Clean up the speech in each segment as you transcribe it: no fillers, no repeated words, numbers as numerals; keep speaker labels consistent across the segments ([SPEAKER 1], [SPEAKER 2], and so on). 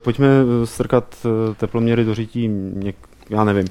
[SPEAKER 1] Pojďme strkat teploměry do řití, já nevím.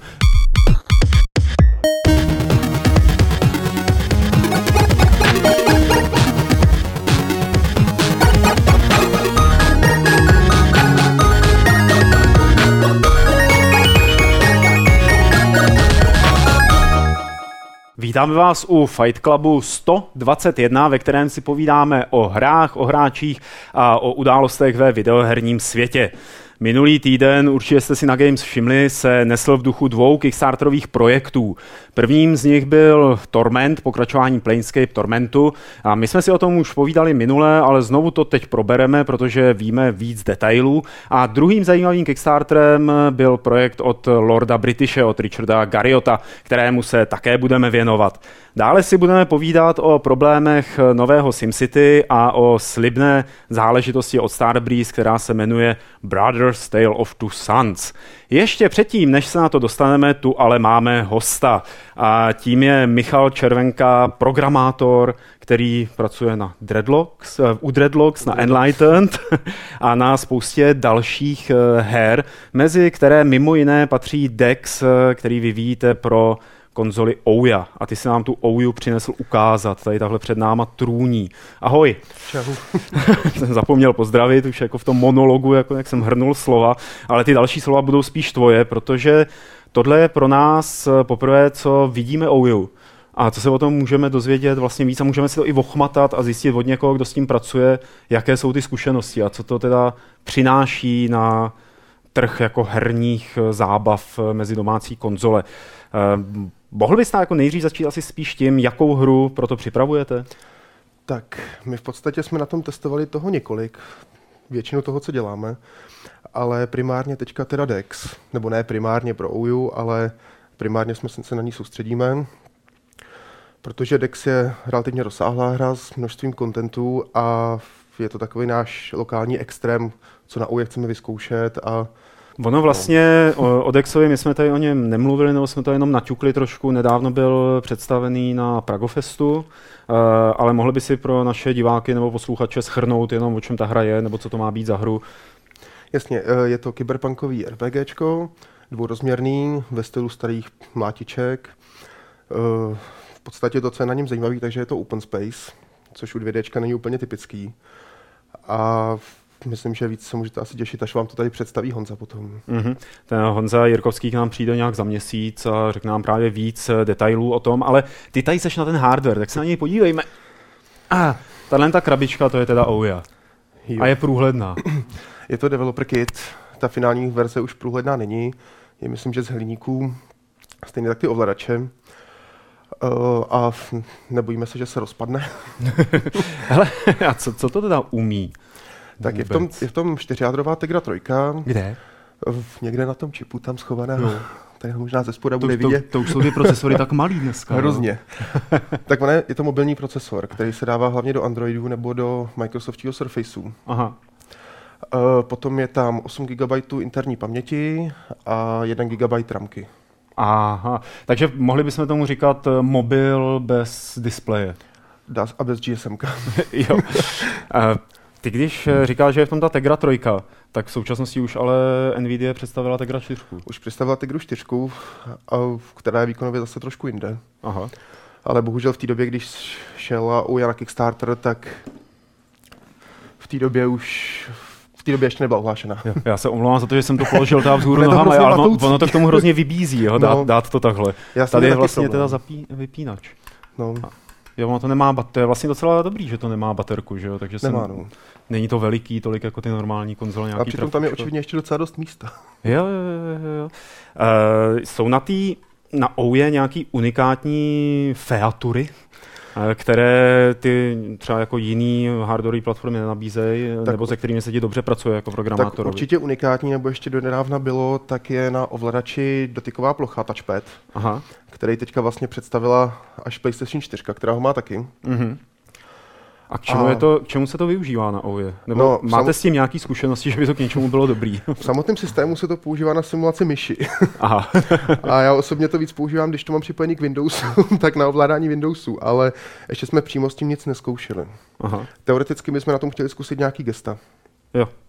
[SPEAKER 1] Vítáme vás u Fight Clubu 121, ve kterém si povídáme o hrách, o hráčích a o událostech ve videoherním světě. Minulý týden, určitě jste si na Games všimli, se nesl v duchu 2 kickstarterových projektů. Prvním z nich byl Torment, pokračování Planescape Tormentu. A my jsme si o tom už povídali minule, ale znovu to teď probereme, protože víme víc detailů. A druhým zajímavým kickstarterem byl projekt od Lorda Britishe, od Richarda Garriota, kterému se také budeme věnovat. Dále si budeme povídat o problémech nového SimCity a o slibné záležitosti od Starbreeze, která se jmenuje Brothers Tale of Two Sons. Ještě předtím, než se na to dostaneme, tu ale máme hosta. A tím je Michal Červenka, programátor, který pracuje na u Dreadlocks, na Enlightened a na spoustě dalších her, mezi které mimo jiné patří Dex, který vyvíjíte pro konzoli Ouya. A ty si nám tu Ouyu přinesl ukázat. Tady tahle před náma trůní. Ahoj.
[SPEAKER 2] Čau.
[SPEAKER 1] Jsem zapomněl pozdravit, už jako v tom monologu, jako jak jsem hrnul slova, ale ty další slova budou spíš tvoje, protože tohle je pro nás poprvé, co vidíme Ouyu. A co se o tom můžeme dozvědět vlastně víc a můžeme si to i ochmatat a zjistit od někoho, kdo s tím pracuje, jaké jsou ty zkušenosti a co to teda přináší na trh jako herních zábav mezi domácí konzole. Mohl byste jako nejdřív začít asi spíš tím, jakou hru pro to připravujete?
[SPEAKER 2] Tak, my v podstatě jsme na tom testovali toho několik, většinu toho, co děláme, ale primárně teďka teda Dex, nebo ne primárně pro Ouyu, ale primárně se na ní soustředíme, protože Dex je relativně rozsáhlá hra s množstvím kontentů a je to takový náš lokální extrém, co na Ouyu chceme vyzkoušet a
[SPEAKER 1] ono vlastně o Dexovi, my jsme tady o něm nemluvili, nebo jsme to jenom naťukli trošku, nedávno byl představený na Pragofestu, ale mohli by si pro naše diváky nebo posluchače shrnout jenom, o čem ta hra je, nebo co to má být za hru?
[SPEAKER 2] Jasně, je to kyberpunkový RPGčko, dvourozměrný, ve stylu starých mlátiček. V podstatě to, co je na něm zajímavý, takže je to open space, což u 2Dčka není úplně typický. A myslím, že víc se můžete asi těšit, až vám to tady představí Honza potom.
[SPEAKER 1] Mm-hmm. Ten Honza Jirkovský k nám přijde nějak za měsíc a řekne nám právě víc detailů o tom, ale ty tady seš na ten hardware, tak se na něj podívejme. Tahle ta krabička, to je teda Ouya. A je průhledná.
[SPEAKER 2] Je to developer kit, ta finální verze už průhledná není. Je myslím, že z hliníků, stejně tak ty ovladače. A nebojíme se, že se rozpadne.
[SPEAKER 1] Hele, a co to teda umí?
[SPEAKER 2] Tak je v tom 4jádrová Tegra 3.
[SPEAKER 1] Kde?
[SPEAKER 2] Někde na tom čipu tam schovaná. Tady ho možná ze spoda bude vidět.
[SPEAKER 1] To už jsou ty procesory tak malý dneska.
[SPEAKER 2] Hrozně. Tak je to mobilní procesor, který se dává hlavně do Androidu nebo do Microsoftového Surfaceu.
[SPEAKER 1] Aha.
[SPEAKER 2] Potom je tam 8 GB interní paměti a 1 GB ramky.
[SPEAKER 1] Aha, takže mohli bychom tomu říkat mobil bez displeje.
[SPEAKER 2] A bez GSMka.
[SPEAKER 1] Jo. Ty když říkáš, že je v tom ta Tegra 3, tak v současnosti už ale Nvidia představila Tegra 4.
[SPEAKER 2] Už představila Tegru 4, která je výkonově zase trošku jinde.
[SPEAKER 1] Aha.
[SPEAKER 2] Ale bohužel v té době, když šel Ouya na Kickstarter, tak v té době ještě nebyla ohlášena.
[SPEAKER 1] Jo, já se omlouvám za to, že jsem to položil tam vzhůru nohama, ale ono to k tomu hrozně vybízí, jo, dát to takhle. Tady je vlastně teda vypínač.
[SPEAKER 2] No.
[SPEAKER 1] Jo, ono to nemá, to je vlastně docela dobrý, že to nemá baterku, že jo, takže není to veliký tolik jako ty normální konzole.
[SPEAKER 2] A přitom tam je očividně ještě docela dost místa.
[SPEAKER 1] Jo. Jsou na Ouye nějaký unikátní featury, které ty třeba jako jiný hardwareové platformy nenabízejí, nebo se kterými se ti dobře pracuje jako programátorovi?
[SPEAKER 2] Tak určitě unikátní, nebo ještě donedávna bylo, tak je na ovladači dotyková plocha, touchpad, který teďka vlastně představila až PlayStation 4, která ho má taky.
[SPEAKER 1] Mm-hmm. A k čemu se to využívá na Ouye? Nebo máte s tím nějaké zkušenosti, že by to k něčemu bylo dobrý?
[SPEAKER 2] V samotném systému se to používá na simulaci myši.
[SPEAKER 1] Aha.
[SPEAKER 2] A já osobně to víc používám, když to mám připojený k Windowsu, tak na ovládání Windowsu, ale ještě jsme přímo s tím nic nezkoušeli.
[SPEAKER 1] Aha.
[SPEAKER 2] Teoreticky bychom na tom chtěli zkusit nějaký gesta.
[SPEAKER 1] Jo.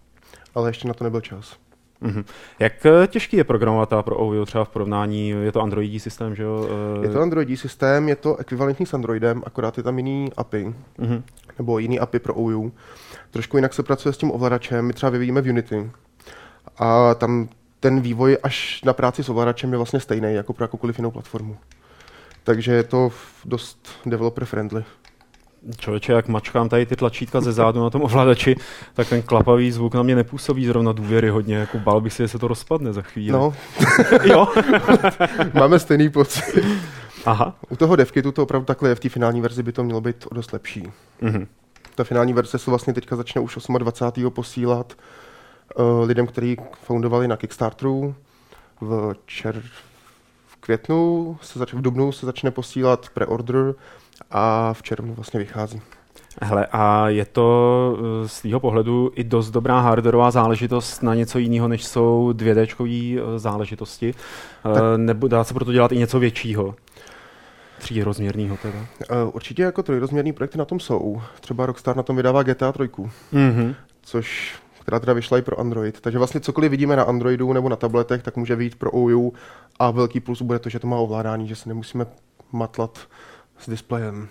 [SPEAKER 2] ale ještě na to nebyl čas.
[SPEAKER 1] Mm-hmm. Jak těžký je programovat pro OUIO třeba v porovnání, je to androidí systém, že jo?
[SPEAKER 2] Je to androidí systém, je to ekvivalentní s Androidem, akorát je tam jiný API, nebo jiný API pro OUIO. Trošku jinak se pracuje s tím ovladačem, my třeba vyvíjíme v Unity a tam ten vývoj až na práci s ovladačem je vlastně stejný jako pro jakoukoliv jinou platformu. Takže je to dost developer friendly.
[SPEAKER 1] Člověče, jak mačkám tady ty tlačítka ze zádu na tom ovladači, tak ten klapavý zvuk na mě nepůsobí zrovna důvěryhodně, jako bál bych si, že se to rozpadne za chvíli.
[SPEAKER 2] No,
[SPEAKER 1] jo.
[SPEAKER 2] Máme stejný pocit.
[SPEAKER 1] Aha.
[SPEAKER 2] U toho devkitu to opravdu takhle je, v té finální verzi by to mělo být o dost lepší.
[SPEAKER 1] Mm-hmm.
[SPEAKER 2] Ta finální verze se vlastně teďka začne už 28. posílat lidem, kteří foundovali na Kickstarteru. V květnu, v dubnu se začne posílat preorder a v červnu vlastně vychází.
[SPEAKER 1] Hele, a je to z tvýho pohledu i dost dobrá hardwareová záležitost na něco jiného, než jsou 2Dčkový záležitosti? Nebo dá se proto dělat i něco většího? Třírozměrnýho teda?
[SPEAKER 2] Určitě jako trojrozměrný projekty na tom jsou. Třeba Rockstar na tom vydává GTA 3, která teda vyšla i pro Android. Takže vlastně cokoliv vidíme na Androidu nebo na tabletech, tak může vyjít pro OUIO a velký plus bude to, že to má ovládání, že se nemusíme matlat s displejem.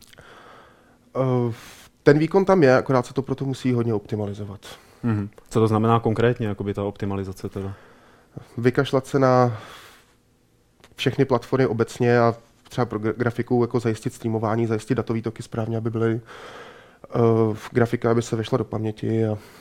[SPEAKER 2] Ten výkon tam je, akorát se to proto musí hodně optimalizovat.
[SPEAKER 1] Co to znamená konkrétně, jakoby ta optimalizace teda?
[SPEAKER 2] Vykašlat se na všechny platformy obecně a třeba pro grafiku jako zajistit streamování, zajistit datové toky správně, aby byly grafika, aby se vešla do paměti.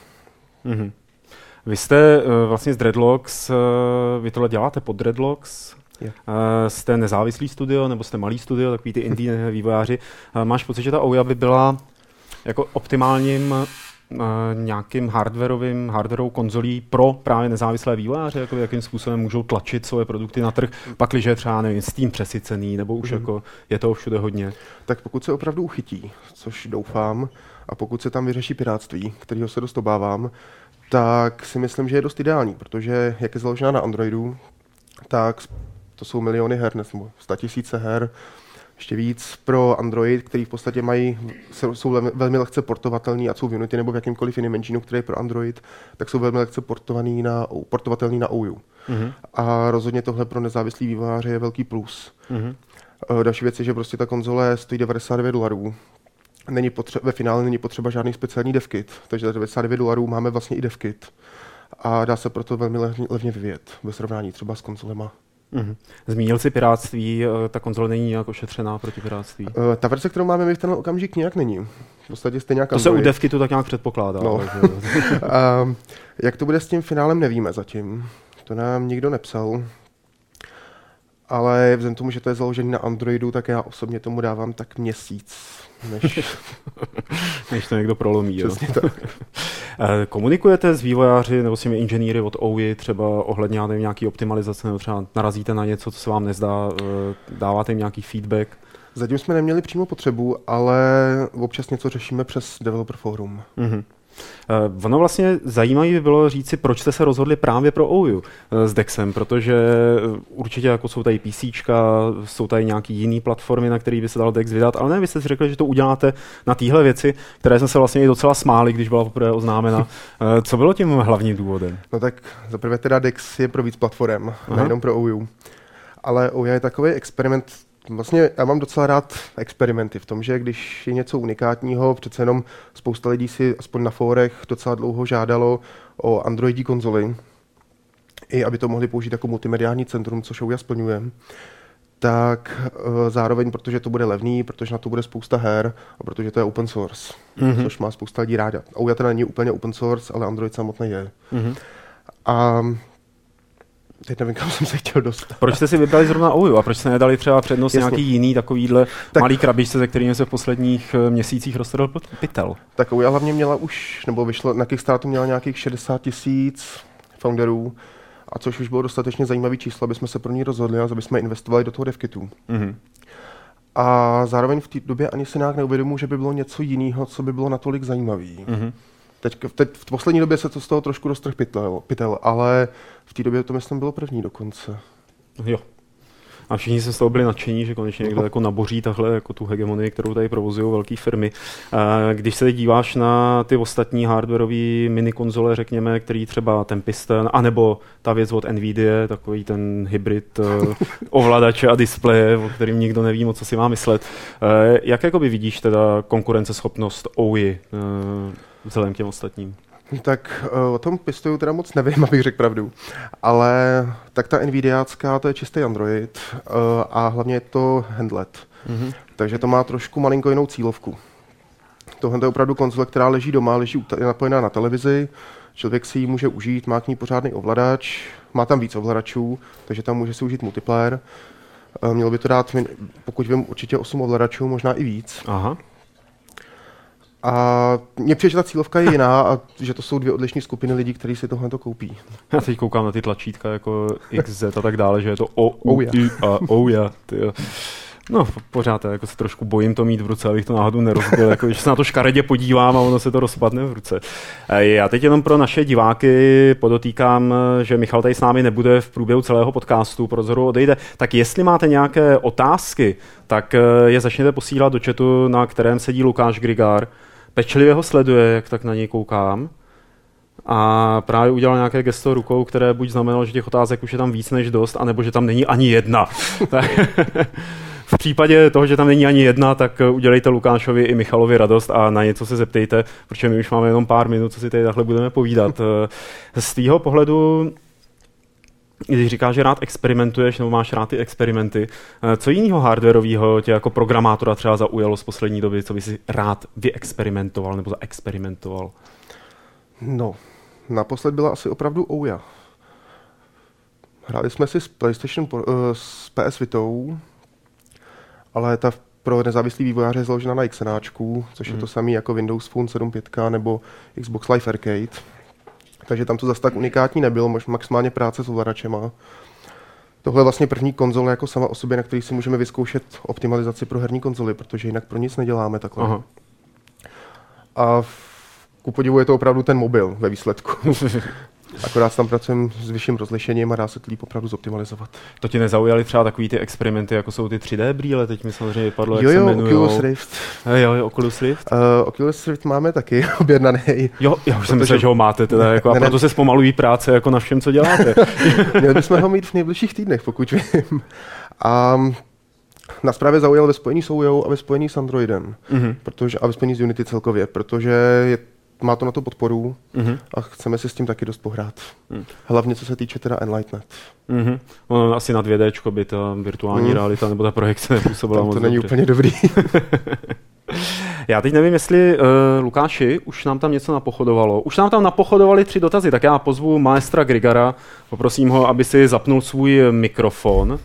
[SPEAKER 1] Vy jste vlastně z Dreadlocks, vy tohle děláte pod Dreadlocks? Jste nezávislý studio, nebo jste malý studio, takový ty indie vývojáři. Máš pocit, že ta OUIO by byla jako optimálním nějakým hardwareovou konzolí pro právě nezávislé vývojáře, jako jakým způsobem můžou tlačit svoje produkty na trh, pakliže třeba nevím, Steam přesycený, nebo už jako je toho všude hodně. Tak
[SPEAKER 2] pokud se opravdu uchytí, což doufám, a pokud se tam vyřeší pirátství, kterého se dost obávám, tak si myslím, že je dost ideální, protože jak je založená na Androidu, tak to jsou miliony her, nebo 100 000 her, ještě víc pro Android, který v podstatě jsou velmi lehce portovatelný, a jsou v Unity nebo v jakýmkoliv jiném engineu, který je pro Android, tak jsou velmi lehce portovatelný na OUIO. A rozhodně tohle pro nezávislý vývojáře je velký plus. Další věc je, že prostě ta konzole stojí $99. Ve finále není potřeba žádný speciální devkit, takže za $99 máme vlastně i devkit. A dá se proto velmi levně vyvíjet, ve srovnání třeba s konzolema.
[SPEAKER 1] Zmínil jsi pirátství, ta konzole není nějak ošetřená proti pirátství?
[SPEAKER 2] Ta verze, kterou máme my v ten okamžik, nějak není. V podstatě stejně jak
[SPEAKER 1] to Android. Se u devkitu tak nějak předpokládá.
[SPEAKER 2] No. Jak to bude s tím finálem, nevíme zatím. To nám nikdo nepsal. Ale vzhledem tomu, že to je založené na Androidu, tak já osobně tomu dávám tak měsíc,
[SPEAKER 1] než to někdo prolomí.
[SPEAKER 2] Přesně tak.
[SPEAKER 1] Komunikujete s vývojáři nebo s těmi inženýry od OUIO třeba ohledně nějaký optimalizace, nebo třeba narazíte na něco, co se vám nezdá, dáváte jim nějaký feedback?
[SPEAKER 2] Zatím jsme neměli přímo potřebu, ale občas něco řešíme přes Developer Forum.
[SPEAKER 1] Ono vlastně zajímavé by bylo říci, proč jste se rozhodli právě pro OUIO s DEXem, protože určitě jako jsou tady PCčka, jsou tady nějaký jiný platformy, na který by se dal DEX vydat, ale ne, vy jste si řekli, že to uděláte na téhle věci, které jsme se vlastně i docela smáli, když byla poprvé oznámena. Co bylo tím hlavním důvodem?
[SPEAKER 2] No tak zaprvé teda DEX je pro víc platform, nejenom pro OUIO. Ale OUIO je takový experiment. Vlastně já mám docela rád experimenty v tom, že když je něco unikátního, přece jenom spousta lidí si aspoň na fórech docela dlouho žádalo o Androidí konzoli, i aby to mohli použít jako multimediální centrum, což OUIO splňuje, tak zároveň, protože to bude levný, protože na to bude spousta her a protože to je open source, což má spousta lidí ráda. OUIO teda není úplně open source, ale Android samotný je. A teď nevím, kam jsem se chtěl dostat.
[SPEAKER 1] Proč jste si vybrali zrovna OUIO a proč jste nedali třeba přednost nějaký jiný takovýhle malý krabičce, se kterými se v posledních měsících roztrhl pytel?
[SPEAKER 2] Tak OUIO hlavně měla vyšlo na Kickstarteru měla nějakých 60 000 founderů, a což už bylo dostatečně zajímavý číslo, aby jsme se pro ní rozhodli a aby jsme investovali do toho devkitu. A zároveň v té době ani si nějak neuvědomuji, že by bylo něco jiného, co by bylo natolik zajímavý. Teď v poslední době se to z toho trošku roztrh pytel, ale v té době to myslím bylo první dokonce.
[SPEAKER 1] Jo. A všichni se z toho byli nadšení, že konečně někdo jako naboří tahle jako tu hegemonii, kterou tady provozují velké firmy. Když se díváš na ty ostatní hardwareové minikonzole, řekněme, který třeba ten Piston, anebo ta věc od Nvidia, takový ten hybrid ovladače a displeje, o kterým nikdo neví moc, co si má myslet. Jak jakoby vidíš teda konkurenceschopnost OUI vzhledem k těm ostatním?
[SPEAKER 2] Tak o tom Pistonu teda moc nevím, abych řekl pravdu, ale tak ta Nvidiácká, to je čistý Android a hlavně je to handlet, takže to má trošku malinko jinou cílovku. Tohle je opravdu konzole, která leží doma, je napojená na televizi, člověk si ji může užít, má k ní pořádný ovladač, má tam víc ovladačů, takže tam může si užít multiplayer. Mělo by to dát, pokud vím, určitě 8 ovladačů, možná i víc.
[SPEAKER 1] Aha.
[SPEAKER 2] A mně přijde, že ta cílovka je jiná a že to jsou dvě odlišné skupiny lidí, kteří si tohle koupí.
[SPEAKER 1] Já teď koukám na ty tlačítka jako XZ a tak dále, že je to OUI a OUI. No, pořád jako se trošku bojím to mít v ruce, abych to náhodou nerozbil, jako když se na to škaredě podívám a ono se to rozpadne v ruce. Já teď jenom pro naše diváky podotýkám, že Michal tady s námi nebude v průběhu celého podcastu, po rozhovoru odejde. Tak jestli máte nějaké otázky, tak je začněte posílat do chatu, na kterém sedí Lukáš Grigár. Pečlivě ho sleduje, jak tak na něj koukám. A právě udělal nějaké gesto rukou, které buď znamenalo, že těch otázek už je tam víc než dost, anebo že tam není ani jedna. V případě toho, že tam není ani jedna, tak udělejte Lukášovi i Michalovi radost a na něco se zeptejte, protože my už máme jenom pár minut, co si tady takhle budeme povídat. Z tvýho pohledu, když říkáš, že rád experimentuješ nebo máš rád ty experimenty, co jiného hardwarového tě jako programátora třeba zaujalo z poslední doby, co by si rád vyexperimentoval nebo zaexperimentoval?
[SPEAKER 2] No, naposled byla asi opravdu Ouya. Hráli jsme si s PlayStation, s PS Vitou, ale ta pro nezávislý vývojáře je založena na XNAčku, což je to samé jako Windows Phone 7.5 nebo Xbox Live Arcade. Takže tam to zase tak unikátní nebylo, maximálně práce s ovladačema. Tohle je vlastně první konzole jako sama o sobě, na který si můžeme vyzkoušet optimalizaci pro herní konzoly, protože jinak pro nic neděláme takhle. Aha. A ku podivu je to opravdu ten mobil ve výsledku. Akorát tam pracujeme s vyšším rozlišením a dá se to líp opravdu zoptimalizovat.
[SPEAKER 1] To ti nezaujaly třeba takový ty experimenty, jako jsou ty 3D brýle? Teď mi samozřejmě vypadlo, jak
[SPEAKER 2] se
[SPEAKER 1] jmenujou.
[SPEAKER 2] Oculus Rift.
[SPEAKER 1] Jo, Oculus Rift.
[SPEAKER 2] Oculus Rift máme taky objednaný.
[SPEAKER 1] Jo, já už jsem myslel, že ho máte, teda, jako, a proto se zpomalují práce jako na všem, co děláte.
[SPEAKER 2] Měli bychom ho mít v nejbližších týdnech, pokud vím. A nás právě zaujal ve spojení s Ouyou a ve spojení s Androidem, a ve spojení s Unity celkově, protože má to na to podporu a chceme si s tím taky dost pohrát. Hlavně co se týče teda Enlightened.
[SPEAKER 1] Asi na 2D by ta virtuální realita nebo ta projekce nepůsobila moc.
[SPEAKER 2] To není úplně dobrý.
[SPEAKER 1] Já teď nevím, jestli Lukáši, už nám tam něco napochodovalo. Už nám tam napochodovali 3 dotazy, tak já pozvu maestra Grigara, poprosím ho, aby si zapnul svůj mikrofon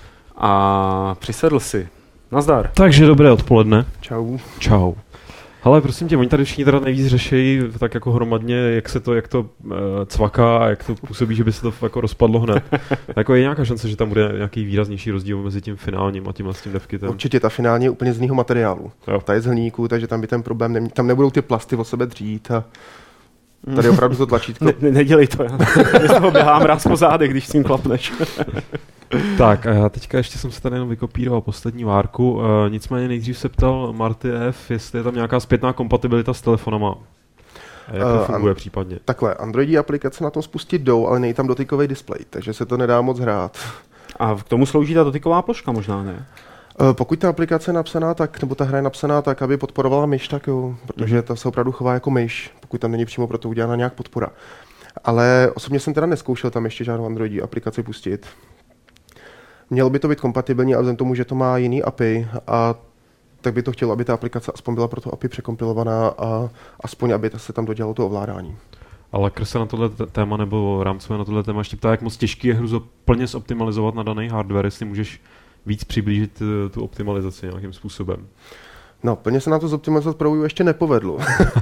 [SPEAKER 1] a přisedl si. Nazdar.
[SPEAKER 3] Takže dobré odpoledne.
[SPEAKER 2] Čau.
[SPEAKER 3] Hele, prosím tě, oni tady všichni teda nejvíc řešejí tak jako hromadně, jak to cvaká a jak to působí, že by se to jako rozpadlo hned. Jako je nějaká šance, že tam bude nějaký výraznější rozdíl mezi tím finálním a tím devkitem?
[SPEAKER 2] Určitě, ta finální je úplně z jiného materiálu. Jo. Ta je z hliníku, takže tam by ten problém tam nebudou ty plasty o sebe dřít a tady opravdu to tlačítko.
[SPEAKER 1] Nedělej to, já z toho běhám ráz po zádech, když s tím klapneš.
[SPEAKER 3] Tak a já teďka ještě jsem se tady jenom vykopíroval poslední várku, nicméně nejdřív se ptal Marty F, jestli je tam nějaká zpětná kompatibilita s telefonama. A jak to funguje případně?
[SPEAKER 2] Takhle, Androidí aplikace na tom spustit jdou, ale není tam dotykový displej, takže se to nedá moc hrát.
[SPEAKER 1] A k tomu slouží ta dotyková ploška možná, ne?
[SPEAKER 2] Pokud ta aplikace je napsaná tak, nebo ta hra je napsaná tak, aby podporovala myš, tak jo, protože ta se opravdu chová jako myš, pokud tam není přímo pro to udělána nějak podpora. Ale osobně jsem teda neskoušel tam ještě žádnou Androidí aplikaci pustit. Mělo by to být kompatibilní, ale vzhledem tomu, že to má jiný API, a tak by to chtělo, aby ta aplikace aspoň byla pro to API překompilovaná a aspoň, aby se tam dodělalo to ovládání.
[SPEAKER 3] Ale Lakr se na tohle téma nebo rámcově na tohle téma ještě ptá, jak moc těžký je hru plně zoptimalizovat na daný hardware, jestli můžeš víc přiblížit tu optimalizaci nějakým způsobem.
[SPEAKER 2] No, plně se nám to zoptimalizovat pro Wii ještě nepovedlo.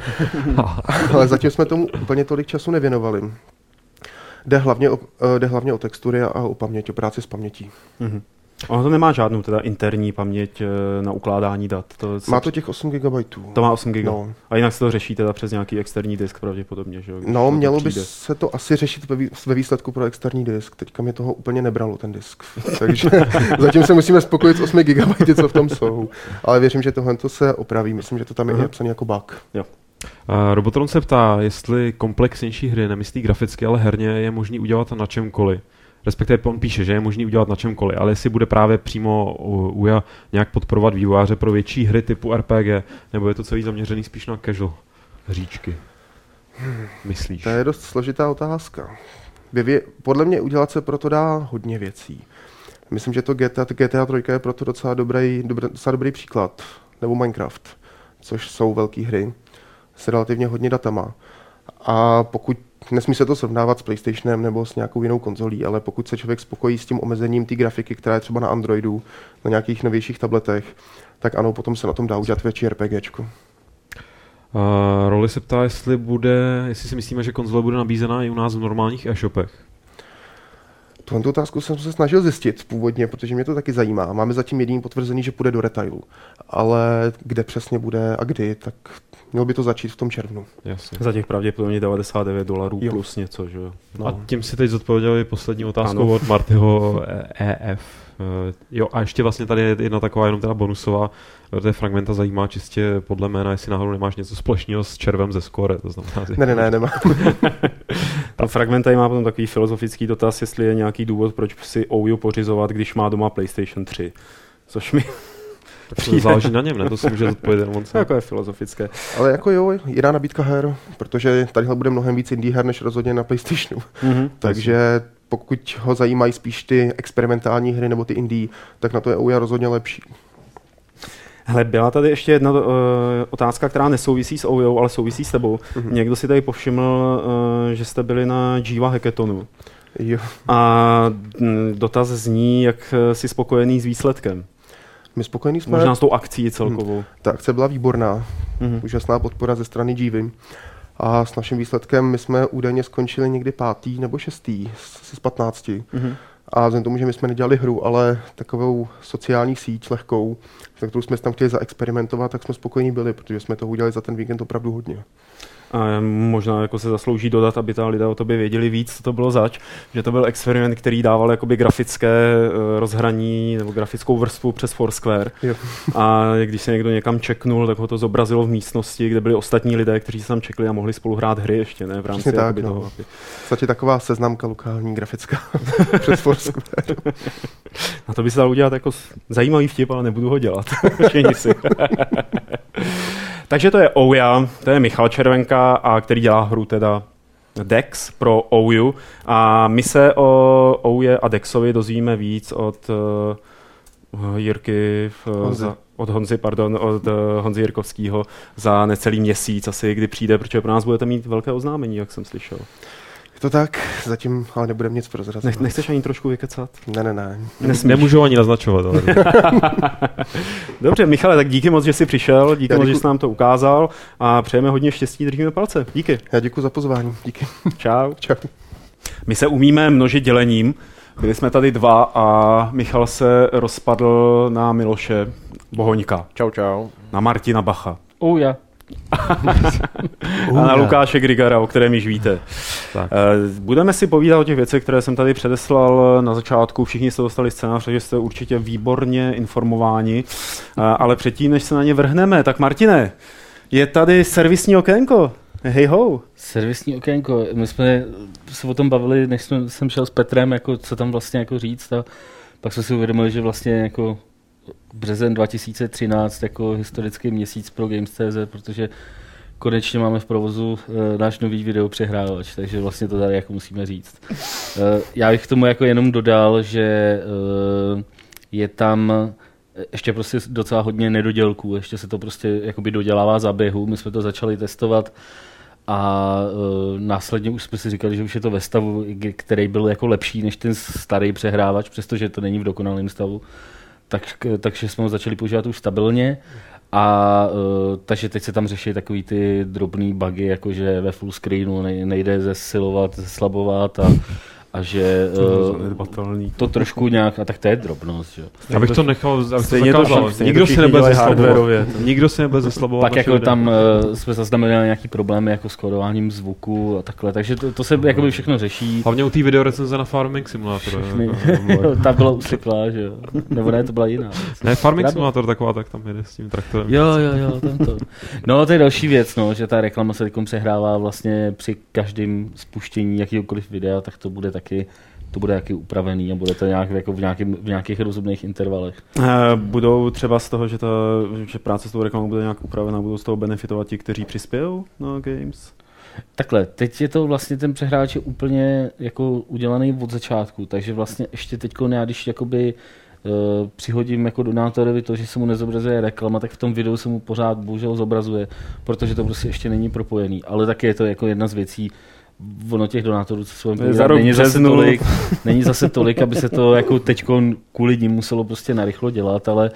[SPEAKER 2] Ale zatím jsme tomu úplně tolik času nevěnovali. Jde hlavně o textury a o paměť, o práci s pamětí.
[SPEAKER 1] Ono to nemá žádnou teda interní paměť na ukládání dat.
[SPEAKER 2] Má to těch 8 GB.
[SPEAKER 1] To má 8 GB.
[SPEAKER 2] No.
[SPEAKER 1] A jinak se to řeší teda přes nějaký externí disk pravděpodobně, že jo?
[SPEAKER 2] No, mělo by se to asi řešit ve výsledku pro externí disk. Teďka mě toho úplně nebralo ten disk. Takže zatím se musíme spokojit s 8 GB, co v tom jsou. Ale věřím, že tohle se opraví. Myslím, že to tam je napsané jako bug.
[SPEAKER 1] Jo.
[SPEAKER 3] Robotron se ptá, jestli komplexnější hry, nemyslí graficky, ale herně, je možný udělat na čemkoliv. Respektive on píše, že je možný udělat na čemkoliv, ale jestli bude právě přímo UJA nějak podporovat vývojáře pro větší hry typu RPG, nebo je to celý zaměřený spíš na casual hříčky? Myslíš?
[SPEAKER 2] To je dost složitá otázka. Podle mě udělat se proto dá hodně věcí. Myslím, že to GTA 3 je proto docela dobrý příklad. Nebo Minecraft, což jsou velké hry s relativně hodně datama. A pokud nesmí se to srovnávat s PlayStationem nebo s nějakou jinou konzolí, ale pokud se člověk spokojí s tím omezením té grafiky, která je třeba na Androidu, na nějakých novějších tabletech, tak ano, potom se na tom dá udělat větší RPGčko.
[SPEAKER 3] Roli se ptá, jestli si myslíme, že konzole bude nabízená i u nás v normálních e-shopech.
[SPEAKER 2] Tuhle otázku jsem se snažil zjistit původně, protože mě to taky zajímá. Máme zatím jediný potvrzený, že půjde do retailu. Ale kde přesně bude a kdy, tak mělo by to začít v tom červnu.
[SPEAKER 3] Jasně.
[SPEAKER 1] Za těch pravděpodobně $99 plus něco, že jo.
[SPEAKER 3] No. A tím si teď zodpověděli poslední otázku od Martyho EF. Jo, a ještě vlastně tady je jedna taková jenom teda bonusová, protože Fragmenta zajímá čistě podle jména, jestli náhodou nemáš něco společného s červem ze Score, to znamená...
[SPEAKER 2] Ne, nemá.
[SPEAKER 1] Tam Fragment tady má potom takový filozofický dotaz, jestli je nějaký důvod, proč si OU pořizovat, když má doma PlayStation 3. Což mi...
[SPEAKER 3] To záleží na něm, ne? To si může zodpovědět jenom on sám.
[SPEAKER 1] Jako je filozofické.
[SPEAKER 2] Ale jako jo, jiná nabídka her, protože tadyhle bude mnohem víc indie her, než rozhodně na PlayStationu. Takže pokud ho zajímají spíš ty experimentální hry nebo ty indie, tak na to je OU rozhodně lepší.
[SPEAKER 1] Hele, byla tady ještě jedna otázka, která nesouvisí s OU, ale souvisí s tebou. Někdo si tady povšiml, že jste byli na Jiva Hackathonu.
[SPEAKER 2] Jo.
[SPEAKER 1] A dotaz zní, jak jsi spokojený s výsledkem.
[SPEAKER 2] My spokojení jsme.
[SPEAKER 1] Možná s tou akcí celkovou.
[SPEAKER 2] Ta akce byla výborná. Úžasná podpora ze strany Jivy. A s naším výsledkem my jsme údajně skončili někdy 5. nebo 6. z 15. A vzhledem tomu, že my jsme nedělali hru, ale takovou sociální síť lehkou, za kterou jsme tam chtěli zaexperimentovat, tak jsme spokojení byli, protože jsme toho udělali za ten víkend opravdu hodně.
[SPEAKER 1] A možná jako se zaslouží dodat, aby ta lidé o tobě věděli víc, co to bylo zač, že to byl experiment, který dával jakoby grafické rozhraní nebo grafickou vrstvu přes Foursquare.
[SPEAKER 2] Jo.
[SPEAKER 1] A když se někdo někam čeknul, tak ho to zobrazilo v místnosti, kde byli ostatní lidé, kteří se tam čekli a mohli spolu hrát hry ještě, ne? V rámci
[SPEAKER 2] tak,
[SPEAKER 1] toho.
[SPEAKER 2] No. Vlastně taková seznamka lokální grafická přes Foursquare.
[SPEAKER 1] Na to by se dal udělat jako zajímavý vtip, ale nebudu ho dělat. si. Takže to je OUJA, to je Michal Červenka, a který dělá hru teda Dex pro OU. A my se o OUJE a Dexovi dozvíme víc od od Honzy Jirkovského za necelý měsíc asi, kdy přijde, protože pro nás budete mít velké oznámení, jak jsem slyšel.
[SPEAKER 2] To tak, zatím ale nebudeme nic prozrazovat.
[SPEAKER 1] Nechceš ani trošku vykecat?
[SPEAKER 2] Ne.
[SPEAKER 3] Nemůžu ani naznačovat. Ale...
[SPEAKER 1] Dobře, Michale, tak díky moc, že jsi přišel, díky moc, že jsi nám to ukázal a přejeme hodně štěstí, držíme palce. Díky.
[SPEAKER 2] Já děkuji za pozvání, díky.
[SPEAKER 1] Čau.
[SPEAKER 2] Čau.
[SPEAKER 1] My se umíme množit dělením. Byli jsme tady 2 a Michal se rozpadl na Miloše Bohoňka.
[SPEAKER 4] Čau.
[SPEAKER 1] Na Martina Bacha.
[SPEAKER 4] OUJA.
[SPEAKER 1] A na Lukáše Grigara, o kterém již víte.
[SPEAKER 3] Tak.
[SPEAKER 1] Budeme si povídat o těch věcech, které jsem tady předeslal na začátku. Všichni jste dostali scénář, takže jste určitě výborně informováni. Ale předtím, než se na ně vrhneme, tak Martine, je tady servisní okénko. Hej ho.
[SPEAKER 4] Servisní okénko. My jsme se o tom bavili, než jsem šel s Petrem, jako, co tam vlastně jako říct. A pak jsme si uvědomili, že vlastně jako březen 2013 jako historický měsíc pro Games.cz, protože konečně máme v provozu náš nový videopřehrávač, takže vlastně to tady jako musíme říct. Já bych k tomu jako jenom dodal, že je tam ještě prostě docela hodně nedodělků, ještě se to prostě jakoby dodělává za běhu. My jsme to začali testovat a následně už jsme si říkali, že už je to ve stavu, který byl jako lepší než ten starý přehrávač, přestože to není v dokonalém stavu. Takže jsme ho začali používat už stabilně a takže teď se tam řeší takový ty drobný bugy, jakože ve full screenu nejde zesilovat, zeslabovat a že to trošku nějak, a tak to je drobnost, že?
[SPEAKER 3] Abych to nechal, nikdo si nebude zeslabovat. Nikdo si nebude zeslabovat.
[SPEAKER 4] Pak jako tam jsme zaznamenali nějaký problémy jako s kodováním zvuku a takhle, takže to se jakoby všechno řeší.
[SPEAKER 3] Hlavně u té videorecenze na Farming Simulator.
[SPEAKER 4] Ta byla usyklá, že jo? Nebo ne, to byla jiná.
[SPEAKER 3] Ne, Farming Simulator taková, tak tam jede s tím traktorem.
[SPEAKER 4] Jo, tam to. No, to je další věc, no, že ta reklama se takom přehrává vlastně při každém spuštění jakýkoliv videa, tak to bude taky upravený a bude to nějak jako v nějakých rozumných intervalech.
[SPEAKER 1] Budou třeba z toho, že práce s tou reklamou bude nějak upravená, budou z toho benefitovat ti, kteří přispějou na Games?
[SPEAKER 4] Takhle, teď je to vlastně ten přehráč je úplně jako udělaný od začátku, takže vlastně ještě teďko já když jakoby přihodím jako donátorovi to, že se mu nezobrazuje reklama, tak v tom videu se mu pořád bohužel zobrazuje, protože to prostě ještě není propojený, ale taky je to jako jedna z věcí, ono těch donátorů, co jsou není zase tolik, aby se to jako teďko kvůli ním muselo prostě narychlo dělat, ale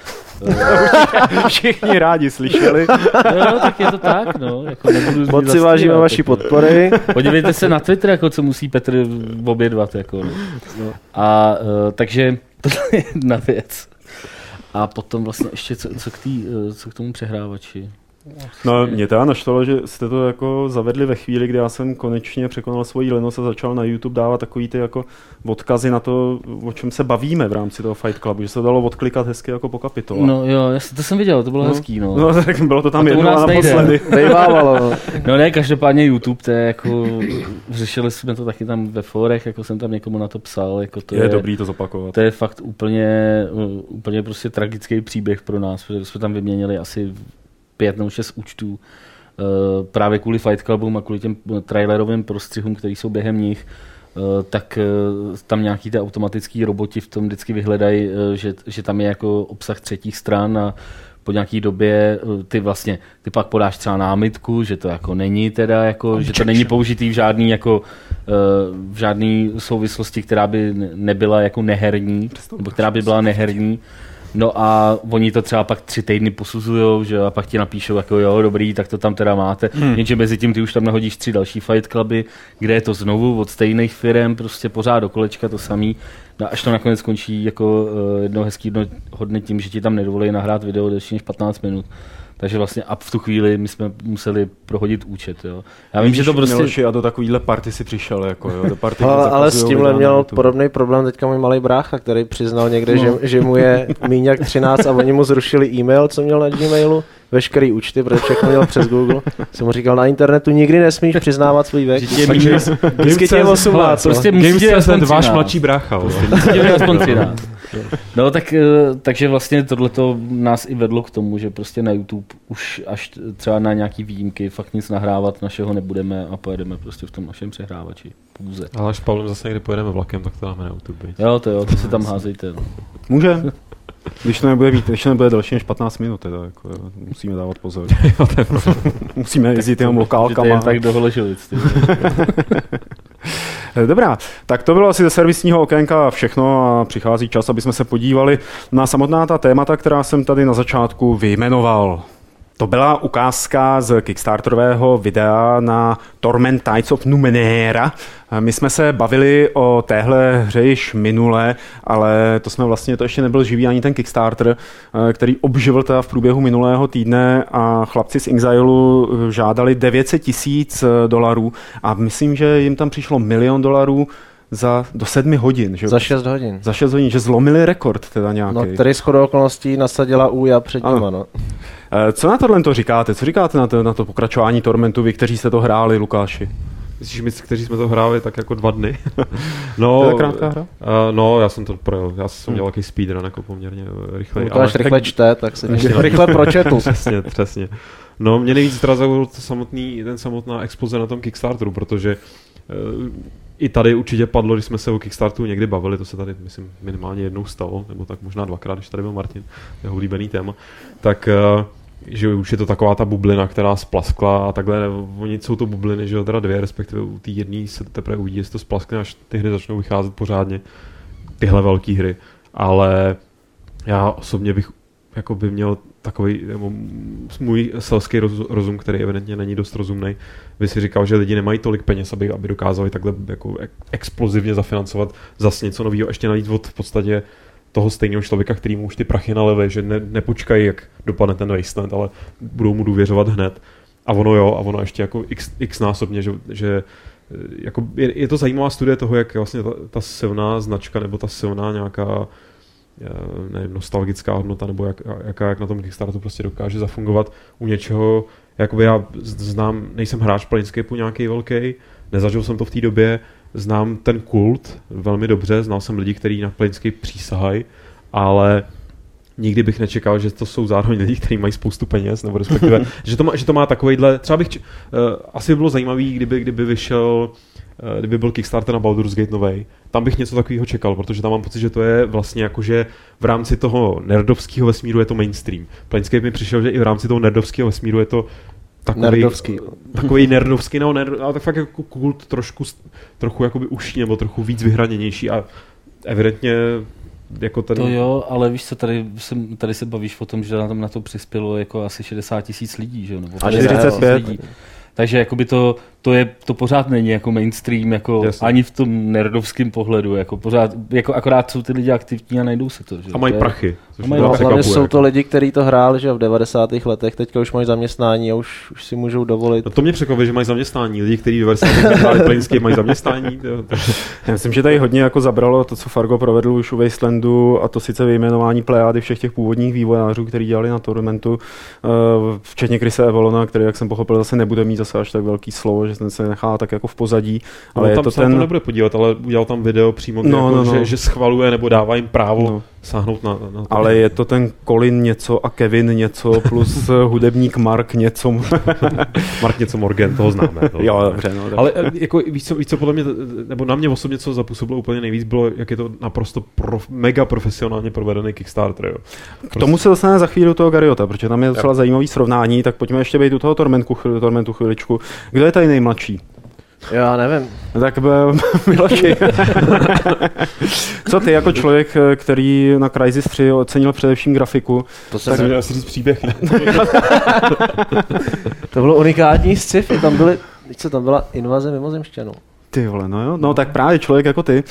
[SPEAKER 1] všichni rádi slyšeli.
[SPEAKER 4] No, tak je to tak, no. Jako
[SPEAKER 5] moc si vážíme vaší podpory.
[SPEAKER 4] Podívejte se na Twitter, jako co musí Petr obědvat, jako. No. A takže to je jedna věc. A potom vlastně ještě co k tomu přehrávači.
[SPEAKER 1] No, mě teda naštvalo, že jste to jako zavedli ve chvíli, kdy já jsem konečně překonal svoji lenost a začal na YouTube dávat takový ty jako odkazy na to, o čem se bavíme v rámci toho Fight Clubu, že se to dalo odklikat hezky jako po kapitolách.
[SPEAKER 4] No jo, to jsem viděl, to bylo hezký, no.
[SPEAKER 1] No, tak bylo to tam jedno a naposledy.
[SPEAKER 5] Bejvávalo.
[SPEAKER 4] No ne, každopádně YouTube, to je jako, řešili jsme to taky tam ve forech, jako jsem tam někomu na to psal, jako to
[SPEAKER 1] je dobrý to zopakovat.
[SPEAKER 4] To je fakt úplně prostě tragický příběh pro nás, protože jsme tam vyměnili asi 5 nebo 6 účtů právě kvůli Fight Clubům a kvůli těm trailerovým prostřihům, které jsou během nich, tak tam nějaký ty automatický roboti v tom vždycky vyhledají, že tam je jako obsah třetích stran a po nějaký době ty pak podáš třeba námitku, že to jako není teda jako, že to není použitý v žádný souvislosti, která by nebyla jako neherní, nebo která by byla neherní. No a oni to třeba pak 3 týdny posuzujou, že a pak ti napíšou jako jo, dobrý, tak to tam teda máte. Jenže mezi tím ty už tam nahodíš 3 další Fight Cluby, kde je to znovu od stejných firem, prostě pořád do kolečka to samý. No až to nakonec skončí jako jedno hezký hodně tím, že ti tam nedovolí nahrát video delší než 15 minut. Takže vlastně a v tu chvíli my jsme museli prohodit účet, jo. Já vím, že to prostě
[SPEAKER 1] Miloši, a do takovýhle party si přišel, jako jo, do party.
[SPEAKER 5] ale s tímhle měl podobný problém teďka můj malý brácha, který přiznal někde, že mu je míň jak 13 a oni mu zrušili e-mail, co měl na Gmailu, veškerý účty, protože všechno měl přes Google. Jsem mu říkal, na internetu nikdy nesmíš přiznávat svůj věk. Vždycky tě 18.
[SPEAKER 4] Prostě
[SPEAKER 3] Games.cz, váš mladší brácha.
[SPEAKER 4] No takže vlastně tohleto nás i vedlo k tomu, že prostě na YouTube už až třeba na nějaký výjimky fakt nic nahrávat našeho nebudeme a pojedeme prostě v tom našem přehrávači pouze.
[SPEAKER 3] Ale až Pavlem zase někdy pojedeme vlakem, tak to dáme na YouTube.
[SPEAKER 4] Jo, to si tam házejte. No.
[SPEAKER 1] Může. Když to nebude delší než 15 minut, teda, jako, musíme dávat pozor. Musíme jezdit jenom lokálkama.
[SPEAKER 4] Jen tak do Holešovic.
[SPEAKER 1] Dobrá, tak to bylo asi ze servisního okénka všechno a přichází čas, aby jsme se podívali na samotná ta témata, která jsem tady na začátku vyjmenoval. To byla ukázka z kickstarterového videa na Torment Tides of Numenera. My jsme se bavili o téhle hře již minule, ale to ještě nebyl živý ani ten Kickstarter, který obživil teda v průběhu minulého týdne a chlapci z Exilu žádali $900,000 a myslím, že jim tam přišlo $1 milion do 7 hodin. Že?
[SPEAKER 5] Za 6 hodin.
[SPEAKER 1] Za 6 hodin, že zlomili rekord teda nějaký.
[SPEAKER 5] No, který shodou okolností nasadila Ouya před nima, no.
[SPEAKER 1] Co na tohle to říkáte? Co říkáte na to pokračování Tormentu, vy, kteří jste to hráli, Lukáši?
[SPEAKER 3] Myslíš, my, kteří jsme to hráli tak jako 2 dny?
[SPEAKER 1] No, to je krátká hra?
[SPEAKER 3] No, já jsem to projel. Já jsem dělal takový speedrun jako poměrně rychlej.
[SPEAKER 5] To až rychle čte, tak se rychle pročetl.
[SPEAKER 3] Přesně. No, mě nejvíc teda zaujalo samotná expoze na tom Kickstarteru, protože i tady určitě padlo, když jsme se o Kickstarteru někdy bavili, to se tady, myslím, minimálně jednou stalo, nebo tak možná 2krát, když tady byl Martin, jeho oblíbený téma, tak že už je to taková ta bublina, která splaskla a takhle, oni jsou to bubliny, že jo, teda 2, respektive u té jedné se teprve uvidí, jestli to splaskne, až ty hry začnou vycházet pořádně, tyhle velké hry, ale já osobně bych jako by měl takový můj selský rozum, který evidentně není dost rozumnej, by si říkal, že lidi nemají tolik peněz, aby dokázali takhle jako explozivně zafinancovat zase něco nového, ještě navíc od v podstatě toho stejného člověka, který mu už ty prachy naleve, že nepočkají, jak dopadne ten Wasteland, ale budou mu důvěřovat hned. A ono ještě jako x násobně, že jako je to zajímavá studie toho, jak vlastně ta silná značka nebo ta silná nějaká nevím, nostalgická hodnota nebo jak na tom Kickstarteru prostě dokáže zafungovat u něčeho, jakoby já znám, nejsem hráč Planescapeu nějaký velký, nezažil jsem to v té době, znám ten kult velmi dobře, znal jsem lidi, kteří na Planescape přísahají, ale nikdy bych nečekal, že to jsou zároveň lidi, kteří mají spoustu peněz, nebo respektive, že to má takovejhle, třeba bych, asi by bylo zajímavý, kdyby vyšel, kdyby byl Kickstarter na Baldur's Gate novej, tam bych něco takového čekal, protože tam mám pocit, že to je vlastně jakože v rámci toho nerdovského vesmíru je to mainstream. Planescape mi přišel, že i v rámci toho nerdovského vesmíru je to takový nerdovský, ale tak fakt jako kult trochu jakoby užší, nebo trochu víc vyhraněnější a evidentně jako ten...
[SPEAKER 4] To jo, ale víš co, tady se bavíš o tom, že na to přispělo jako asi 60 000 lidí, že jo? Nebo
[SPEAKER 1] 45
[SPEAKER 4] lidí. Takže jakoby to pořád není jako mainstream, jako ani v tom nerdovském pohledu, jako pořád, jako akorát jsou ty lidi aktivní a najdou se to. Že?
[SPEAKER 3] A mají prachy.
[SPEAKER 5] Hlavně jsou to lidi, kteří to hráli, že v 90. letech, teďka už mají zaměstnání a už si můžou dovolit.
[SPEAKER 3] No to mě překvapuje, že mají zaměstnání. Lidi, kteří v 90. letech hráli Planescape, mají zaměstnání.
[SPEAKER 1] Já myslím, že tady hodně jako zabralo to, co Fargo provedl už u Wastelandu, a to sice vyjmenování plejády všech těch původních vývojářů, kteří dělali na Tormentu, včetně Chrise Evolona, který, jak jsem pochopil, zase nebude mít zase až tak velký slovo, že ten se nechá tak jako v pozadí. Ale
[SPEAKER 3] tam se to nebude podívat, ale udělal tam video přímo, že schvaluje nebo dává jim právo sáhnout na to.
[SPEAKER 1] Ale je to ten Colin něco a Kevin něco plus hudebník Mark něco.
[SPEAKER 3] Mark něco Morgan, toho známe.
[SPEAKER 1] Jo, dobře.
[SPEAKER 3] Ale jako víc co podle mě, nebo na mě osobně, co zapůsobilo úplně nejvíc, bylo, jak je to naprosto mega profesionálně provedený Kickstarter. Jo.
[SPEAKER 1] K tomu se dostaneme za chvíli do toho Gariota, protože tam je docela zajímavý srovnání, tak pojďme ještě být u toho Tormentu chviličku. Kdo je tady nejmladší?
[SPEAKER 5] Já nevím.
[SPEAKER 1] Tak Miloši. Co ty jako člověk, který na Crysis 3 ocenil především grafiku?
[SPEAKER 3] To se měl asi říct příběh.
[SPEAKER 5] To bylo unikátní sci-fi, tam byla invaze mimozemšťanů.
[SPEAKER 1] Ty vole, no jo. No tak právě člověk jako ty.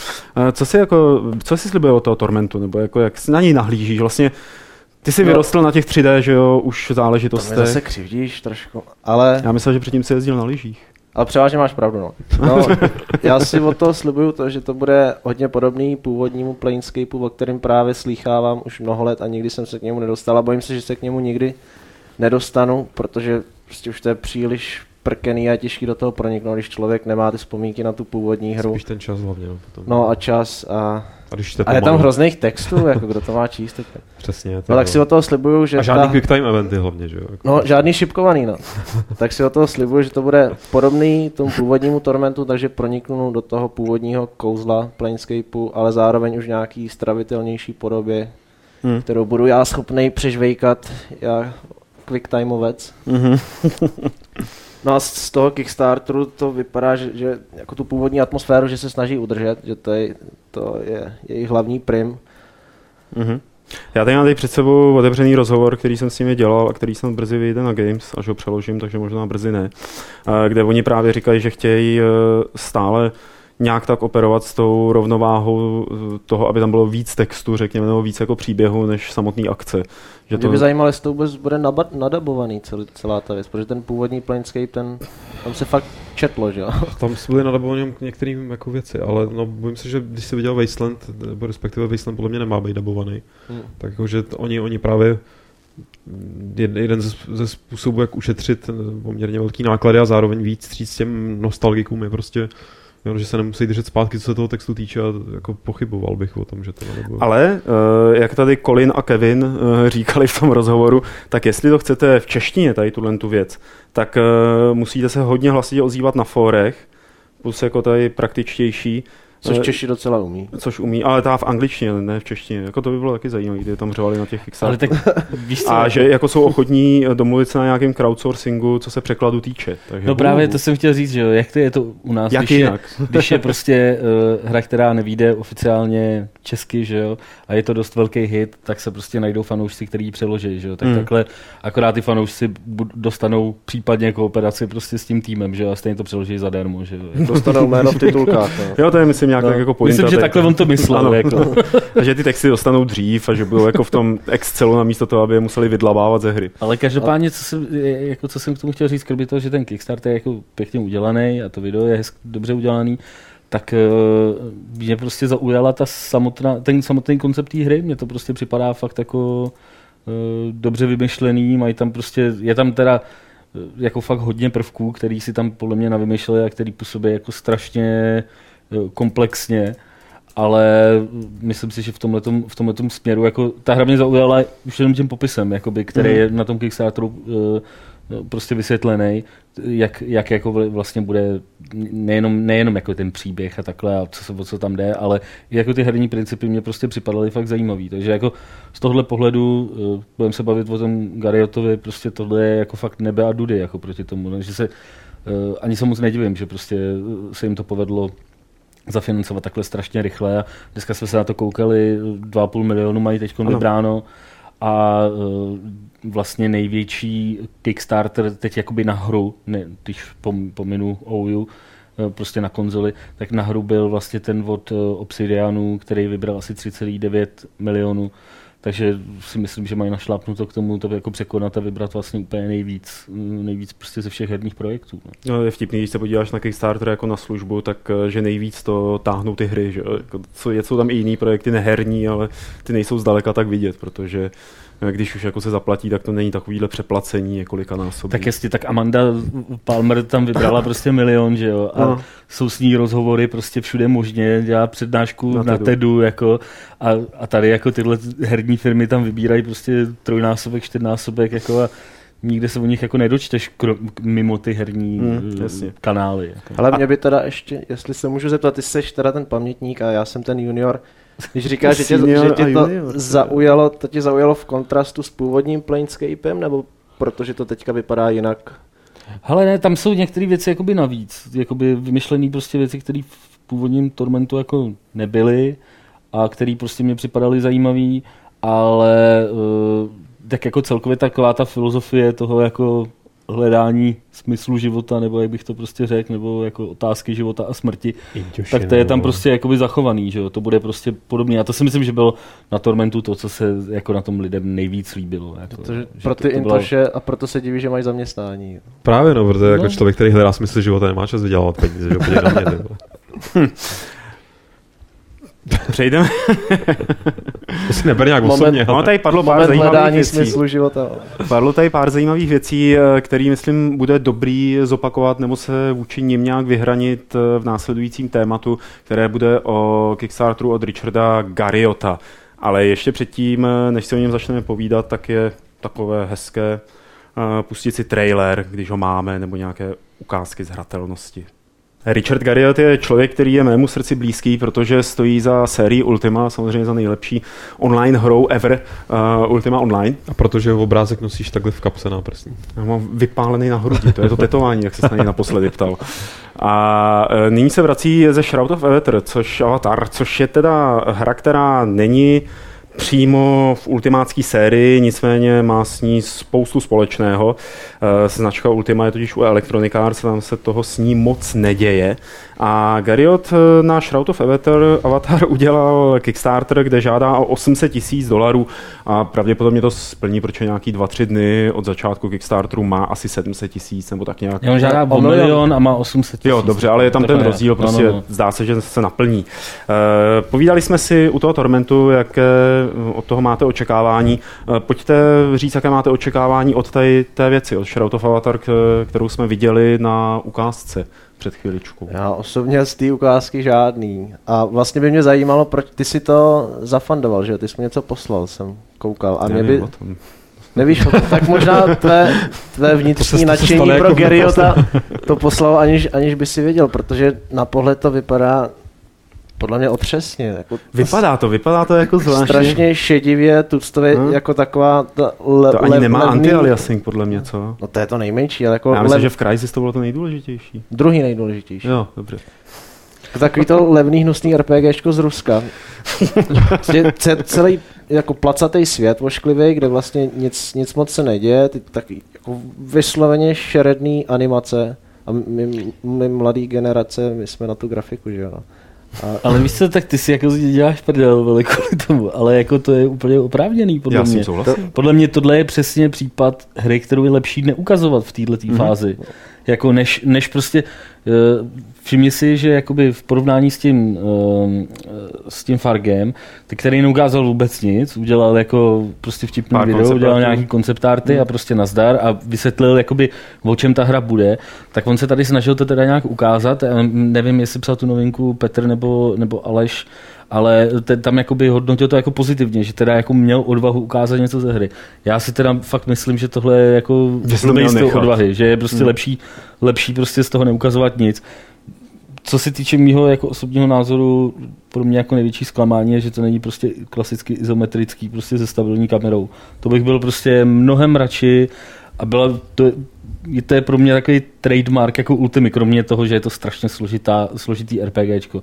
[SPEAKER 1] Co si slibuje od toho Tormentu, nebo jako jak na něj nahlížíš? Vlastně ty jsi vyrostl na těch 3D, že jo, už záležitostech.
[SPEAKER 5] To mi zase křivdíš trošku, ale...
[SPEAKER 1] Já myslel, že předtím jsi jezdil na lyžích.
[SPEAKER 5] Ale převážně máš pravdu, no. Já si od toho slibuju to, že to bude hodně podobný původnímu Planescapeu, o kterém právě slýchávám už mnoho let a nikdy jsem se k němu nedostal a bojím se, že se k němu nikdy nedostanu, protože prostě už to je příliš prkený a těžký do toho proniknout, když člověk nemá ty vzpomínky na tu původní hru.
[SPEAKER 3] Spíš ten čas hlavně. Potom.
[SPEAKER 5] No a čas a je tam hrozných textů, jako kdo to má číst teď.
[SPEAKER 3] Přesně.
[SPEAKER 5] No tak si od toho slibuju, že...
[SPEAKER 3] A žádný quick time eventy hlavně, že jo? Jako
[SPEAKER 5] no žádný šipkovaný, no. Tak si od toho slibuju, že to bude podobný tomu původnímu Tormentu, takže proniknu do toho původního kouzla Planescapeu, ale zároveň už nějaký stravitelnější podobě, kterou budu já schopnej přežvejkat, já quick timeovec. No a z toho Kickstarteru to vypadá, že jako tu původní atmosféru, že se snaží udržet, že to je jejich hlavní prim.
[SPEAKER 1] Já tady mám před sebou otevřený rozhovor, který jsem s nimi dělal a který jsem brzy vyjde na Games, až ho přeložím, takže možná brzy ne. Kde oni právě říkají, že chtějí stále nějak tak operovat s tou rovnováhou toho, aby tam bylo víc textu, řekněme, nebo víc jako příběhu, než samotný akce.
[SPEAKER 5] Že mě by zajímalo, jestli to vůbec bude nadabovaný celá ta věc, protože ten původní Planescape, tam se fakt četlo, že jo?
[SPEAKER 3] Tam byly nadabovaný některým jako věci, ale no, bojím se, že když jsi viděl Wasteland, nebo respektive Wasteland podle mě nemá být dabovaný, tak jakože oni právě jeden ze způsobů, jak ušetřit poměrně velký náklady a zároveň víc stříct těm nostalgikům je prostě že se nemusí držet zpátky, co se toho textu týče, a jako pochyboval bych o tom, že to nebude.
[SPEAKER 1] Ale jak tady Colin a Kevin říkali v tom rozhovoru, tak jestli to chcete v češtině, tady tu věc, tak musíte se hodně hlasitě ozývat na fórech, plus jako tady praktičtější,
[SPEAKER 5] Což Češi docela umí.
[SPEAKER 1] Což umí, ale ta v angličtině, ne v češtině. Jako to by bylo taky zajímavé, kdyby tam řvali na těch Kickstarterech.
[SPEAKER 4] Ale tak víš co?
[SPEAKER 1] A že jako jsou ochotní domluvit se na nějakém crowdsourcingu, co se překladu týče. Takže
[SPEAKER 4] no právě to jsem chtěl říct, že jo, jak to je to u nás, když je prostě hra, která nevyjde oficiálně česky, že jo, a je to dost velký hit, tak se prostě najdou fanoušci, který ji přeloží, že jo, tak takhle akorát ty fanoušci dostanou případně kooperaci prostě s tím týmem, že jo, a stejně to přeloží zadarmo, že jo.
[SPEAKER 5] Dostanou jméno v titulkách.
[SPEAKER 1] Jo, to je myslím nějak tak jako pointa.
[SPEAKER 4] Myslím, že takhle on to myslel. Jako.
[SPEAKER 1] A že ty texty dostanou dřív a že budou jako v tom Excelu namísto toho, aby je museli vydlabávat ze hry.
[SPEAKER 4] Ale každopádně, co jsem k tomu chtěl říct, kromě toho, že ten Kickstarter je jako pěkně udělaný a to video je dobře udělaný, tak mě prostě zaujala ten samotný koncept té hry. Mně to prostě připadá fakt jako dobře vymyšlený, mají tam prostě, je tam teda jako fakt hodně prvků, který si tam podle mě navymyšleli a který působí jako strašně komplexně, ale myslím si, že v tomhletom směru jako ta hra mě zaujala už jenom tím popisem, jakoby, který je na tom Kickstarteru prostě vysvětlený, jak jako vlastně bude nejenom jako ten příběh a takhle a o co tam jde, ale i jako ty herní principy mě prostě připadaly fakt zajímavý. Takže jako z tohle pohledu budeme se bavit o tom Gariotovi, prostě tohle je jako fakt nebe a dudy jako proti tomu, že se ani se moc nedivím, že prostě se jim to povedlo zafinancovat takhle strašně rychle a dneska jsme se na to koukali, 2,5 milionu mají teď vybráno a vlastně největší Kickstarter teď jakoby na hru, když pominu OU, prostě na konzoli, tak na hru byl vlastně ten od Obsidianu, který vybral asi 3,9 milionů. Takže si myslím, že mají našlápnuto k tomu to jako překonat a vybrat vlastně úplně nejvíc prostě ze všech herních projektů.
[SPEAKER 1] No, je vtipný, když se podíváš na Kickstarter jako na službu, tak že nejvíc to táhnou ty hry. Že? Jsou tam i jiný projekty neherní, ale ty nejsou zdaleka tak vidět, protože když už jako se zaplatí, tak to není takovýhle přeplacení několika násobí.
[SPEAKER 4] Tak jestli, tak Amanda Palmer tam vybrala prostě milion, že jo, a jsou s ní rozhovory prostě všude možně, dělá přednášku na TEDu, jako, a tady jako tyhle herní firmy tam vybírají prostě 3násobek, 4násobek, jako a nikde se o nich jako nedočteš mimo ty herní kanály. Jako.
[SPEAKER 5] Ale mě by teda ještě, jestli se můžu zeptat, ty seš teda ten pamětník a já jsem ten junior. Když říkáš, že tě to zaujalo, to tě zaujalo v kontrastu s původním Planescapem, nebo protože to teďka vypadá jinak?
[SPEAKER 4] Hele ne, tam jsou některé věci jakoby navíc, jakoby vymyšlené prostě věci, které v původním Tormentu jako nebyly a které prostě mě připadaly zajímavý, ale tak jako celkově taková ta filozofie toho jako hledání smyslu života, nebo jak bych to prostě řekl, nebo jako otázky života a smrti, tak to je tam prostě jakoby zachovaný, že jo, to bude prostě podobný. A to si myslím, že bylo na Tormentu to, co se jako na tom lidem nejvíc líbilo. Jako,
[SPEAKER 5] pro ty intoše a proto se diví, že mají zaměstnání.
[SPEAKER 3] Právě no, protože jako člověk, který hledá smysl života, nemá čas vydělávat peníze, že úplně na mě.
[SPEAKER 1] Přejdeme.
[SPEAKER 3] To si neber nějak osobně.
[SPEAKER 1] No, tady padlo pár zajímavých věcí.
[SPEAKER 5] Života.
[SPEAKER 1] Padlo tady pár zajímavých věcí, který myslím bude dobrý zopakovat nebo se vůči nim nějak vyhranit v následujícím tématu, které bude o Kickstarteru od Richarda Garriota. Ale ještě předtím, než si o něm začneme povídat, tak je takové hezké pustit si trailer, když ho máme, nebo nějaké ukázky z hratelnosti. Richard Garriott je člověk, který je mému srdci blízký, protože stojí za sérií Ultima, samozřejmě za nejlepší online hrou ever, Ultima Online.
[SPEAKER 3] A protože obrázek nosíš takhle v kapse na prsní.
[SPEAKER 1] Já mám vypálený na hrudi, to je to tetování, jak se na něj naposledy ptal. A nyní se vrací ze Shroud of Avatar, což je teda hra, která není přímo v ultimátské sérii, nicméně má s ní spoustu společného. Značka Ultima je totiž u Electronic Arts, tam se toho s ní moc neděje. A Garriott na Shroud of Avatar udělal Kickstarter, kde žádá o $800,000 a pravděpodobně to splní, protože nějaký 2-3 dny od začátku Kickstarteru má asi 700,000 nebo tak nějak.
[SPEAKER 4] On žádá o milion a má 800,000.
[SPEAKER 1] Jo, dobře, ale je tam ten rozdíl, prostě zdá se, že se naplní. Povídali jsme si u toho Tormentu, jaké od toho máte očekávání. Pojďte říct, jaké máte očekávání od té věci, od Shroud of Avatar, kterou jsme viděli na ukázce před chvíličkou.
[SPEAKER 5] Já osobně z té ukázky žádný. A vlastně by mě zajímalo, proč ty si to zafandoval, že? Ty jsi mi něco poslal, jsem koukal. A mě by... Nevíš, tak možná tvé vnitřní nadšení pro jako Garriotta to poslal, aniž by si věděl, protože na pohled to vypadá Podle mě otřesně. Jako
[SPEAKER 1] vypadá to jako zvláštně.
[SPEAKER 5] Strašně šedivě, tuctově, jako taková...
[SPEAKER 1] To ani nemá anti-aliasing, podle mě, co?
[SPEAKER 5] No to je to nejmenší, ale jako...
[SPEAKER 1] Já myslím, že v Crysis to bylo to nejdůležitější.
[SPEAKER 5] Druhý nejdůležitější.
[SPEAKER 1] Jo, dobře.
[SPEAKER 5] Takový to levný hnusný RPGčko z Ruska. Celý jako placatý svět ošklivý, kde vlastně nic moc se neděje, ty taky jako vysloveně šeredný animace a my mladý generace, my jsme na tu grafiku, že jo.
[SPEAKER 4] Ale víš co, tak ty si jako děláš prdel kvůli tomu, ale jako to je úplně oprávněný podle mě. Podle mě tohle je přesně případ hry, kterou je lepší neukazovat v této fázi. Jako než prostě všimni si, že jakoby v porovnání s tím Fargem, který neukázal vůbec nic, udělal jako prostě vtipný video, udělal nějaký konceptarty a prostě nazdar a vysvětlil jakoby o čem ta hra bude, tak on se tady snažil to teda nějak ukázat, nevím, jestli psal tu novinku Petr nebo Aleš, ale tam jakoby hodnotil to jako pozitivně, že teda jako měl odvahu ukázat něco ze hry. Já si teda fakt myslím, že tohle je jako z toho odvahy, že je prostě lepší prostě z toho neukazovat nic. Co se týče mýho jako osobního názoru, pro mě jako největší zklamání je, že to není prostě klasicky izometrický, prostě se stabilní kamerou. To bych byl prostě mnohem radši a to je pro mě takový trademark jako Ultimy, kromě toho, že je to strašně složitý RPGčko.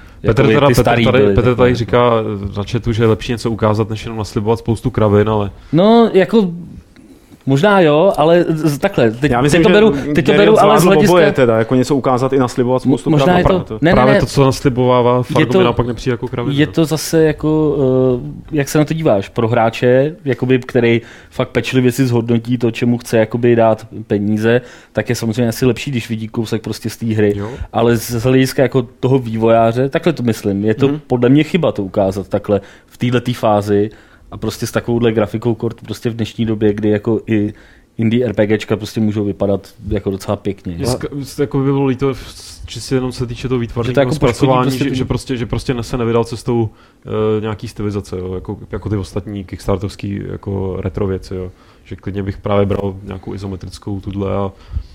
[SPEAKER 3] Petr tady říká na chatu, že je lepší něco ukázat, než jenom naslibovat spoustu kravin, ale...
[SPEAKER 4] No, jako... Možná jo, ale takhle, teď to beru ale z hlediska...
[SPEAKER 1] Oboje teda, jako něco ukázat i naslibovat spoustu kravin.
[SPEAKER 3] Právě to, co naslibovává Fargo, mi naopak nepřijde jako kravin.
[SPEAKER 4] Je to zase jako, jak se na to díváš, pro hráče, jakoby, který fakt pečlivě si zhodnotí to, čemu chce jakoby dát peníze, tak je samozřejmě asi lepší, když vidí kousek prostě z té hry. Jo. Ale z hlediska jako toho vývojáře, takhle to myslím, je to podle mě chyba to ukázat takhle v této fázi, a prostě s takovouhle grafikou kort prostě v dnešní době, kdy jako i indie RPGčka prostě můžou vypadat jako docela pěkně.
[SPEAKER 3] Jako by bylo líto, čistě jenom se týče toho výtvarného jako zpracování, že prostě se nevydal cestou nějaký stylizace, jo, jako ty ostatní kickstartovský jako retro věci, jo. Že klidně bych právě bral nějakou izometrickou tudle a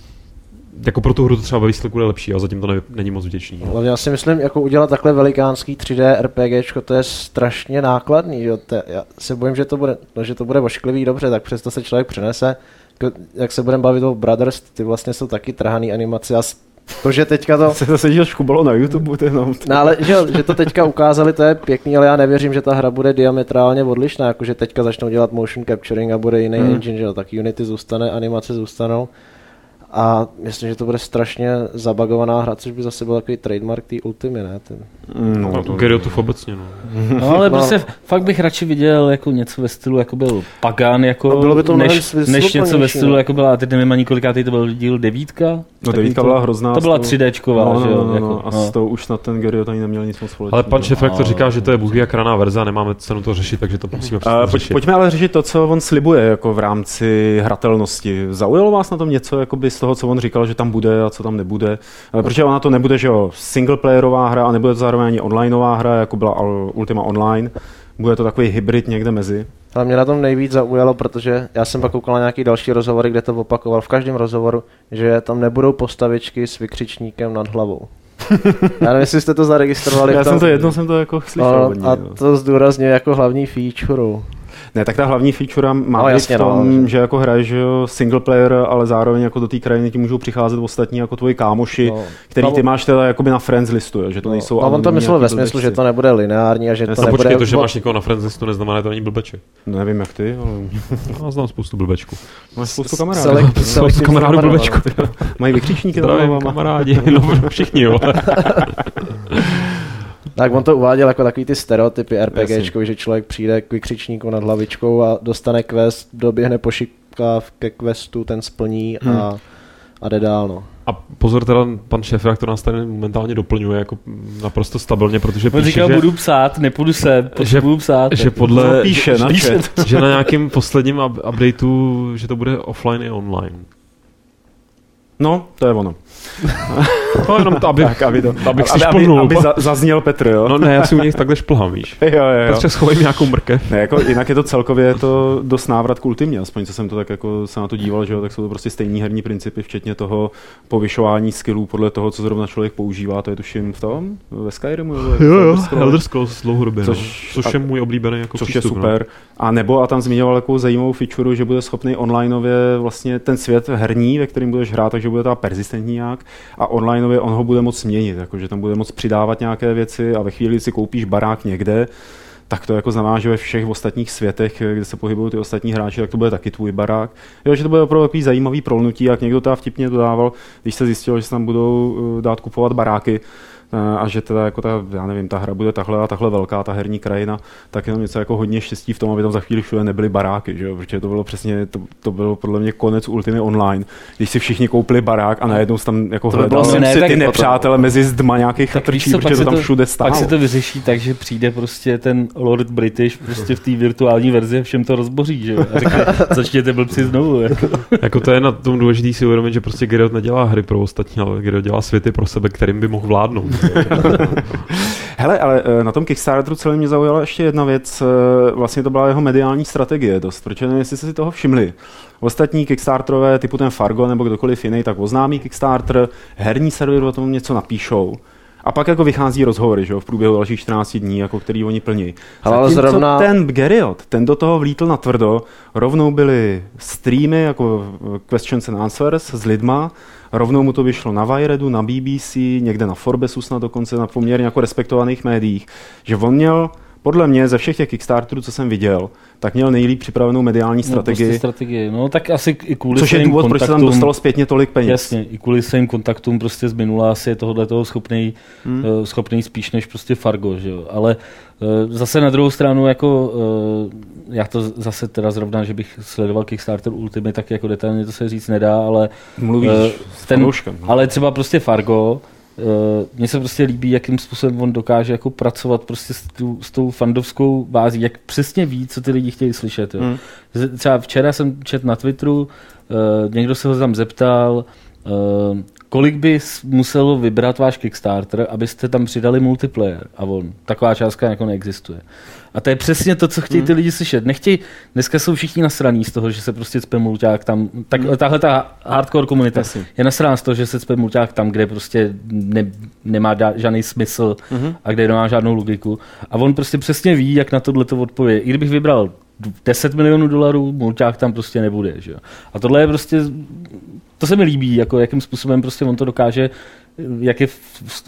[SPEAKER 3] jako pro tu hru to třeba ve výsledku je lepší a zatím to není moc vděčný.
[SPEAKER 5] No. Já si myslím, jako udělat takhle velikánský 3D RPGčko, to je strašně nákladný. Že? Já se bojím, že to bude ošklivý dobře, tak přesto se člověk přenese. Jak se budeme bavit o Brothers, ty vlastně jsou taky trhaný animace a to, že teďka to...
[SPEAKER 1] Se zase díl škubalo na YouTube, jenom.
[SPEAKER 5] No ale že to teďka ukázali, to je pěkný, ale já nevěřím, že ta hra bude diametrálně odlišná, jakože teďka začnou dělat motion capturing a bude jiný engine, že jo, tak Unity zůstane, animace zůstanou. A myslím, že to bude strašně zabagovaná hra, což by zase byl takový trademark té Ultimy, ne?
[SPEAKER 3] No, Geraltův obecně, no.
[SPEAKER 4] No, ale prostě fakt bych radši viděl jako něco ve stylu, jako byl Pagan, jako,
[SPEAKER 5] bylo by to
[SPEAKER 4] než něco ve stylu, jako byla, a teď nevím ani kolikátej to byl díl 9.
[SPEAKER 1] No 9 byla hrozná.
[SPEAKER 4] To byla 3Dčková, že jo?
[SPEAKER 1] No, a s tou už na ten Geralt ani neměl nic moc společného.
[SPEAKER 3] Ale pan Šefek to říká, že to je bůhví jak raná verze a nemáme cenu to řešit, takže to musíme řešit.
[SPEAKER 1] Pojďme ale řešit to, co on slibuje jako v rámci hratelnosti. Zaujalo vás na tom něco jakoby z toho, co on říkal, že tam bude a co tam nebude? Protože ona to nebude, že jo, singleplayerová hra a nebude to zároveň ani onlineová hra, jako byla Ultima Online. Bude to takový hybrid někde mezi.
[SPEAKER 5] Ale mě na tom nejvíc zaujalo, protože já jsem pak koukal na nějaký další rozhovory, kde to opakoval v každém rozhovoru, že tam nebudou postavičky s vykřičníkem nad hlavou. Já nevím, jestli jste to zaregistrovali.
[SPEAKER 1] Jednou jsem to jako slyšel.
[SPEAKER 5] A to zdůrazňuje jako hlavní feature.
[SPEAKER 1] Ne, tak ta hlavní feature má být v tom, že jako hraješ single player, ale zároveň jako do té krajiny ti můžou přicházet ostatní jako tvoji kámoši, který ty máš teda jakoby na friends listu, že to nejsou.
[SPEAKER 5] A on to myslel ve smyslu, že to nebude lineární a že to nebude.
[SPEAKER 3] Počkej, to, že máš někoho na friends listu, neznamená to ani blbeček.
[SPEAKER 1] No, nevím jak ty, ale
[SPEAKER 3] já znám spoustu blbečků.
[SPEAKER 1] Máš spoustu kamarádů.
[SPEAKER 3] Spoustu kamarádů blbečku.
[SPEAKER 1] Mají vykřičníky
[SPEAKER 3] na hlavama. Kamarádi, no všichni, jo.
[SPEAKER 5] Tak on to uváděl jako takový ty stereotypy RPGčko, že člověk přijde k vykřičníku nad hlavičkou a dostane quest, doběhne po šipkách ke questu, ten splní a jde dál. No.
[SPEAKER 3] A pozor teda, pan šéf, to nás tady momentálně doplňuje jako naprosto stabilně, protože
[SPEAKER 4] píše, říkal, že... budu psát, nepůjdu se, budu psát.
[SPEAKER 3] Že podle...
[SPEAKER 1] Píše na chat.
[SPEAKER 3] Že na nějakým posledním updateu, že to bude offline i online.
[SPEAKER 1] No, to je ono.
[SPEAKER 3] No, jenom to, abych si šplhnul.
[SPEAKER 1] Aby zazněl Petr, jo?
[SPEAKER 3] No ne, já si u něj takhle šplhám, víš.
[SPEAKER 1] Jo.
[SPEAKER 3] Prostě schovej nějakou mrkev.
[SPEAKER 1] Ne, jako, jinak je to celkově to dost návrat k Ultimě, aspoň co jsem to tak jako se na to díval, že jo, tak jsou to prostě stejný herní principy, včetně toho povyšování skillů podle toho, co zrovna člověk používá, to je tuším v tom, ve Skyrimu.
[SPEAKER 3] Jo, Elder Scrolls dlouhodobě, což je můj oblíbený jako
[SPEAKER 1] což
[SPEAKER 3] přístup.
[SPEAKER 1] Je super. No. A tam zmiňoval takovou zajímavou feature, že bude schopný onlineově vlastně ten svět herní, ve kterém budeš hrát, takže bude ta persistentní nějak a onlineově on ho bude moc změnit, jakože tam bude moc přidávat nějaké věci a ve chvíli, kdy si koupíš barák někde, tak to jako znamená, že ve všech ostatních světech, kde se pohybují ty ostatní hráči, tak to bude taky tvůj barák. Jo, že to bude opravdu takový zajímavý prolnutí, jak někdo teda vtipně dodával, když se zjistilo, že se tam budou dát kupovat baráky, a že teda jako já nevím, ta hra bude takhle a takhle velká, ta herní krajina, tak jenom něco jako hodně štěstí v tom, aby tam za chvíli všude nebyly baráky, že jo? Protože to bylo přesně, to bylo podle mě konec Ultimy Online, když si všichni koupili barák a najednou tam jako hledal si ty nepřátele mezi zdma nějakých chatrčí, protože to tam všude stálo.
[SPEAKER 4] Pak se to vyřeší tak, že přijde prostě ten Lord British prostě v té virtuální verzi všem to rozboří, že jo? A řekne, začněte blbci znovu.
[SPEAKER 3] Jako to je na tom důležitý si uvědomit, že prostě Geralt nedělá hry pro ostatní, ale Geralt dělá světy pro sebe, kterým by mohl vládnout.
[SPEAKER 1] Hele, ale na tom Kickstarteru celé mě zaujala ještě jedna věc, vlastně to byla jeho mediální strategie dost, protože nevím, jestli jste si toho všimli. Ostatní Kickstarterové, typu ten Fargo nebo kdokoliv jiný, tak oznámí Kickstarter, herní server o tom něco napíšou. A pak jako vychází rozhovory, že jo, v průběhu dalších 14 dní, jako který oni plní.
[SPEAKER 5] Ale zrovna
[SPEAKER 1] ten Geralt, ten do toho vlítl natvrdo, rovnou byly streamy jako Questions and Answers s lidma, rovnou mu to vyšlo na Wiredu, na BBC, někde na Forbesu snad dokonce, na poměrně jako respektovaných médiích, že on měl podle mě ze všech těch Kickstarterů, co jsem viděl, tak měl nejlíp připravenou mediální strategii.
[SPEAKER 4] No tak asi i kvůli
[SPEAKER 1] což je důvod, proč se tam dostalo zpětně tolik peněz.
[SPEAKER 4] Jasně, i kvůli svým kontaktům prostě z minula asi je tohoto schopný spíš než prostě Fargo, že jo. Ale zase na druhou stranu jako já to zase teda zrovna, že bych sledoval Kickstarter Ultimy, tak jako detailně to se říct nedá, ale
[SPEAKER 1] mluvíš
[SPEAKER 4] ale třeba prostě Fargo, mně se prostě líbí, jakým způsobem on dokáže jako pracovat prostě s tou fandovskou bází, jak přesně ví, co ty lidi chtějí slyšet. Jo. Třeba včera jsem četl na Twitteru, někdo se ho tam zeptal, kolik by muselo vybrat váš Kickstarter, abyste tam přidali multiplayer. A on, taková částka jako neexistuje. A to je přesně to, co chtějí ty lidi slyšet. Nechtějí, dneska jsou všichni nasraný z toho, že se prostě cpe mulťák tam. Tahle ta hardcore komunita je nasraná z toho, že se cpe mulťák tam, kde prostě nemá žádný smysl a kde nemá žádnou logiku. A on prostě přesně ví, jak na tohleto odpovědět. I kdybych vybral 10 milionů dolarů, mulťák tam prostě nebude. Že? A tohle je prostě, to se mi líbí, jako jakým způsobem prostě on to dokáže, jak je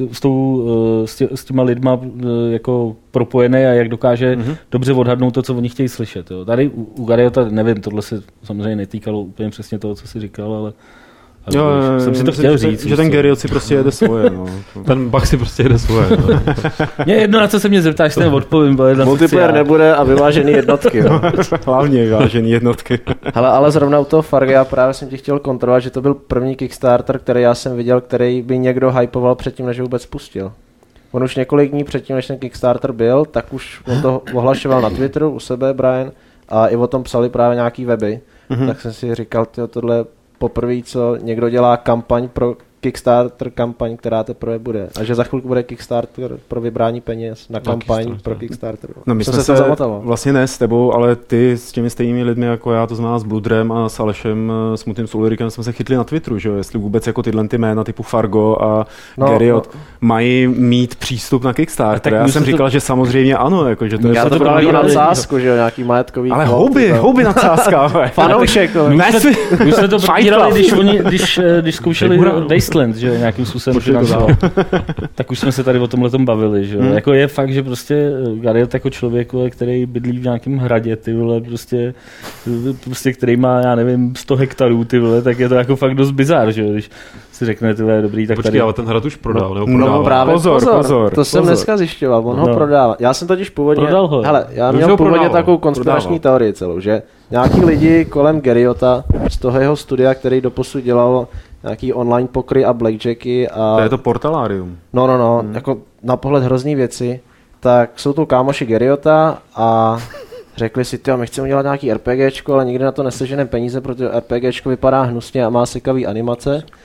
[SPEAKER 4] s těma lidma jako propojený a jak dokáže dobře odhadnout to, co oni chtějí slyšet. Jo. Tady u Gariota, nevím, tohle se samozřejmě netýkalo úplně přesně toho, co jsi říkal, ale jsem si to chtěl říct.
[SPEAKER 1] Že ten Geralt si prostě jede svoje. No.
[SPEAKER 3] Ten Bach si prostě jede svoje. No.
[SPEAKER 4] Mě jedno, na co se mě zeptáš, ten odpovím.
[SPEAKER 5] Multiplayer nebude a vyvážený jednotky. Jo.
[SPEAKER 1] Hlavně vyvážený jednotky.
[SPEAKER 5] Hele, ale zrovna u toho Farga, právě jsem ti chtěl kontrolovat, že to byl první Kickstarter, který já jsem viděl, který by někdo hypoval předtím, než ho vůbec pustil. On už několik dní předtím, než ten Kickstarter byl, tak už on to ohlašoval na Twitteru u sebe, Brian, a i o tom psali právě nějaký weby. Tak jsem si říkal, tohle poprvé, co někdo dělá kampaň pro Kickstarter, kampaň, která teprve bude. A že za chvilku bude Kickstarter pro vybrání peněz na kampaň pro Kickstarter.
[SPEAKER 1] No my jsme se vlastně ne s tebou, ale ty s těmi stejnými lidmi jako já, to znamená s Bludrem a s Alešem Smutným s Ulrikem, jsme se chytli na Twitteru, že jo, jestli vůbec jako tyhle ty jména typu Fargo a Geralt mají mít přístup na Kickstarter. Já jsem říkal, že samozřejmě ano, jako, že to je...
[SPEAKER 5] Já to bral na nadsázku, že jo, nějaký majetkový...
[SPEAKER 1] Ale houby nadsázka.
[SPEAKER 5] Fanoušek.
[SPEAKER 4] My jsme to probírali, když zkoušeli Wasteland, že nějakým způsobem financoval. Tak už jsme se tady o tomhletom bavili, že jako je fakt, že prostě Geralt jako člověk, který bydlí v nějakém hradě, ty vole, prostě který má, já nevím, 100 hektarů, ty vole, tak je to jako fakt dost bizár, že když si řekne, ty vole, dobrý, tak
[SPEAKER 3] počkej,
[SPEAKER 4] tady...
[SPEAKER 3] ale ten hrad už prodal, nebo prodává?
[SPEAKER 5] No právě, pozor. To jsem dneska zjišťoval, on ho prodával. Já jsem totiž původně...
[SPEAKER 4] Prodal ho.
[SPEAKER 5] Hele, já měl původně takovou konspirační teorii celou, že nějaký lidi kolem Geralta z toho jeho studia, který doposud dělal nějaký online pokry a blackjacky a...
[SPEAKER 1] To je to Portalarium.
[SPEAKER 5] No, jako na pohled hrozný věci, tak jsou to kámoši Geralta a řekli si, my chceme udělat nějaký RPGčko, ale nikdy na to neseženeme peníze, protože RPGčko vypadá hnusně a má sekavý animace.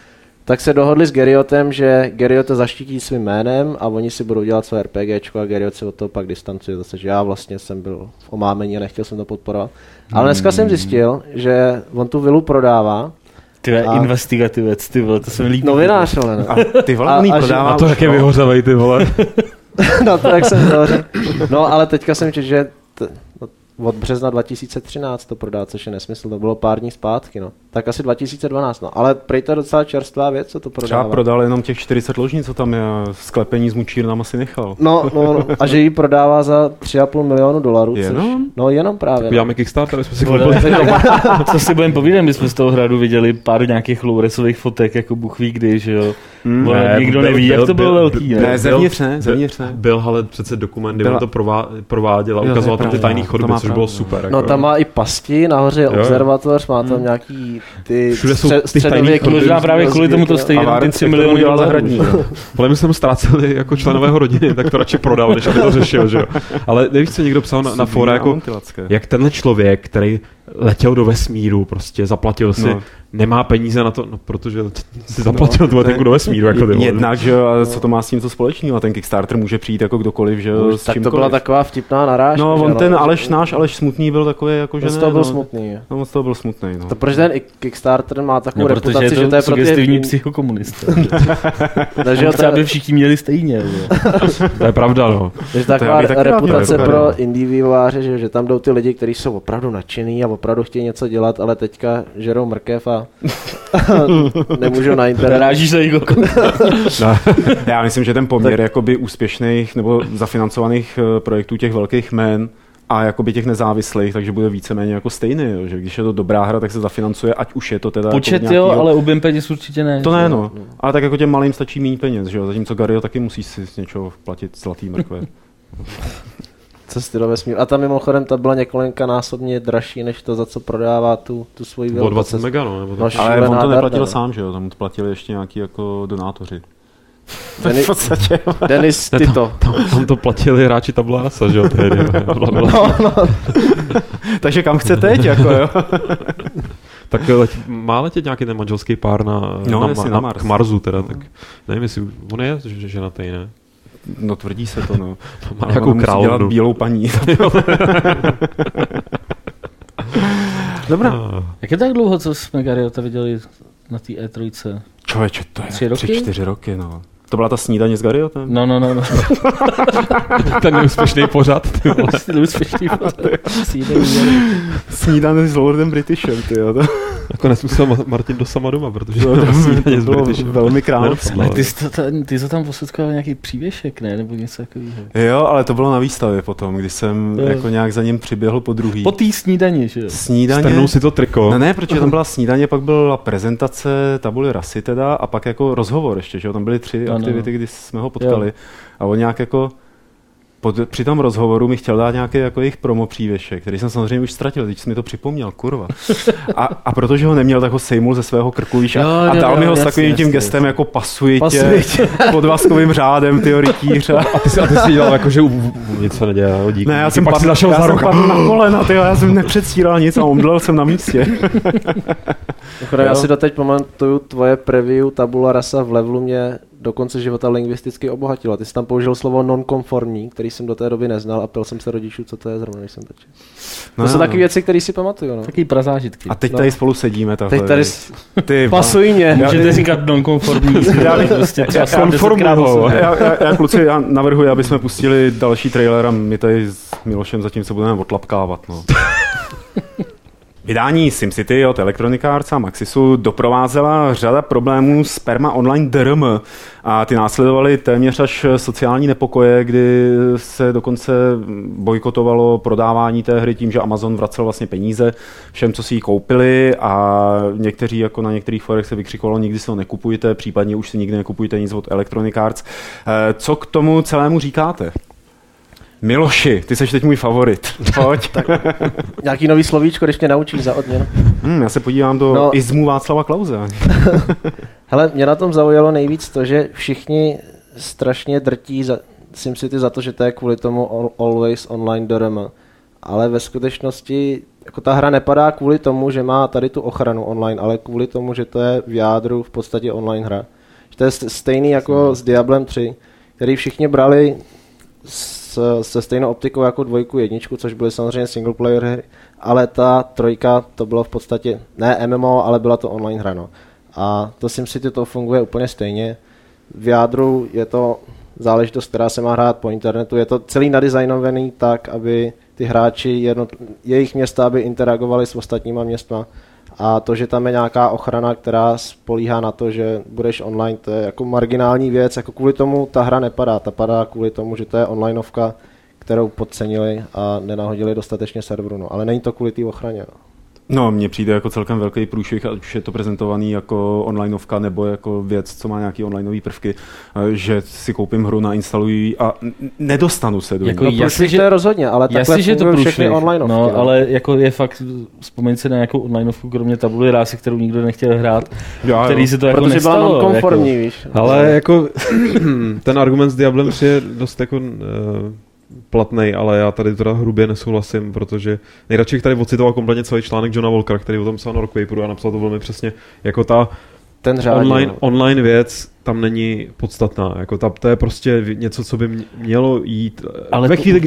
[SPEAKER 5] tak se dohodli s Geriotem, že Geriot to zaštítí svým jménem a oni si budou dělat své RPGčko a Geriot se od toho pak distancuje zase, že já vlastně jsem byl v omámení a nechtěl jsem to podporovat. Ale dneska jsem zjistil, že on tu vilu prodává.
[SPEAKER 4] Ty investigativec, ty vole, to se mi líbí.
[SPEAKER 5] Novinář, ale ne.
[SPEAKER 1] A ty vole, on jí prodává.
[SPEAKER 3] A to jak je vyhořelej, ty vole.
[SPEAKER 5] No to jak jsem to řekl. No ale teďka jsem četl, že od března 2013 to prodá, což je nesmysl, to bylo pár dní zpátky, no. Tak asi 2012, no. Ale prej to je docela čerstvá věc, co to prodává.
[SPEAKER 1] Třeba prodal jenom těch 40 ložnic, co tam je, sklepení s mučírnama si nechal.
[SPEAKER 5] No, a že ji prodává za $3,5 milionu.
[SPEAKER 1] Jenom?
[SPEAKER 5] Což, no jenom právě.
[SPEAKER 3] Uděláme Kickstarter, jsme si
[SPEAKER 4] Co si budeme povídat, my jsme z toho hradu viděli pár nějakých low-resových fotek, jako Bůh ví kdy, že jo. Nikdo neví, jak to bylo velký, ne?
[SPEAKER 1] Ne, zevnitř ne.
[SPEAKER 3] Byl ale přece dokument, kdy on to prováděl a ukazoval tam ty tajný chodby, což bylo super.
[SPEAKER 5] No tam má i pasti, nahoře je observatoř, má tam nějaký ty
[SPEAKER 3] středověký.
[SPEAKER 4] Možná právě kvůli tomu to stojí ty 3 miliony
[SPEAKER 1] dělal zahradní.
[SPEAKER 3] Ale my jsme ztráceli jako členové rodiny, tak to radši prodal, než aby to řešil, že jo. Ale nevíš, co někdo psal na fóra, jako jak tenhle člověk, který letěl do vesmíru, prostě zaplatil si, nemá peníze na to, no protože si zaplatil tu letenku do vesmíru, jako ty.
[SPEAKER 1] Jednak, že jo, a co to má s tím co společného, a ten Kickstarter může přijít jako kdokoliv, že jo, s
[SPEAKER 5] tak
[SPEAKER 1] čímkoliv.
[SPEAKER 5] to byla taková vtipná narážka.
[SPEAKER 1] No, on ten Aleš Smutný byl takový, jako že ne.
[SPEAKER 5] To byl smutný.
[SPEAKER 1] No, moc to byl smutný, no.
[SPEAKER 5] To proč ten Kickstarter má takovou reputaci, že to je pro
[SPEAKER 4] sugestivní psychokomunista. Takže to aby všichni měli stejně.
[SPEAKER 3] To je pravda, no.
[SPEAKER 5] Takže taková reputace pro indie vývojáře, že tam jdou ty lidi, kteří jsou opravdu nadšený a opravdu chtějí něco dělat, ale teďka žerou mrkev a nemůžou na internet.
[SPEAKER 4] Narážíš se jich
[SPEAKER 1] Já myslím, že ten poměr jakoby úspěšných nebo zafinancovaných projektů těch velkých jmen a jakoby těch nezávislých, takže bude víceméně jako stejný, jo, že když je to dobrá hra, tak se zafinancuje, ať už je to teda
[SPEAKER 4] počet
[SPEAKER 1] jako
[SPEAKER 4] jo, ale objem peněz určitě ne.
[SPEAKER 1] To ne, no. Ale tak jako těm malým stačí méně peněz, že jo, zatímco Gario taky musí si z něčeho platit zlatý mrkve.
[SPEAKER 5] Cesty do vesmíru. A tam mimochodem ta byla několikanásobně dražší, než to, za co prodává tu svoji
[SPEAKER 3] vilu. 20 mega, no.
[SPEAKER 1] Ale on to neplatil sám, že jo, tam to platili ještě nějaký jako donátoři.
[SPEAKER 5] Denis Tito.
[SPEAKER 3] Tam to platili hráči Tablása, že jo, tehdy.
[SPEAKER 5] No.
[SPEAKER 3] Takže kam chce teď, jako jo? Tak má letět nějaký ten manželský pár na Mars. K Marsu teda, tak nevím, jestli on je ženatý, ne?
[SPEAKER 1] No tvrdí se to, no.
[SPEAKER 3] Má nějakou královnu.
[SPEAKER 1] Dělat bílou paní. Dobrá.
[SPEAKER 4] Jak je tak dlouho, co jsme Gariota viděli na té E3?
[SPEAKER 1] Člověče, to je 3-4 roky, no. To byla ta snídaně s Gariotem?
[SPEAKER 4] No.
[SPEAKER 3] Ten neúspěšný pořad.
[SPEAKER 4] Neúspěšný pořad.
[SPEAKER 1] Snídaně s Lordem Britishem, tyjo.
[SPEAKER 3] Nakonec musel Martin do sama doma, protože
[SPEAKER 1] to snídaně s Britishem. Velmi královské.
[SPEAKER 4] Ty jsi tam posetkoval nějaký přívěšek, ne? Nebo něco takového.
[SPEAKER 1] Jo, ale to bylo na výstavě potom, když jsem jako nějak za ním přiběhl po druhý.
[SPEAKER 4] Po té snídaně, že jo?
[SPEAKER 1] Snídaně.
[SPEAKER 3] Strnul si to triko.
[SPEAKER 1] Ne, protože tam byla snídaně, pak byla prezentace Tabuli rasy teda a pak jako rozhovor ještě, že jo? Tam byly 3 aktivity, kdy jsme ho potkali. Jo. A on nějak jako při tom rozhovoru mi chtěl dát nějaký jako jejich promo přívěšek, který jsem samozřejmě už ztratil, teď jsi mi to připomněl, kurva. A protože ho neměl, tak ho sejmul ze svého krku, víš, a dal mi ho s takovým tím gestem jako pasuji tě pod vaskovým řádem, tyho rytíře.
[SPEAKER 3] A ty si dělal jako, že nic se nedělal, díky.
[SPEAKER 1] Ne, já jsem padl na kolena, tyjo, já jsem nepředstíral nic a omdlel jsem na místě.
[SPEAKER 5] Já si doteď pamatuju tvoje preview Tabula rasa v levelu mě do konce života lingvisticky obohatila. Ty jsi tam použil slovo nonkonformní, který jsem do té doby neznal a pil jsem se rodičů, co to je zrovna, než jsem točil. To jsou takové věci, které si pamatuju. No.
[SPEAKER 4] Taky prazážitky.
[SPEAKER 1] A teď tady spolu sedíme. Takhle,
[SPEAKER 5] teď tady pasují mě.
[SPEAKER 4] Můžete říkat nonkonformní.
[SPEAKER 1] Já kluci, já navrhuji, aby jsme pustili další trailer a my tady s Milošem zatím se budeme odlapkávat. No. Vydání SimCity od Electronic Arts a Maxisu doprovázela řada problémů s Perma Online DRM a ty následovaly téměř až sociální nepokoje, kdy se dokonce bojkotovalo prodávání té hry tím, že Amazon vracel vlastně peníze všem, co si ji koupili a někteří jako na některých forech se vykřikovalo, nikdy si ho nekupujte, případně už si nikdy nekupujte nic od Electronic Arts. Co k tomu celému říkáte? Miloši, ty seš teď můj favorit. Pojď.
[SPEAKER 5] Tak, nějaký nový slovíčko, když mě naučíš za odměnu.
[SPEAKER 1] Já se podívám do izmu Václava Klause.
[SPEAKER 5] Hele, mě na tom zaujalo nejvíc to, že všichni strašně drtí SimCity za to, že to je kvůli tomu Always Online DRM. ale ve skutečnosti jako ta hra nepadá kvůli tomu, že má tady tu ochranu online, ale kvůli tomu, že to je v jádru v podstatě online hra. Že to je stejný jako s Diablem 3, který všichni brali se stejnou optikou jako 2, 1, což byly samozřejmě single player hry, ale ta 3 to bylo v podstatě ne MMO, ale byla to online hra. No. A to SimCity to funguje úplně stejně. V jádru je to záležitost, která se má hrát po internetu. Je to celý nadizajnovaný tak, aby ty hráči jejich města aby interagovali s ostatníma městma. A to, že tam je nějaká ochrana, která spolíhá na to, že budeš online, to je jako marginální věc. Jako kvůli tomu ta hra nepadá. Ta padá kvůli tomu, že to je onlineovka, kterou podcenili a nenahodili dostatečně serveru. No. Ale není to kvůli té ochraně. No.
[SPEAKER 1] No, mně přijde jako celkem velký průšvih, ať už je to prezentovaný jako onlineovka nebo jako věc, co má nějaký onlineový prvky, že si koupím hru, nainstaluji a nedostanu se do ní.
[SPEAKER 5] Jako jasně, že to je rozhodně, ale takhle fungují všechny onlineovky.
[SPEAKER 4] No, ale jako je fakt, vzpomeň si na nějakou onlineovku, kromě tabuly rásy, kterou nikdo nechtěl hrát, který se to jako
[SPEAKER 5] protože
[SPEAKER 4] nestalo.
[SPEAKER 5] Protože byla non-konformní, jako, víš.
[SPEAKER 3] Ale jako ten argument s Diablem 3 je dost jako platnej, ale já tady teda hrubě nesouhlasím, protože nejradši tady ocitoval kompletně celý článek Johna Walkera, který o tom psal na Rock Paperu a napsal to velmi přesně, jako ta
[SPEAKER 5] ten řádně,
[SPEAKER 3] online věc tam není podstatná, jako to je prostě něco, co by mělo jít. Ale ve chvíli,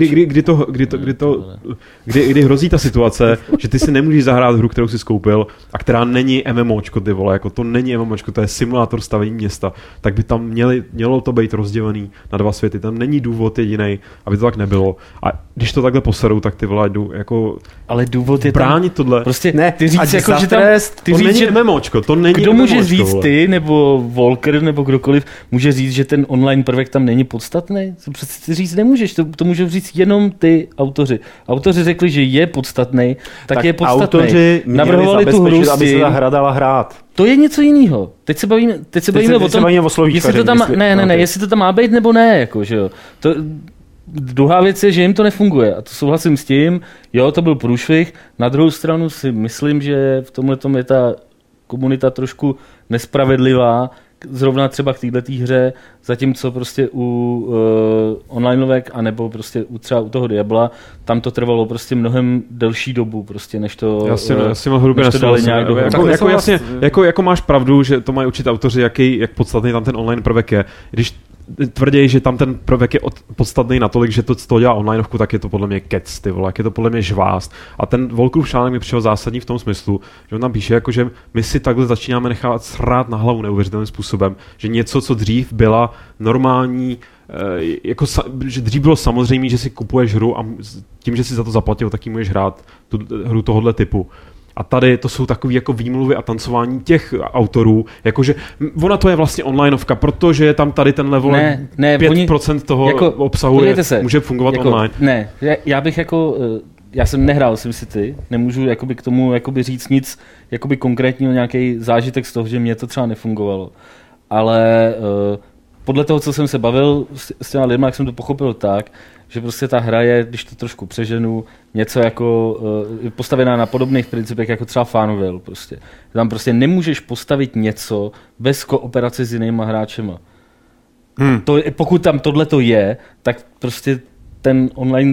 [SPEAKER 3] kdy hrozí ta situace, že ty si nemůžeš zahrát hru, kterou jsi skoupil a která není MMOčko, ty vole, jako to není MMOčko, to je simulátor stavění města, tak by tam mělo to být rozdělený na 2 světy. Tam není důvod jedinej, aby to tak nebylo. A když to takhle poserou, tak ty vole jdu jako
[SPEAKER 4] ale důvod je
[SPEAKER 3] bránit tohle.
[SPEAKER 4] Prostě ne, ty říct jako, že tam
[SPEAKER 3] to není MMOčko, to není
[SPEAKER 4] kdo
[SPEAKER 3] MMOčko,
[SPEAKER 4] může říct
[SPEAKER 3] vole.
[SPEAKER 4] Ty nebo Walker nebo kdokoliv může říct, že ten online prvek tam není podstatný? To přece říct nemůžeš, to můžou říct jenom ty autoři. Autoři řekli, že je podstatný, tak je podstatný.
[SPEAKER 1] Autoři navrhovali tu hru, aby se ta hra dala hrát.
[SPEAKER 4] To je něco jiného. Teď se bavíme o tom, jestli to tam, jestli to tam má být nebo ne, jako, že jo. Druhá věc je, že jim to nefunguje a to souhlasím s tím, jo, to byl průšvih. Na druhou stranu si myslím, že v tomhletom je ta komunita trošku nespravedlivá, zrovna třeba k této hře, zatímco prostě u onlineovek, anebo prostě třeba u toho Diabla, tam to trvalo prostě mnohem delší dobu, prostě, než to,
[SPEAKER 3] dali nějak do jako máš pravdu, že to mají určitě autoři, jak podstatný tam ten online prvek je. Když tvrdí, že tam ten prvek je podstatný natolik, že to dělá onlineovku, tak je to podle mě kec, ty vole, je to podle mě žvást. A ten Volkerův článek mi přišel zásadní v tom smyslu, že on tam píše, jako, že my si takhle začínáme nechávat srát na hlavu neuvěřitelným způsobem, že něco, co dřív byla normální, jako, že dřív bylo samozřejmé, že si kupuješ hru a tím, že si za to zaplatil, tak ji můžeš hrát tu hru tohohle typu. A tady to jsou takové jako výmluvy a tancování těch autorů, jakože ona to je vlastně onlineovka, protože je tam tady ten level 5% toho jako, obsahu může fungovat jako, online.
[SPEAKER 4] Ne, já bych jako, já jsem nehrál SimCity, nemůžu jakoby k tomu jakoby říct nic jakoby konkrétního, nějaký zážitek z toho, že mě to třeba nefungovalo. Ale podle toho, co jsem se bavil s těma lidma, jak jsem to pochopil tak, že prostě ta hra je, když to trošku přeženu, něco jako postavená na podobných principech, jako třeba Farmville. Prostě. Tam prostě nemůžeš postavit něco bez kooperace s jinýma hráčema. Pokud tam tohleto je, tak prostě ten online,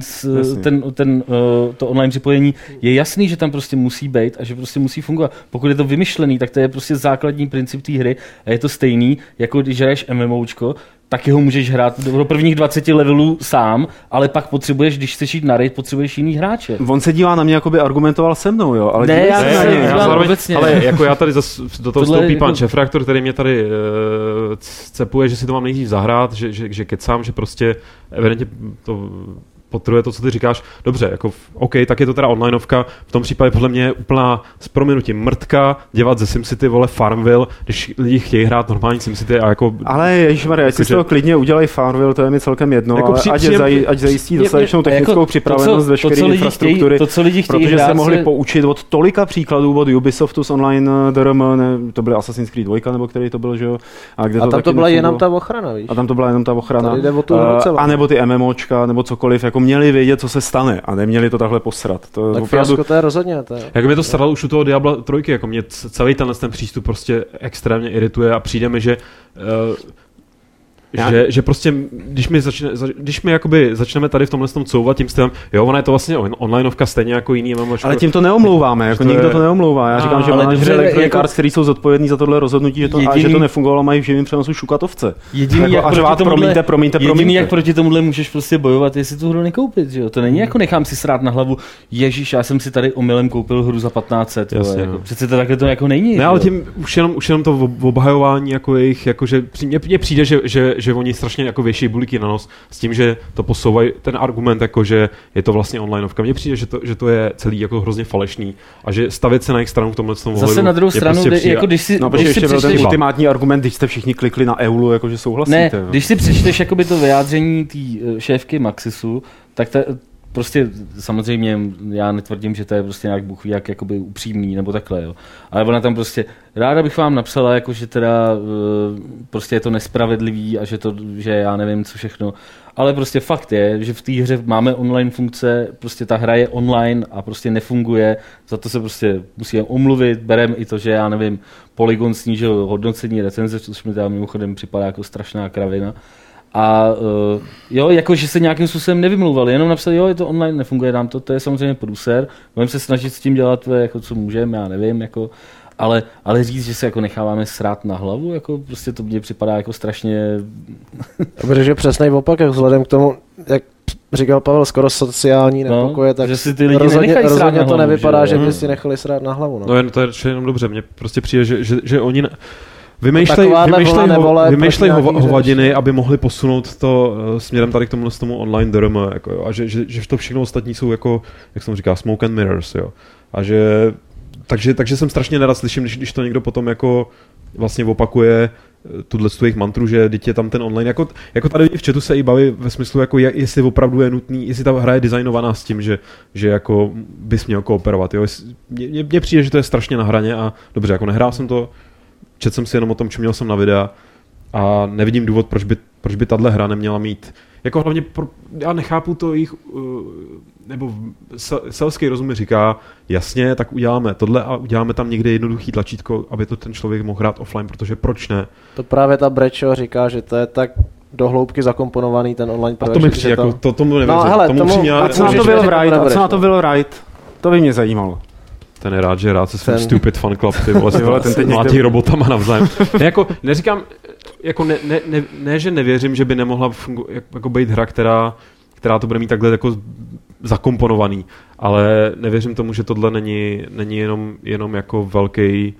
[SPEAKER 4] to online připojení je jasný, že tam prostě musí být a že prostě musí fungovat. Pokud je to vymyšlený, tak to je prostě základní princip té hry a je to stejný, jako když hraješ MMOčko, taky ho můžeš hrát do prvních 20 levelů sám, ale pak potřebuješ, když chceš jít na raid, potřebuješ jiný hráče.
[SPEAKER 1] On se dívá na mě, jako by argumentoval se mnou, jo? Ale
[SPEAKER 4] ne,
[SPEAKER 3] ale jako já tady do toho vstoupí pan šéfredaktor, který mě tady cepuje, že si to mám nejdřív zahrát, že kecám, že prostě evidentně to potrhuje to, co ty říkáš. Dobře, jako OK, tak je to teda onlineovka. V tom případě podle mě je úplná s prominutím mrtka dělat ze SimCity, vole, Farmville, když lidi chtějí hrát normální SimCity a jako...
[SPEAKER 1] Ale ježišmarja, ať si z toho klidně udělají Farmville, to je mi celkem jedno, jako ale ať zajistí dostatečnou technickou jako připravenost veškeré infrastruktury, protože se mohli poučit od tolika příkladů od Ubisoftu z online DRM, to byly Assassin's Creed 2, nebo který to byl, že jo?
[SPEAKER 5] A tam to byla jenom ta ochrana, víš?
[SPEAKER 1] A tam to byla jenom ta ochrana. A nebo ty MMOčka, nebo cokoliv, jako měli vědět, co se stane a neměli to takhle posrat. To
[SPEAKER 5] tak opravdu... fiasko to je rozhodně. To je...
[SPEAKER 3] Jak mě to staralo už u toho Diabla 3, jako mě celý ten přístup prostě extrémně irituje a přijde mi, že že prostě, když my jakoby začneme tady v tomhle tom couvat tím stylem, jo, ona je to vlastně onlineovka stejně jako jiný MMOčko.
[SPEAKER 1] Ale tím to neomlouváme, jako nikdo to neomlouvá. Já říkám, že manažeři Electronic Arts, kteří jsou zodpovědní za tohle rozhodnutí, že to nefungovalo, mají v živém přenosu šukatovce.
[SPEAKER 4] Jediný, jak proti tomuhle můžeš prostě bojovat, jestli tu hru nekoupit, že jo? To není jako nechám si srát na hlavu, ježíš, já jsem si tady omylem koupil hru za 1500, jako, přece to takhle to jako není.
[SPEAKER 3] Ne, ale tím už jenom to obhajování jako jejich, jakože mně přijde, že oni strašně jako věší bulíky na nos s tím, že to posouvají ten argument, jako že je to vlastně onlineovka. Mně přijde, že to je celý jako hrozně falešný a že stavět se na jejich stranu v tomhle tom
[SPEAKER 4] zase na druhou stranu, prostě jako když si
[SPEAKER 1] ještě byl ten ultimátní argument, když jste všichni klikli na Eulu, jakože souhlasíte.
[SPEAKER 4] Ne, když si přečteš jakoby to vyjádření té šéfky Maxisu, tak prostě samozřejmě já netvrdím, že to je prostě nějak bůh ví, jak jakoby upřímný nebo takhle, jo. Ale ona tam prostě, ráda bych vám napsala, jako, že teda prostě je to nespravedlivý a že já nevím co všechno. Ale prostě fakt je, že v té hře máme online funkce, prostě ta hra je online a prostě nefunguje, za to se prostě musíme omluvit, bereme i to, že já nevím, Polygon snížil hodnocení recenze, což mi teda mimochodem připadá jako strašná kravina. A jo, jako že se nějakým způsobem nevymlouvali, jenom napsali, jo, je to online, nefunguje nám to je samozřejmě průser, budeme se snažit s tím dělat, jako co můžeme, já nevím, jako, ale říct, že se jako necháváme srát na hlavu, jako prostě to mně připadá jako strašně...
[SPEAKER 5] Protože přesnej opak, jak vzhledem k tomu, jak říkal Pavel, skoro sociální nepokoje, tak
[SPEAKER 4] že si ty lidi
[SPEAKER 5] rozhodně to nevypadá, že by si nechali srát na hlavu.
[SPEAKER 3] No to je jenom dobře, mně prostě přijde, že oni... Vymýšlej hovadiny, aby mohli posunout to směrem tady k tomu online DRM, jako, jo, a že to všechno ostatní jsou jako, jak jsem říkal, smoke and mirrors, jo. A takže jsem strašně nerad slyším, když to někdo potom jako vlastně opakuje tuhle jejich mantru, že teď je tam ten online, jako tady v chatu se i baví ve smyslu, jako jestli opravdu je nutný, jestli ta hra je designovaná s tím, že jako bys měl kooperovat, jo. Mně přijde, že to je strašně na hraně a dobře, jako nehrál jsem to, četl jsem si jenom o tom, čuměl jsem na videa a nevidím důvod, proč by tahle hra neměla mít. Jako hlavně, já nechápu to jejich, nebo selský rozum mi říká, jasně, tak uděláme tohle a uděláme tam někde jednoduchý tlačítko, aby to ten člověk mohl hrát offline, protože proč ne?
[SPEAKER 5] To právě ta Brečo říká, že to je tak do hloubky zakomponovaný ten online
[SPEAKER 3] prvek. A to mi přijde, jako, tomu nevěřím.
[SPEAKER 5] No hele,
[SPEAKER 1] a co na to Will Wright? To by mě zajímalo.
[SPEAKER 3] Ten je rád, že rád se svým stupid fan club, ty vole, ten teď mlátí robotama navzájem. Jako, neříkám, jako ne, že nevěřím, že by nemohla jako být hra, která to bude mít takhle jako zakomponovaný, ale nevěřím tomu, že tohle není jenom jako velký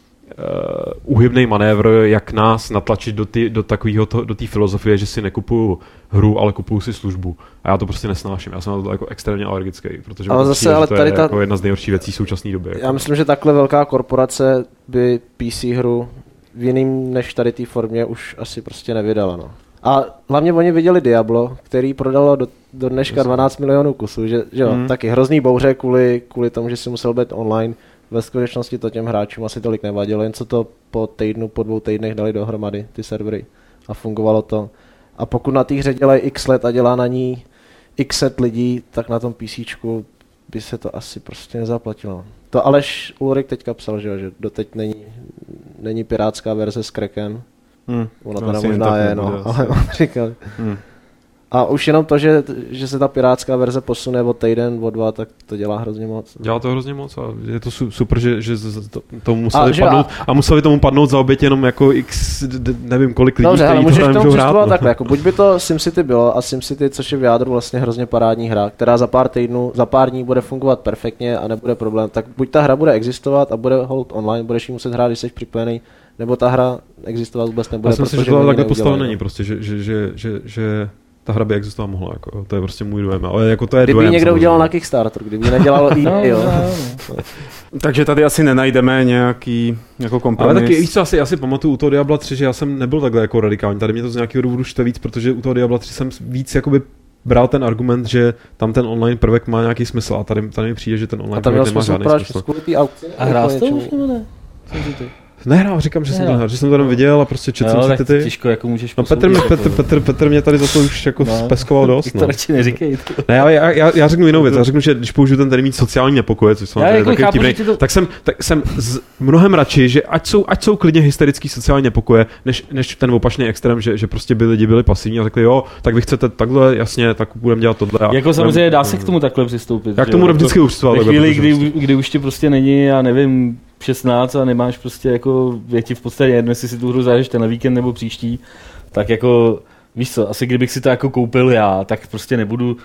[SPEAKER 3] úhybný manévr, jak nás natlačit do té filozofie, že si nekupuju hru, ale kupuju si službu. A já to prostě nesnáším. Já jsem na to jako extrémně alergický, protože to je jako jedna z nejhorších věcí současné doby.
[SPEAKER 5] Já myslím, že takhle velká korporace by PC hru v jiným než tady té formě už asi prostě nevydala. No. A hlavně oni viděli Diablo, který prodalo do dneška 12 milionů kusů, že jo, taky hrozný bouře kvůli tomu, že si musel být online. Ve skutečnosti to těm hráčům asi tolik nevadilo, jen co to po 2 týdnech dali dohromady ty servery a fungovalo to. A pokud na té hře dělají x let a dělá na ní x set lidí, tak na tom PCčku by se to asi prostě nezaplatilo. To Aleš Ulrik teďka psal, že doteď není pirátská verze s crackem. Ona teda možná je, no, ale on říkal. A už jenom to, že se ta pirátská verze posune o týden, o 2, tak to dělá hrozně moc.
[SPEAKER 3] Dělá to hrozně moc a je to super, že to museli padnout a museli tomu padnout za oběť jenom jako x, nevím kolik lidí,
[SPEAKER 5] dobře,
[SPEAKER 3] kteří to nemůžou hrát. No.
[SPEAKER 5] Takhle, jako buď by to SimCity bylo a SimCity, což je v jádru vlastně hrozně parádní hra, která za pár dní bude fungovat perfektně a nebude problém, tak buď ta hra bude existovat a bude hold online, budeš ji muset hrát, když jsi připojený, nebo ta hra existovat vůbec nebude.
[SPEAKER 3] Já si myslím, že to takhle postavené není prostě, že ta hra by existovat mohla, jako, to je prostě můj dojem, ale jako to je
[SPEAKER 5] kdyby
[SPEAKER 3] dojem.
[SPEAKER 5] Kdyby někdo udělal na Kickstarter, kdyby nedělalo EA, jo.
[SPEAKER 1] Takže tady asi nenajdeme nějaký jako kompromis.
[SPEAKER 3] Ale taky víš co, asi pamatuju u toho Diabla 3, že já jsem nebyl takhle jako radikální, tady mě to z nějakého důvodu štve víc, protože u toho Diabla 3 jsem víc jakoby bral ten argument, že tam ten online prvek má nějaký smysl a tady mi přijde, že ten online prvek nemá žádný smysl.
[SPEAKER 5] A hrál jsi to
[SPEAKER 4] už nebo ne?
[SPEAKER 3] Nehrál, říkám, že jsem to jenom viděl a prostě četl jsem si ty.
[SPEAKER 4] Těžko, jako můžeš
[SPEAKER 3] Petr mě tady za to už jako speskoval dost.
[SPEAKER 4] To radši neříkej.
[SPEAKER 3] Ne, ale já řeknu jinou věc. Já řeknu, že když použiju ten termín sociální nepokoje, což samozřejmě
[SPEAKER 4] jako
[SPEAKER 3] taky vtipný, tak jsem mnohem radši, že ať jsou klidně hysterický sociální nepokoje, než ten opačný extrém, že prostě lidi byli pasivní a řekli, jo, tak vy chcete takhle, jasně, tak budeme dělat tohle.
[SPEAKER 4] Jako samozřejmě dá se k tomu takhle přistoupit.
[SPEAKER 3] Jak tomu vždycky úřtovat.
[SPEAKER 4] Ve chvíli, kdy už ti prostě není, já nevím, 16 a nemáš prostě jako, je ti v podstatě jedno, jestli si tu hru zahraješ ten víkend nebo příští, tak jako, víš co, asi kdybych si to jako koupil já, tak prostě nebudu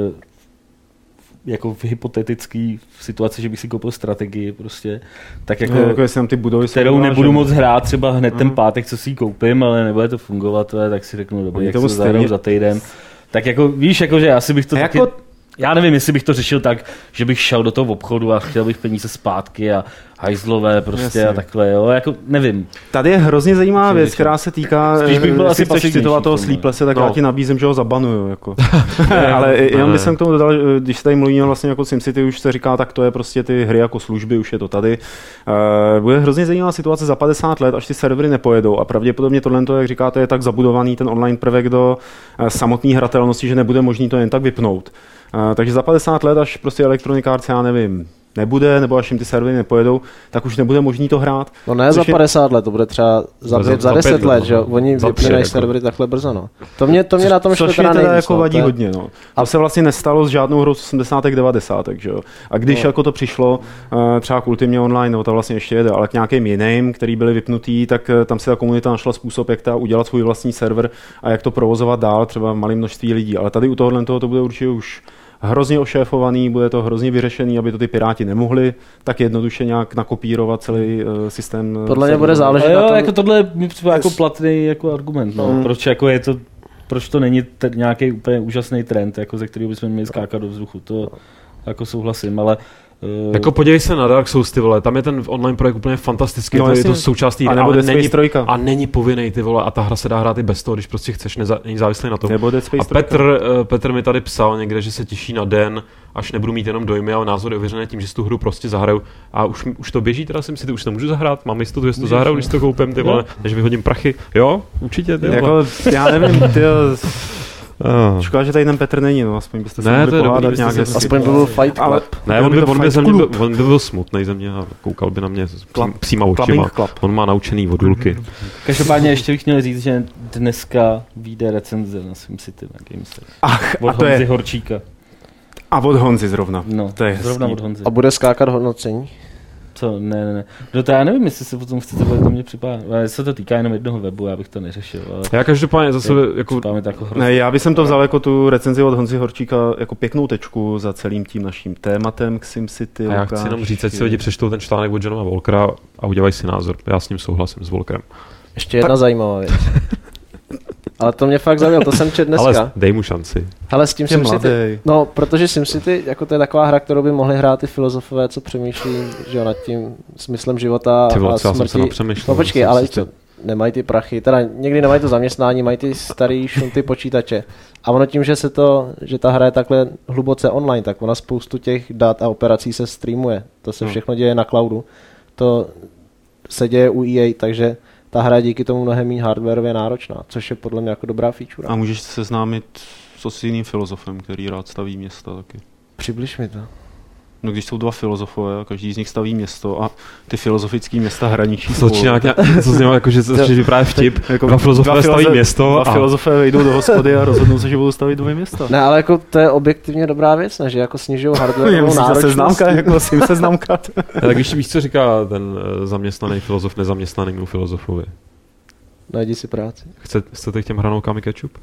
[SPEAKER 4] jako v hypotetický situaci, že bych si koupil strategii prostě, tak jako
[SPEAKER 1] jestli tam ty budovy
[SPEAKER 4] kterou nebudu moc hrát třeba hned ten pátek, co si ji koupím, ale nebude to fungovat, tak si řeknu, dobrý, jak se zahraju za týden. Tak jako, víš, jako, že asi bych to taky... Já nevím, jestli bych to řešil tak, že bych šel do toho obchodu a chtěl bych peníze zpátky a hajzlové prostě jasně. A takhle, jo, jako nevím.
[SPEAKER 1] Tady je hrozně zajímavá věc, která se týká,
[SPEAKER 4] spíš bych byl asi
[SPEAKER 1] chceš citovat toho Sleeplesse, tak já ti nabízím, že ho zabanuju, jako. Ale jenom bych jsem k tomu dodal, když se tady mluvíme vlastně jako SimCity, už se říká, tak to je prostě ty hry jako služby, už je to tady. Bude hrozně zajímavá situace za 50 let, až ty servery nepojedou a pravděpodobně tohle, jak říkáte, je tak zabudovaný ten online prvek do samotné hratelnosti, že nebude možný to jen tak vypnout. Takže za 50 let, až prostě Electronic Arts, já nevím, nebude, nebo až jim ty servery nepojedou, tak už nebude možný to hrát.
[SPEAKER 5] No ne za 50 let, to bude třeba za 10 let, že oni vypínají servery takhle brzo, no. To mě na tom šlo teda nejvíc.
[SPEAKER 1] Jako vadí hodně, no. A se vlastně nestalo s žádnou hrou z 80. 90. že jo. A když jako to přišlo třeba k Ultimě Online, nebo to vlastně ještě jede, ale k nějakým jiným, který byli vypnutý, tak tam si ta komunita našla způsob, jak udělat svůj vlastní server a jak to provozovat dál, třeba malé množství lidí. Ale tady u tohohle to bude určitě už hrozně ošéfovaný, bude to hrozně vyřešený, aby to ty piráti nemohli tak jednoduše nějak nakopírovat celý systém.
[SPEAKER 5] Podle mě bude záležet
[SPEAKER 4] na tom. Jako tohle mi připadá jako platný jako argument, no. Proč to není nějaký úplně úžasný trend, jako ze kterého bychom měli skákat do vzduchu, to jako souhlasím, ale
[SPEAKER 3] jako podívej se na Dark Souls, ty vole, tam je ten online projekt úplně fantastický,
[SPEAKER 1] no,
[SPEAKER 3] je to součástí
[SPEAKER 1] hry,
[SPEAKER 3] a není povinnej, ty vole, a ta hra se dá hrát i bez toho, když prostě chceš, není závislý na tom. A Petr mi tady psal někde, že se těší na den, až nebudu mít jenom dojmy, ale názory ověřené tím, že si tu hru prostě zahraju. A už to běží, teda si už to můžu zahrát, mám jistotu, že si to zahraju, když to koupím, ty vole, než vyhodím prachy. Jo, určitě, ty vole.
[SPEAKER 1] Jako, já nevím, ty škoda, že tady ten Petr není, no, aspoň byste se mohli pohádat nějak.
[SPEAKER 5] Aspoň by byl Fight Club.
[SPEAKER 3] Ale, ne, on by byl smutnej ze mě a koukal by na mě psíma očima. On má naučený vodulky.
[SPEAKER 4] Každopádně ještě bych měl říct, že dneska vyjde recenze na SimCity na Gamesech. Od Honzy Horčíka.
[SPEAKER 1] A od Honzy zrovna.
[SPEAKER 4] No,
[SPEAKER 1] to je
[SPEAKER 4] zrovna od Honzy.
[SPEAKER 5] A bude skákat hodnocení?
[SPEAKER 4] Co? Ne. No to já nevím, jestli se potom chcete do mě připádat. Se to týká jenom jednoho webu, já bych to neřešil. Ale
[SPEAKER 3] já každopádně zase jako
[SPEAKER 1] ne, já bych to vzal jako tu recenzi od Honzy Horčíka jako pěknou tečku za celým tím naším tématem k SimCity.
[SPEAKER 3] A já chci jenom říct, ať si lidi přečtou ten článek od Johna Walkera a udělají si názor. Já s ním souhlasím s Walkerem.
[SPEAKER 5] Ještě jedna zajímavá věc. Ale to mě fakt zavěl, to jsem čet dneska.
[SPEAKER 3] Ale dej mu šanci.
[SPEAKER 5] Ale s tím SimCity, no, protože SimCity, jako to je taková hra, kterou by mohli hrát i filozofové, co přemýšlí, že nad tím smyslem života a smrti. No počkej, ale nemají ty prachy, teda někdy nemají to zaměstnání, mají ty starý šunty počítače. A ono tím, že ta hra je takhle hluboce online, tak ona spoustu těch dat a operací se streamuje. To se všechno děje na cloudu. To se děje u EA, takže ta hra je díky tomu mnohem méně hardwarově náročná, což je podle mě jako dobrá feature.
[SPEAKER 1] A můžeš se seznámit s jiným filozofem, který rád staví města taky.
[SPEAKER 5] Přibliž mi to.
[SPEAKER 1] No když jsou dva filozofové a každý z nich staví město a ty filozofické města hraničí spolu.
[SPEAKER 3] Co znělo jako, že vyprávět vtip, jako dva filozofové staví město.
[SPEAKER 1] Dva filozofové vejdou do hospody a rozhodnou se, že budou stavit dvě města.
[SPEAKER 5] Ne, ale jako to je objektivně dobrá věc, ne? Že jako snižují hardwarovou náročnost.
[SPEAKER 1] Seznamka, jako sim seznamka.
[SPEAKER 3] Tak víš, co říká ten zaměstnaný filozof nezaměstnanému filozofovi?
[SPEAKER 5] Najdi si práci.
[SPEAKER 3] Chcete k těm hranolkám kečup?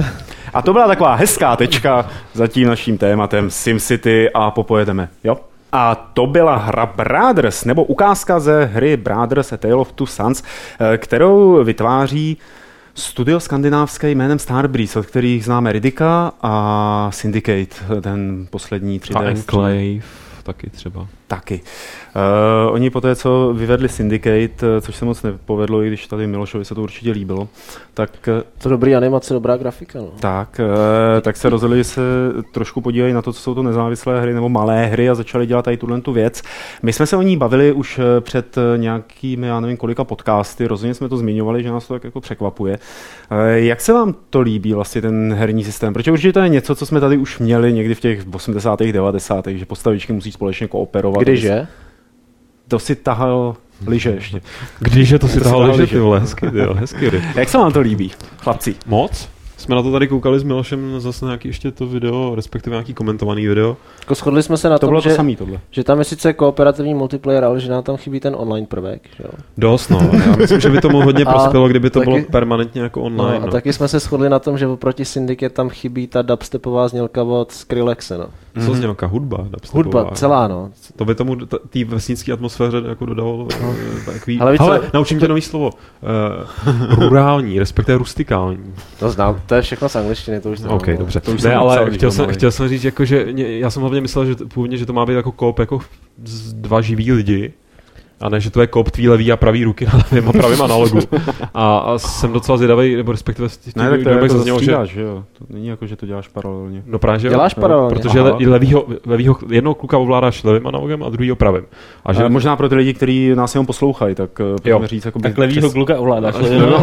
[SPEAKER 1] A to byla taková hezká tečka za tím naším tématem SimCity a popojedeme, jo? A to byla hra Brothers, nebo ukázka ze hry Brothers A Tale of Two Sons, kterou vytváří studio skandinávské jménem Starbreeze, od kterých známe Riddica a Syndicate, ten poslední 3D.
[SPEAKER 3] A Enclave. taky třeba.
[SPEAKER 1] Taky. Oni po té, co vyvedli Syndicate, což se moc nepovedlo, i když tady Milošovi se to určitě líbilo, tak...
[SPEAKER 5] To dobrý animace, dobrá grafika. No.
[SPEAKER 1] Tak se rozhodli, že se trošku podívají na to, co jsou to nezávislé hry nebo malé hry a začali dělat tady tu věc. My jsme se o ní bavili už před nějakými, já nevím kolika podcasty, rozhodně jsme to zmiňovali, že nás to tak jako překvapuje. Jak se vám to líbí vlastně ten herní systém? Protože určitě to je něco, co jsme tady už měli někdy v těch 80. 90. že postavičky musí společně kooperovat.
[SPEAKER 5] Kdyže?
[SPEAKER 1] To si tahal lyže ještě.
[SPEAKER 3] Kdyže to si tahal lyže, ty vole, hezky.
[SPEAKER 1] Jak se vám to líbí, chlapci?
[SPEAKER 3] Moc? Jsme na to tady koukali s Milošem zase nějaký ještě to video, respektive nějaký komentovaný video.
[SPEAKER 5] Jako shodli jsme se na tom, že tam je sice kooperativní multiplayer, ale že nám tam chybí ten online prvek. Že jo?
[SPEAKER 3] Dost, no. Já myslím, že by to hodně prospělo, kdyby to bylo permanentně jako online.
[SPEAKER 5] No, a taky jsme se shodli na tom, že oproti Syndicate tam chybí ta dubstepová znělka od Skrillexe. No.
[SPEAKER 3] Co znělka? Hudba?
[SPEAKER 5] Hudba, celá, no.
[SPEAKER 3] To by tomu té vesnické atmosféře jako dodalo takový... Ale naučím tě nový slovo. Rurální, respektive rustikální.
[SPEAKER 5] To znám, to je všechno z angličtiny, to už znám.
[SPEAKER 3] OK, dobře. Ne, ale chtěl jsem říct, jako, že já jsem hlavně myslel, že původně, že to má být jako koop jako dva živí lidi, a ne, že to je koop tvý levý a pravý ruky na levém a pravém analogu. A jsem docela zvědavý, nebo respektive
[SPEAKER 1] ne, tak to jako zaznělo, že jo. To není jako, že to děláš paralelně.
[SPEAKER 3] No právě, že
[SPEAKER 5] děláš paralelně.
[SPEAKER 3] Protože levýho jednoho kluka ovládáš levým analogem a druhýho pravým.
[SPEAKER 1] A že možná pro ty lidi, kteří nás jenom poslouchají, tak pojďme říct jako
[SPEAKER 4] tak levýho kluka ovládáš.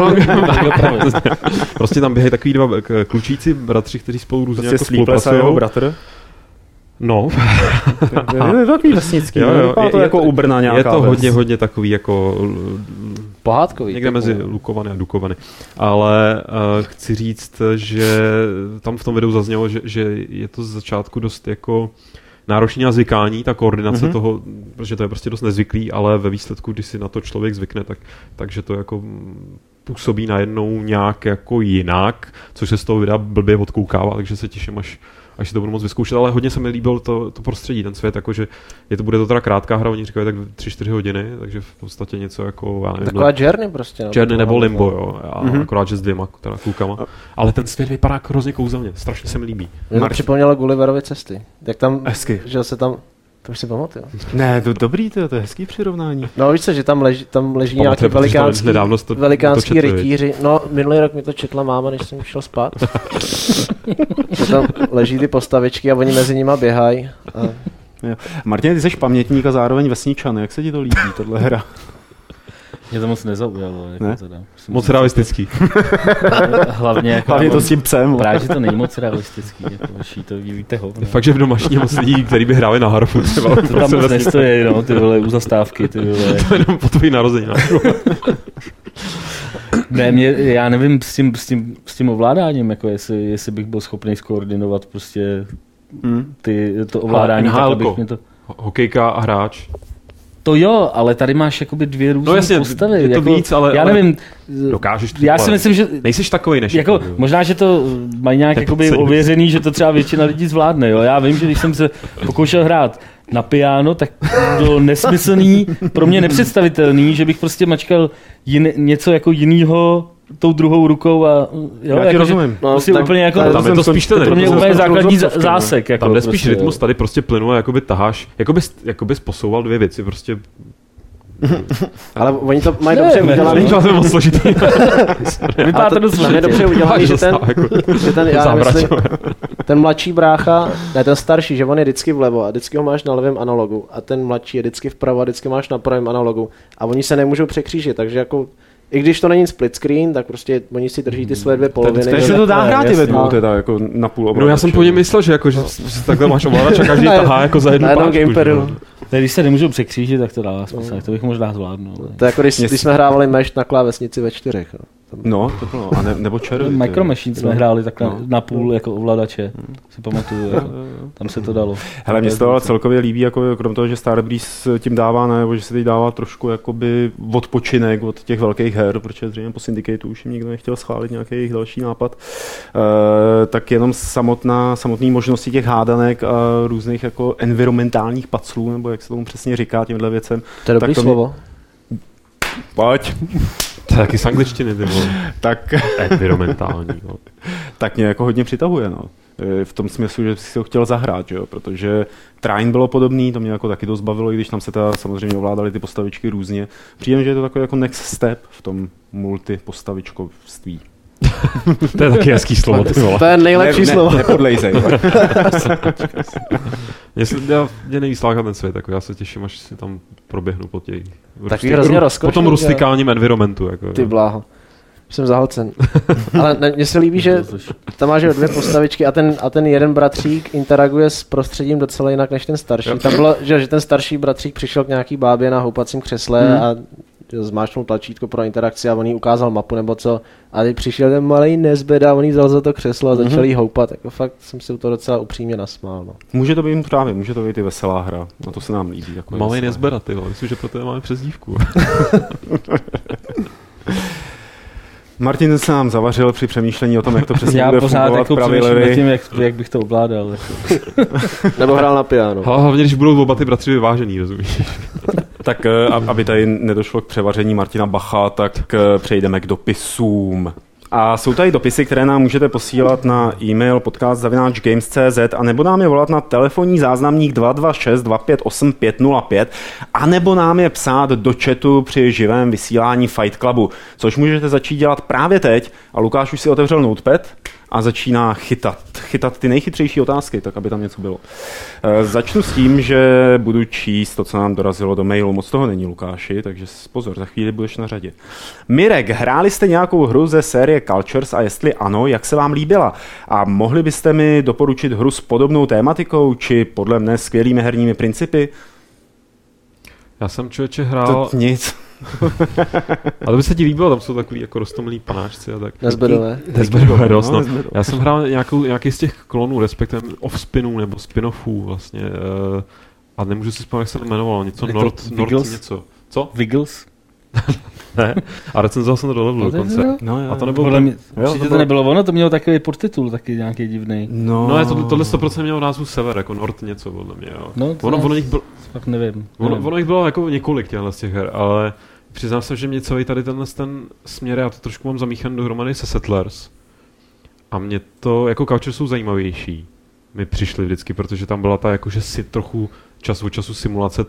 [SPEAKER 3] Prostě tam běhají takový dva klučíci bratři, kteří spolu různě jako spolupracují. No.
[SPEAKER 1] Je to takový vesnický, to jako u Brna nějaká.
[SPEAKER 3] Je to hodně takový jako
[SPEAKER 5] pohádkový.
[SPEAKER 3] Někde mezi Lukovany a Dukovany. Ale chci říct, že tam v tom videu zaznělo, že je to z začátku dost jako náročný na zvykání, ta koordinace toho, protože to je prostě dost nezvyklý, ale ve výsledku, když si na to člověk zvykne, takže to jako působí najednou nějak jako jinak, což se z toho videa blbě odkoukává, takže se těším, až si to budu moc vyzkoušet, ale hodně se mi líbilo to prostředí, ten svět, jakože bude to teda krátká hra, oni říkají tak 3-4 hodiny, takže v podstatě něco jako, já nevím.
[SPEAKER 5] Taková Journey prostě. No,
[SPEAKER 3] Journey nebo Limbo, jo, akorát, že s 2 teda klukama. Ale ten svět vypadá jako hrozně kouzelně, strašně se mi líbí.
[SPEAKER 5] Mě to připomnělo Gulliverovy cesty. Jak tam,
[SPEAKER 1] hezky.
[SPEAKER 5] Že se tam, to už si pamatuju.
[SPEAKER 1] Ne, to dobrý, to je hezký přirovnání.
[SPEAKER 5] No víš co, že tam leží nějaký velikánský rytíři. No, minulý rok mi to četla máma, než jsem šel spát. Že tam leží ty postavičky a oni mezi nima běhají.
[SPEAKER 1] Martin, ty jsi pamětník a zároveň vesničan. Jak se ti to líbí, tohle hra?
[SPEAKER 4] Mě to moc nezaujalo. Jako
[SPEAKER 1] ne?
[SPEAKER 3] Moc realistický.
[SPEAKER 4] Hlavně
[SPEAKER 1] to s tím psem.
[SPEAKER 4] Právě, že to není moc realistický. Jako to víte ho.
[SPEAKER 3] Fakt, že v domašní moc lidí, kteří by hráli na harfu třeba.
[SPEAKER 4] To tam moc nestojí, no, ty vole, u zastávky, ty vole.
[SPEAKER 3] To je jenom po tvojí narozeninách.
[SPEAKER 4] Ne, já nevím s tím ovládáním, jako jestli bych byl schopný skoordinovat prostě to ovládání. Tak, abych mě to...
[SPEAKER 3] Hokejka a hráč.
[SPEAKER 4] To jo, ale tady máš jakoby dvě různé postavy.
[SPEAKER 3] Je to
[SPEAKER 4] jako,
[SPEAKER 3] víc, ale...
[SPEAKER 4] Já nevím.
[SPEAKER 3] Dokážeš to.
[SPEAKER 4] Já si myslím, že...
[SPEAKER 3] Nejseš takovej než...
[SPEAKER 4] Jako, možná, že to mají nějak jakoby ověřený, že to třeba většina lidí zvládne. Jo? Já vím, že když jsem se pokoušel hrát na piano, tak bylo nesmyslný, pro mě nepředstavitelný, že bych prostě mačkal něco jako jinýho tou druhou rukou a
[SPEAKER 1] jo, já ti rozumím.
[SPEAKER 4] No, prostě úplně jako
[SPEAKER 3] tam je to spíš ten
[SPEAKER 4] pro mě úplně základní zásek. Jako
[SPEAKER 3] tam jde spíš
[SPEAKER 4] prostě,
[SPEAKER 3] rytmus, tady prostě plynule, jakoby taháš, jako bys posouval dvě věci, prostě...
[SPEAKER 5] Ale oni to mají dobře udělané.
[SPEAKER 3] Není to moc složitý.
[SPEAKER 4] Vypadá to dost složitý.
[SPEAKER 5] Tam je dobře udělaný, že ten já myslím, ten mladší brácha, ne ten starší, že on je vždycky vlevo a vždycky ho máš na levém analogu a ten mladší je vždycky vpravo a vždycky máš na pravém analogu a oni se nemůžou překřížit, takže jako i když to není split screen, tak prostě oni si drží ty své dvě poloviny.
[SPEAKER 1] Takže to dá hrát i ve dvou teda, jako na půl ovladače.
[SPEAKER 3] No já jsem po něm myslel, že jako, že takhle máš ovladač a každý tahá jako za jednu páčku.
[SPEAKER 4] Když se nemůžou překřížit, tak to dává smysl, to bych možná zvládnul.
[SPEAKER 5] To je jako když jsme hrávali meš na klávesnici ve 4.
[SPEAKER 1] No, to bylo, nebo červy.
[SPEAKER 4] Micro Machine jsme hráli takhle na půl jako ovladače, si pamatuju, jako, tam se to dalo.
[SPEAKER 1] Hele, mně se to ale celkově líbí, jako krom toho, že Starbreeze tím dává, nebo že se teď dává trošku jakoby odpočinek od těch velkých her, protože zřejmě po Syndicateu už jim nikdo nechtěl schválit nějaký jejich další nápad, tak jenom samotné možnosti těch hádanek a různých jako environmentálních paclů, nebo jak se tomu přesně říká těmhle věcem.
[SPEAKER 5] To je dobrý slovo.
[SPEAKER 1] Pojď.
[SPEAKER 3] To je taky z angličtiny, ty vole.
[SPEAKER 1] Tak
[SPEAKER 3] environmentální.
[SPEAKER 1] Tak mě jako hodně přitahuje, no. v tom smyslu, že si ho chtěl zahrát, jo? Protože Trine bylo podobný, to mě jako taky dost bavilo, i když tam se teda samozřejmě ovládaly ty postavičky různě. Přijde, že je to takový jako next step v tom multipostavičkovství.
[SPEAKER 3] To je taky hezký slovo, ty vole.
[SPEAKER 5] To je nejlepší slovo.
[SPEAKER 1] Nepodlejzej.
[SPEAKER 3] Mě nejvíc láká ten svět, jako já se těším, až si tam proběhnu po tom rustikálním environmentu. Jako,
[SPEAKER 5] ty bláho. Jsem zahlcen. Ale mně se líbí, že tam máš 2 postavičky a ten jeden bratřík interaguje s prostředím docela jinak než ten starší. Tam bylo, že ten starší bratřík přišel k nějaký bábě na houpacím křesle a zmáčknul tlačítko pro interakci a on jí ukázal mapu nebo co. A teď přišel ten malej nezbeda, on jí vzal za to křeslo a začal jí houpat. Jako fakt jsem si to docela upřímně nasmál. No.
[SPEAKER 1] Může to být i veselá hra. No to se nám líbí. Jako
[SPEAKER 3] malej nezbeda, ty vole. Myslím, že pro to máme přezdívku.
[SPEAKER 1] Martin se nám zavařil při přemýšlení o tom, jak to přesně
[SPEAKER 4] bude
[SPEAKER 1] fungovat.
[SPEAKER 4] Já pořád jako přemýšlím tím, jak bych to ovládal.
[SPEAKER 5] Nebo hrál na piano.
[SPEAKER 3] Hlavně, když budou oba ty bratři vyvážený, rozumíš?
[SPEAKER 1] Tak aby tady nedošlo k převaření Martina Bacha, tak přejdeme k dopisům. A jsou tady dopisy, které nám můžete posílat na e-mail podcast@games.cz a nebo nám je volat na telefonní záznamník 226 258 505 a nebo nám je psát do chatu při živém vysílání Fight Clubu, což můžete začít dělat právě teď. A Lukáš už si otevřel notepad a začíná chytat ty nejchytřejší otázky, tak aby tam něco bylo. Začnu s tím, že budu číst to, co nám dorazilo do mailu. Moc toho není, Lukáši, takže pozor, za chvíli budeš na řadě. Mirek, hráli jste nějakou hru ze série Cultures a jestli ano, jak se vám líbila? A mohli byste mi doporučit hru s podobnou tématikou, či podle mne skvělými herními principy?
[SPEAKER 3] Já jsem člověče hrál...
[SPEAKER 1] To nic.
[SPEAKER 3] Ale by se ti líbilo, tam jsou takový jako roztomilí panáčci a tak.
[SPEAKER 5] Nezbedové
[SPEAKER 3] dost, no. Já jsem hrál nějaký z těch klonů, respektive offspinů nebo spin-offů vlastně. A nemůžu si vzpomínat, jak se to jmenovalo. Něco Nord něco. Co?
[SPEAKER 4] Wiggles?
[SPEAKER 3] Ne, a recenzoval jsem to do levelu dokonce.
[SPEAKER 1] No,
[SPEAKER 3] a to nebylo...
[SPEAKER 4] Určitě to nebylo ono, to mělo takový podtitul, taky nějaký divný.
[SPEAKER 3] No, tohle 100% mělo názvu Sever, jako Nord něco, podle mě, jo.
[SPEAKER 4] No,
[SPEAKER 3] ono jich bylo...
[SPEAKER 4] Fakt nevím.
[SPEAKER 3] Ono jich bylo jako několik z těch her, ale přiznám se, že mě celý tady ten směr, já to trošku mám zamíchaný dohromady se Settlers. A mě to, jako Culture jsou zajímavější. Mi přišly vždycky, protože tam byla ta jakože si trochu čas od času simulace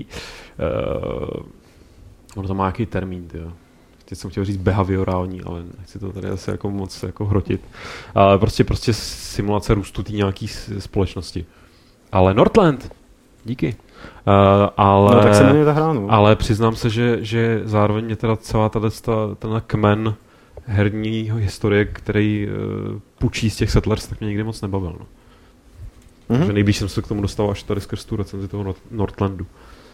[SPEAKER 3] ono to má nějaký termín, tyjo. Teď jsem chtěl říct behaviorální, ale nechci to tady asi jako moc jako hrotit. Ale prostě simulace růstu té nějaký společnosti. Ale Northland, díky.
[SPEAKER 1] No tak se jmenuje ta hra, no.
[SPEAKER 3] Ale přiznám se, že zároveň mě teda celá tenhle kmen herního historie, který pučí z těch Settlers, tak mě nikdy moc nebavil. No. Takže nejblíž jsem se k tomu dostal až tady skrz tu recenzi toho Northlandu.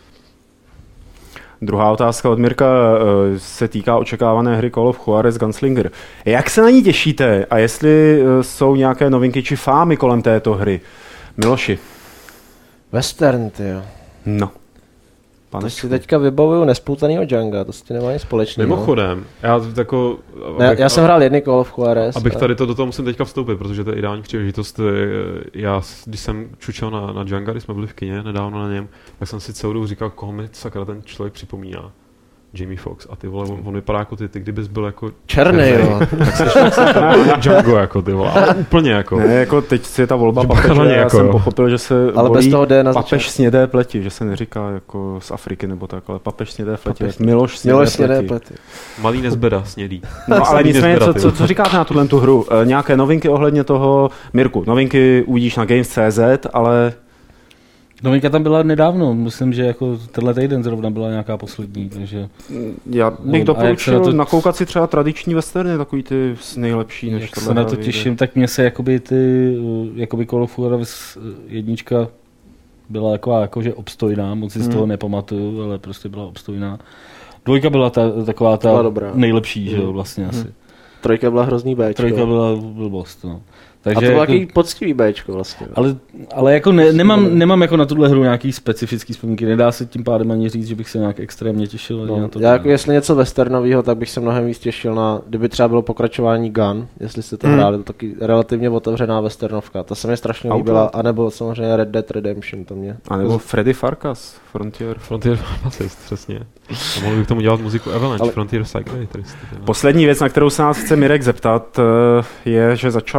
[SPEAKER 1] Druhá otázka od Mirka se týká očekávané hry Call of Juarez Gunslinger. Jak se na ní těšíte a jestli jsou nějaké novinky či fámy kolem této hry? Miloši.
[SPEAKER 5] Western, tyjo.
[SPEAKER 1] No.
[SPEAKER 5] To si teďka vybavuju Nespoutanýho Django, to s tím nemá nic společného.
[SPEAKER 3] Mimochodem,
[SPEAKER 5] já jsem hrál jedny Call of Juarez.
[SPEAKER 3] Abych tady do toho musím teďka vstoupit, protože to je ideální příležitost. Já, když jsem čučel na Django, když jsme byli v kině nedávno na něm, tak jsem si celou dobu říkal, koho mi sakra ten člověk připomíná. Jamie Foxx. A ty vole, on vypadá jako ty kdybys byl jako...
[SPEAKER 5] Černý, jo.
[SPEAKER 3] Tak jsi Django, jako ty vole. Ale úplně jako.
[SPEAKER 1] Ne, jako teď si je ta volba papeže, já jsem pochopil, že se
[SPEAKER 5] ale
[SPEAKER 1] volí
[SPEAKER 5] bez toho jde na
[SPEAKER 1] papež snědé pleti, že se neříká jako z Afriky nebo tak, ale papež snědé pleti. Miloš
[SPEAKER 5] snědé pleti.
[SPEAKER 3] Malý nezbeda snědý.
[SPEAKER 1] No ale nicméně, co říkáte na tu hru? Nějaké novinky ohledně toho? Mirku, novinky uvidíš na Games.cz, ale...
[SPEAKER 4] Novinka tam byla nedávno, myslím, že jako tenhle týden zrovna byla nějaká poslední, takže...
[SPEAKER 1] Já bych doporučil nakoukat si třeba tradiční westerny, takový ty nejlepší než
[SPEAKER 4] tohle. Jak se na to těším, tak mně se jakoby Call of Juarez jednička byla taková jakože obstojná, moc si z toho nepamatuju, ale prostě byla obstojná. Dvojka byla taková ta nejlepší, že jo, vlastně asi.
[SPEAKER 5] Trojka byla hrozný béčko.
[SPEAKER 4] Trojka byla blbost, no.
[SPEAKER 5] Takže a to bylo takový poctivý béčko vlastně.
[SPEAKER 4] Ale jako nemám jako na tuhle hru nějaký specifický vzpomínky. Nedá se tím pádem ani říct, že bych se nějak extrémně těšil.
[SPEAKER 5] No,
[SPEAKER 4] na to.
[SPEAKER 5] Já jako jestli něco westernového, tak bych se mnohem víc těšil na, kdyby třeba bylo pokračování Gun, jestli jste to hráli, to taky relativně otevřená westernovka. Ta se mi strašně líbila, anebo samozřejmě Red Dead Redemption to mě.
[SPEAKER 1] A nebo Freddy Farkas, Frontier
[SPEAKER 3] Pharmacist, přesně. A mohl bych tomu dělat muziku Avalanche, Frontier Psychiatrist.
[SPEAKER 1] Poslední věc, na kterou se nás chce Mirek zeptat, je, že začal sledovat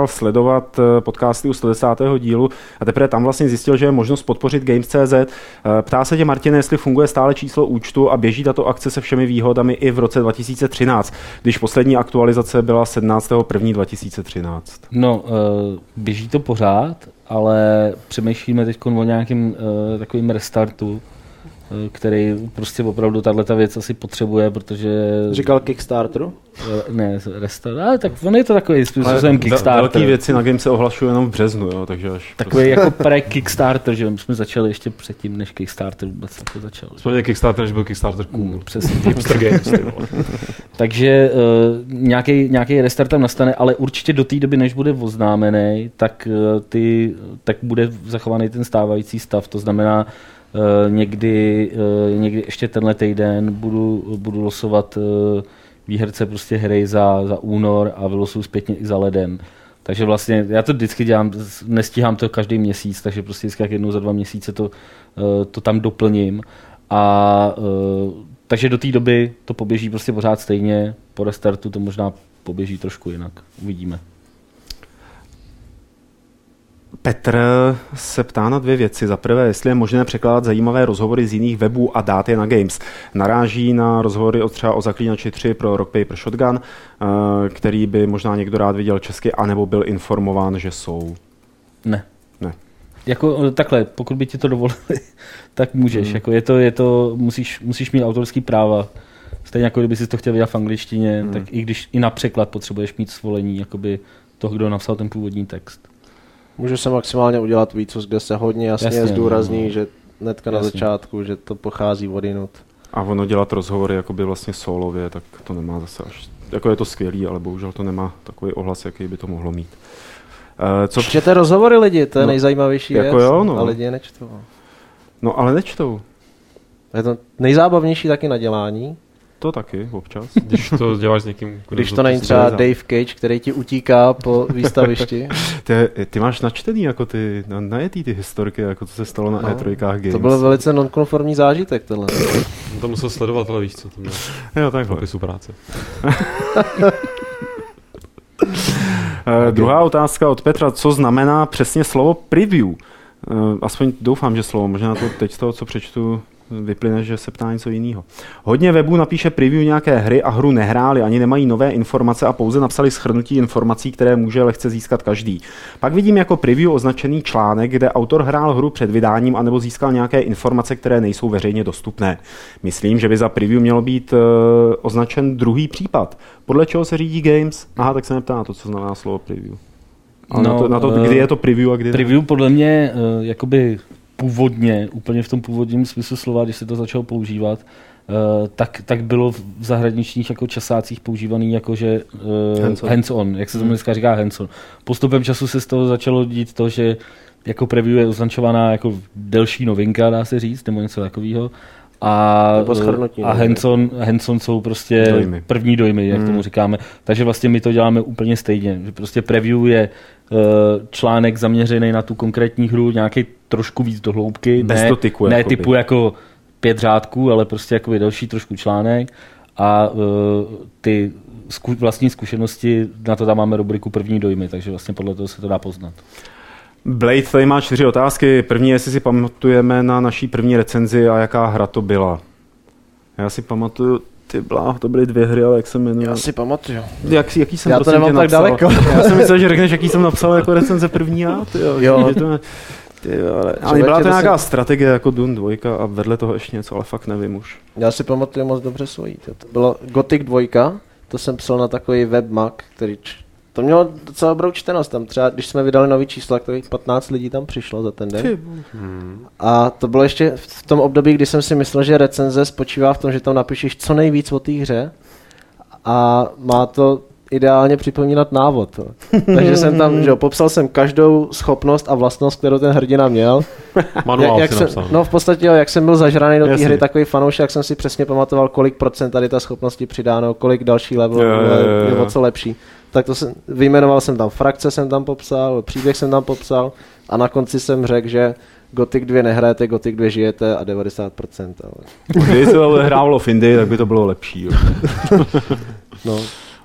[SPEAKER 1] realizovat podcasty u 110. dílu a teprve tam vlastně zjistil, že je možnost podpořit Games.cz. Ptá se tě, Martine, jestli funguje stále číslo účtu a běží tato akce se všemi výhodami i v roce 2013, když poslední aktualizace byla 17.1.2013.
[SPEAKER 4] No, běží to pořád, ale přemýšlíme teď o nějakým takovým restartu, který prostě opravdu tato věc asi potřebuje, protože...
[SPEAKER 5] Říkal Kickstarteru?
[SPEAKER 4] Ne, restart, ale tak on je to takový způsobem Kickstarter.
[SPEAKER 1] Velký věci na Game se ohlašují jenom v březnu, jo, takže až...
[SPEAKER 4] Takový jako pre-Kickstarter, že my jsme začali ještě předtím, než Kickstarter vůbec jako začal.
[SPEAKER 3] Vzpomněl Kickstarter, než byl Kickstarter cool.
[SPEAKER 4] Přesně. Hipster Games, takže nějaký restart tam nastane, ale určitě do té doby, než bude oznámený, tak bude zachovaný ten stávající stav, to znamená, někdy ještě tenhle týden budu losovat výherce prostě hry za únor a vylosuju zpětně i za leden. Takže vlastně já to vždycky dělám, nestíhám to každý měsíc, takže prostě vždycky jak jednou za 2 měsíce to tam doplním. A takže do té doby to poběží prostě pořád stejně, po restartu to možná poběží trošku jinak, uvidíme.
[SPEAKER 1] Petr se ptá na 2 věci. Za prvé, jestli je možné překládat zajímavé rozhovory z jiných webů a dát je na Games. Naráží na rozhovory třeba o Zaklínači 3 pro Rock Paper Shotgun, který by možná někdo rád viděl česky, anebo byl informován, že jsou.
[SPEAKER 4] Ne. Jako takhle, pokud by ti to dovolili, tak můžeš. Jako je to musíš mít autorský práva. Stejně jako kdyby si to chtěl vidět v angličtině, tak i když i na překlad potřebuješ mít svolení jakoby toho, kdo napsal ten původní text.
[SPEAKER 5] Může se maximálně udělat výcud, kde se hodně jasně zdůrazní, že hnedka na začátku, že to pochází odinut.
[SPEAKER 1] A ono dělat rozhovory jakoby vlastně solově, tak to nemá zase až... Jako je to skvělý, ale bohužel to nemá takový ohlas, jaký by to mohlo mít.
[SPEAKER 5] Čtěte rozhovory lidi, to je nejzajímavější
[SPEAKER 1] jako
[SPEAKER 5] věc,
[SPEAKER 1] jo, no.
[SPEAKER 5] A lidi je nečtou.
[SPEAKER 1] No ale nečtou.
[SPEAKER 5] Je to nejzábavnější taky na dělání.
[SPEAKER 1] To taky, občas.
[SPEAKER 3] Když to děláš s někým.
[SPEAKER 5] Když to není třeba Dave Cage, který ti utíká po výstavišti.
[SPEAKER 1] Ty máš načtený jako ty, najetý ty historky, jako co se stalo na E3 Games.
[SPEAKER 5] To byl velice nonkonformní zážitek tohle.
[SPEAKER 3] To musel sledovat, ale víš co, to měl
[SPEAKER 1] jo, takhle.
[SPEAKER 3] popisu práce.
[SPEAKER 1] Druhá otázka od Petra, co znamená přesně slovo preview? Aspoň doufám, že slovo, možná to teď z toho, co přečtu, vyplyne, že se ptá něco jiného. Hodně webů napíše preview nějaké hry a hru nehráli, ani nemají nové informace a pouze napsali shrnutí informací, které může lehce získat každý. Pak vidím jako preview označený článek, kde autor hrál hru před vydáním anebo získal nějaké informace, které nejsou veřejně dostupné. Myslím, že by za preview mělo být označen druhý případ. Podle čeho se řídí Games? Aha, tak se neptá na to, co znamená slovo preview. Na to, kdy je to preview a kdy
[SPEAKER 4] preview podle mě jakoby původně, úplně v tom původním smyslu slova, když se to začalo používat, tak bylo v zahraničních jako časácích používaný jakože hands-on, jak se to dneska říká hands-on. Postupem času se z toho začalo dít to, že jako preview je označovaná jako delší novinka, dá se říct, nebo něco takového. A hands-on jsou prostě první dojmy, jak tomu říkáme. Takže vlastně my to děláme úplně stejně. Že prostě preview je článek zaměřený na tu konkrétní hru, nějaký trošku víc do hloubky.
[SPEAKER 1] Bez dotyku.
[SPEAKER 4] Ne typu jako 5 řádků, ale prostě jako další trošku článek. A ty vlastní zkušenosti, na to tam máme rubriku první dojmy, takže vlastně podle toho se to dá poznat.
[SPEAKER 1] Blade tady má 4 otázky. První, jestli si pamatujeme na naší první recenzi a jaká hra to byla. Já si pamatuju, to byly 2 hry, ale jak se jmenuje?
[SPEAKER 5] Já si pamatuju.
[SPEAKER 1] Jaký jsem
[SPEAKER 5] já to nemám tak daleko.
[SPEAKER 1] Já jsem myslel, že řekneš, jaký jsem napsal jako recenze první a jo. Ale byla to nějaká strategie jako Doom 2 a vedle toho ještě něco, ale fakt nevím už.
[SPEAKER 5] Já si pamatuju moc dobře svojí. To bylo Gothic 2, to jsem psal na takový webmag, který to mělo docela dobrou čtenost. Tam třeba, když jsme vydali nový číslo, tak 15 lidí tam přišlo za ten den. A to bylo ještě v tom období, kdy jsem si myslel, že recenze spočívá v tom, že tam napíšeš co nejvíc o té hře a má to ideálně připomínat návod. Takže jsem tam, že popsal jsem každou schopnost a vlastnost, kterou ten hrdina měl.
[SPEAKER 3] Manuál si napsal.
[SPEAKER 5] No v podstatě, jak jsem byl zažraný do té hry, takový fanoušek, jak jsem si přesně pamatoval, kolik procent tady ta schopnosti přidáno, kolik další level je o co lepší. Tak to vyjmenoval jsem tam frakce, jsem tam popsal, příběh jsem tam popsal a na konci jsem řekl, že Gothic 2 nehrajete, Gothic 2 žijete a 90%. Ale...
[SPEAKER 1] Kdyby se to hrávalo v Indii, tak by to bylo lepší. Jo.
[SPEAKER 5] No.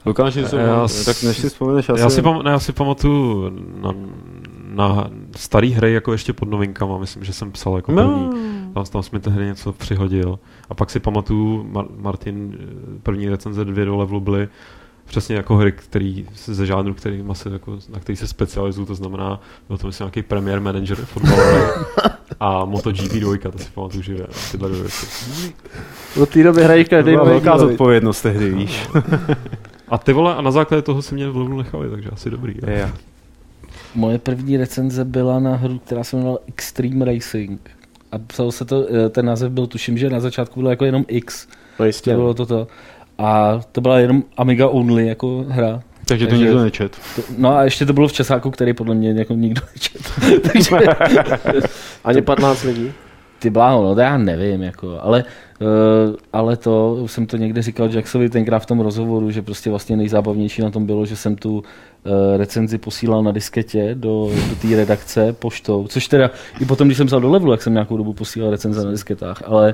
[SPEAKER 1] Lukáš, tak než si vzpomeneš,
[SPEAKER 3] já si pamatuju na starý hry jako ještě pod novinkama, myslím, že jsem psal jako první. Tam jsme tehdy něco přihodil. A pak si pamatuju, Martin, první recenze 2 do levelu byly přesně jako hry, který ze žánru, na který se specializují, to znamená, byl to myslím nějaký Premier Manager fotbalový a MotoGP 2, to si pamatuju, že tyhle 2 věci.
[SPEAKER 5] Od té doby hrají každý.
[SPEAKER 1] To byla velká zodpovědnost tehdy, víš.
[SPEAKER 3] A ty vole, a na základě toho si mě v levelu nechali, takže asi dobrý.
[SPEAKER 1] Yeah.
[SPEAKER 4] Moje první recenze byla na hru, která se jmenovala Extreme Racing. A psalo se to, ten název byl, tuším, že na začátku bylo jako jenom X.
[SPEAKER 5] No jistě.
[SPEAKER 4] To bylo toto. A to byla jenom Amiga only jako hra.
[SPEAKER 1] Takže to nikdo nečet.
[SPEAKER 4] No a ještě to bylo v časáku, který podle mě jako nikdo nečet. Takže,
[SPEAKER 5] ani 15 lidí.
[SPEAKER 4] Ty bláho, no to já nevím, jako, ale to, už jsem to někde říkal Jacksovi tenkrát v tom rozhovoru, že prostě vlastně nejzábavnější na tom bylo, že jsem tu recenzi posílal na disketě do té redakce poštou, což teda i potom, když jsem psal do levelu, jak jsem nějakou dobu posílal recenze na disketách, ale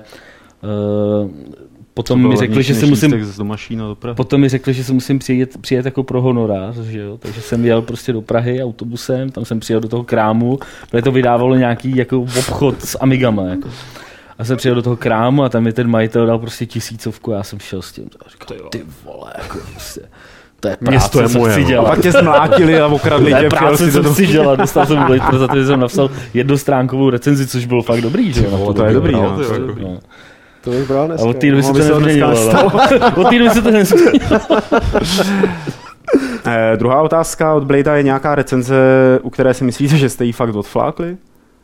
[SPEAKER 4] potom mi řekli, že se musím přijet jako pro honorář, že jo? Takže jsem jel prostě do Prahy autobusem, tam jsem přijel do toho krámu, protože to vydávalo nějaký jako obchod s Amigama. Jako. A jsem přijel do toho krámu a tam mi ten majitel dal prostě 1000 a já jsem šel s tím a říkal, ty vole, jako prostě, to je práce, co chci dělat.
[SPEAKER 1] A pak tě zmlátili a okradli tě.
[SPEAKER 4] To je práce, co chci dělat. Dostal jsem Blade, za to, že jsem napsal jednostránkovou recenzi, což bylo fakt dobrý, že jo?
[SPEAKER 1] To je dobrý, no.
[SPEAKER 5] To bych bral dneska.
[SPEAKER 4] A od té doby se to nezměnilo. Od té doby se to nezměnilo.
[SPEAKER 1] Druhá otázka od Bladea je nějaká recenze, u které si myslíte, že jste jí fakt odflákli?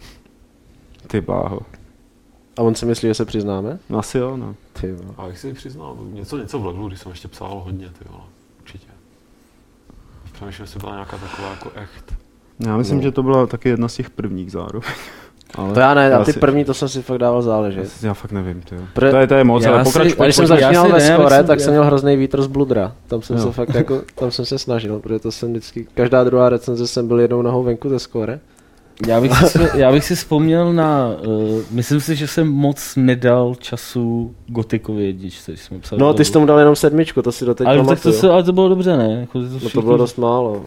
[SPEAKER 1] Ty bláho.
[SPEAKER 5] A on si myslí, že se přiznáme?
[SPEAKER 1] No asi jo, no.
[SPEAKER 5] Ty jo.
[SPEAKER 3] A jak si přiznal, něco v levelu, když jsem ještě psal hodně, ty vole, určitě. Přemýšlím, jestli byla nějaká taková jako echt.
[SPEAKER 1] Já myslím, že to byla taky jedna z těch prvních zároveň.
[SPEAKER 5] Ale to já ne, a ty první, to jsem si fakt dával záležet.
[SPEAKER 1] Já fakt nevím, tyjo. To je moc, ale pokračuj.
[SPEAKER 5] Když jsem začínal ve Skore, tak jsem měl hrozný vítr z Bludra. Tam jsem se fakt jako, tam jsem se snažil, protože to jsem vždycky, každá druhá recenze jsem byl jednou nohou venku ze Skore.
[SPEAKER 4] Já bych si vzpomněl na, myslím si, že jsem moc nedal času Gotikovi jedničce, když jsem psal.
[SPEAKER 5] No, ty jsi tomu dal jenom 7, to si doteď pamatuju.
[SPEAKER 4] Ale to bylo dobře, ne? Jako,
[SPEAKER 5] to bylo dost málo.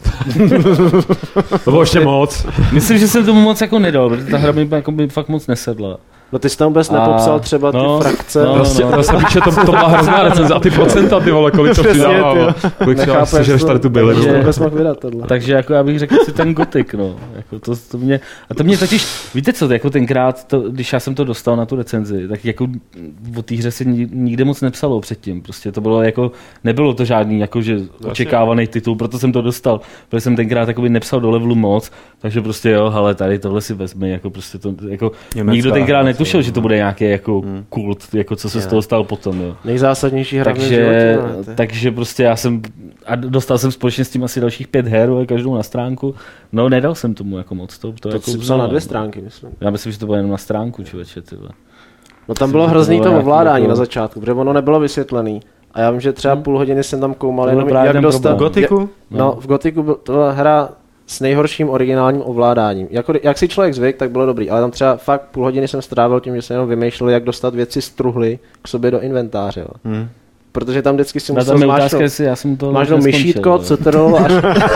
[SPEAKER 3] To bylo ještě moc.
[SPEAKER 4] Myslím, že jsem tomu moc jako nedal, protože ta hra mi jako by fakt moc nesedla.
[SPEAKER 5] No ty jsi tam vůbec nepopsal třeba ty frakce.
[SPEAKER 3] Zase píše, to byla hrozná recenze a ty procenta, ty vole, kolik to přidával. Kolik třeba sežereš tady tu byli.
[SPEAKER 4] Takže jako já bych řekl si ten Gothic, no. Jako to mě totiž, víte co, jako tenkrát, když já jsem to dostal na tu recenzi, tak jako o té hře si nikde moc nepsalo předtím. Prostě to bylo jako, nebylo to žádný jakože očekávaný titul, proto jsem to dostal. Protože jsem tenkrát jakoby nepsal do levelu moc, takže prostě jo, hele, tady tohle si vezmi, jako prostě to, jako nikdo tenkrát netušil, že to bude nějaký jako kult, jako co se z toho stalo potom, jo.
[SPEAKER 5] Nejzásadnější hra v životě.
[SPEAKER 4] Takže prostě já jsem, a dostal jsem společně s tím asi dalších 5 her, každou na stránku. No nedal jsem tomu jako moc. To jako
[SPEAKER 5] jsi psal na 2 stránky, myslím.
[SPEAKER 4] Já myslím, že to bylo jenom na stránku, člověče, tyhle.
[SPEAKER 5] No tam bylo hrozný to ovládání na začátku, protože ono nebylo vysvětlený. A já vím, že třeba půl hodiny jsem tam koumal jenom jak dostat.
[SPEAKER 1] V Gothicu?
[SPEAKER 5] No, v Gothicu to byla hra s nejhorším originálním ovládáním. Jak si člověk zvyk, tak bylo dobrý, ale tam třeba fakt půl hodiny jsem strávil tím, že jsem jenom vymýšlel, jak dostat věci z truhly k sobě do inventáře. Protože tam vždycky si musel mášnout myšítko, CTRL až...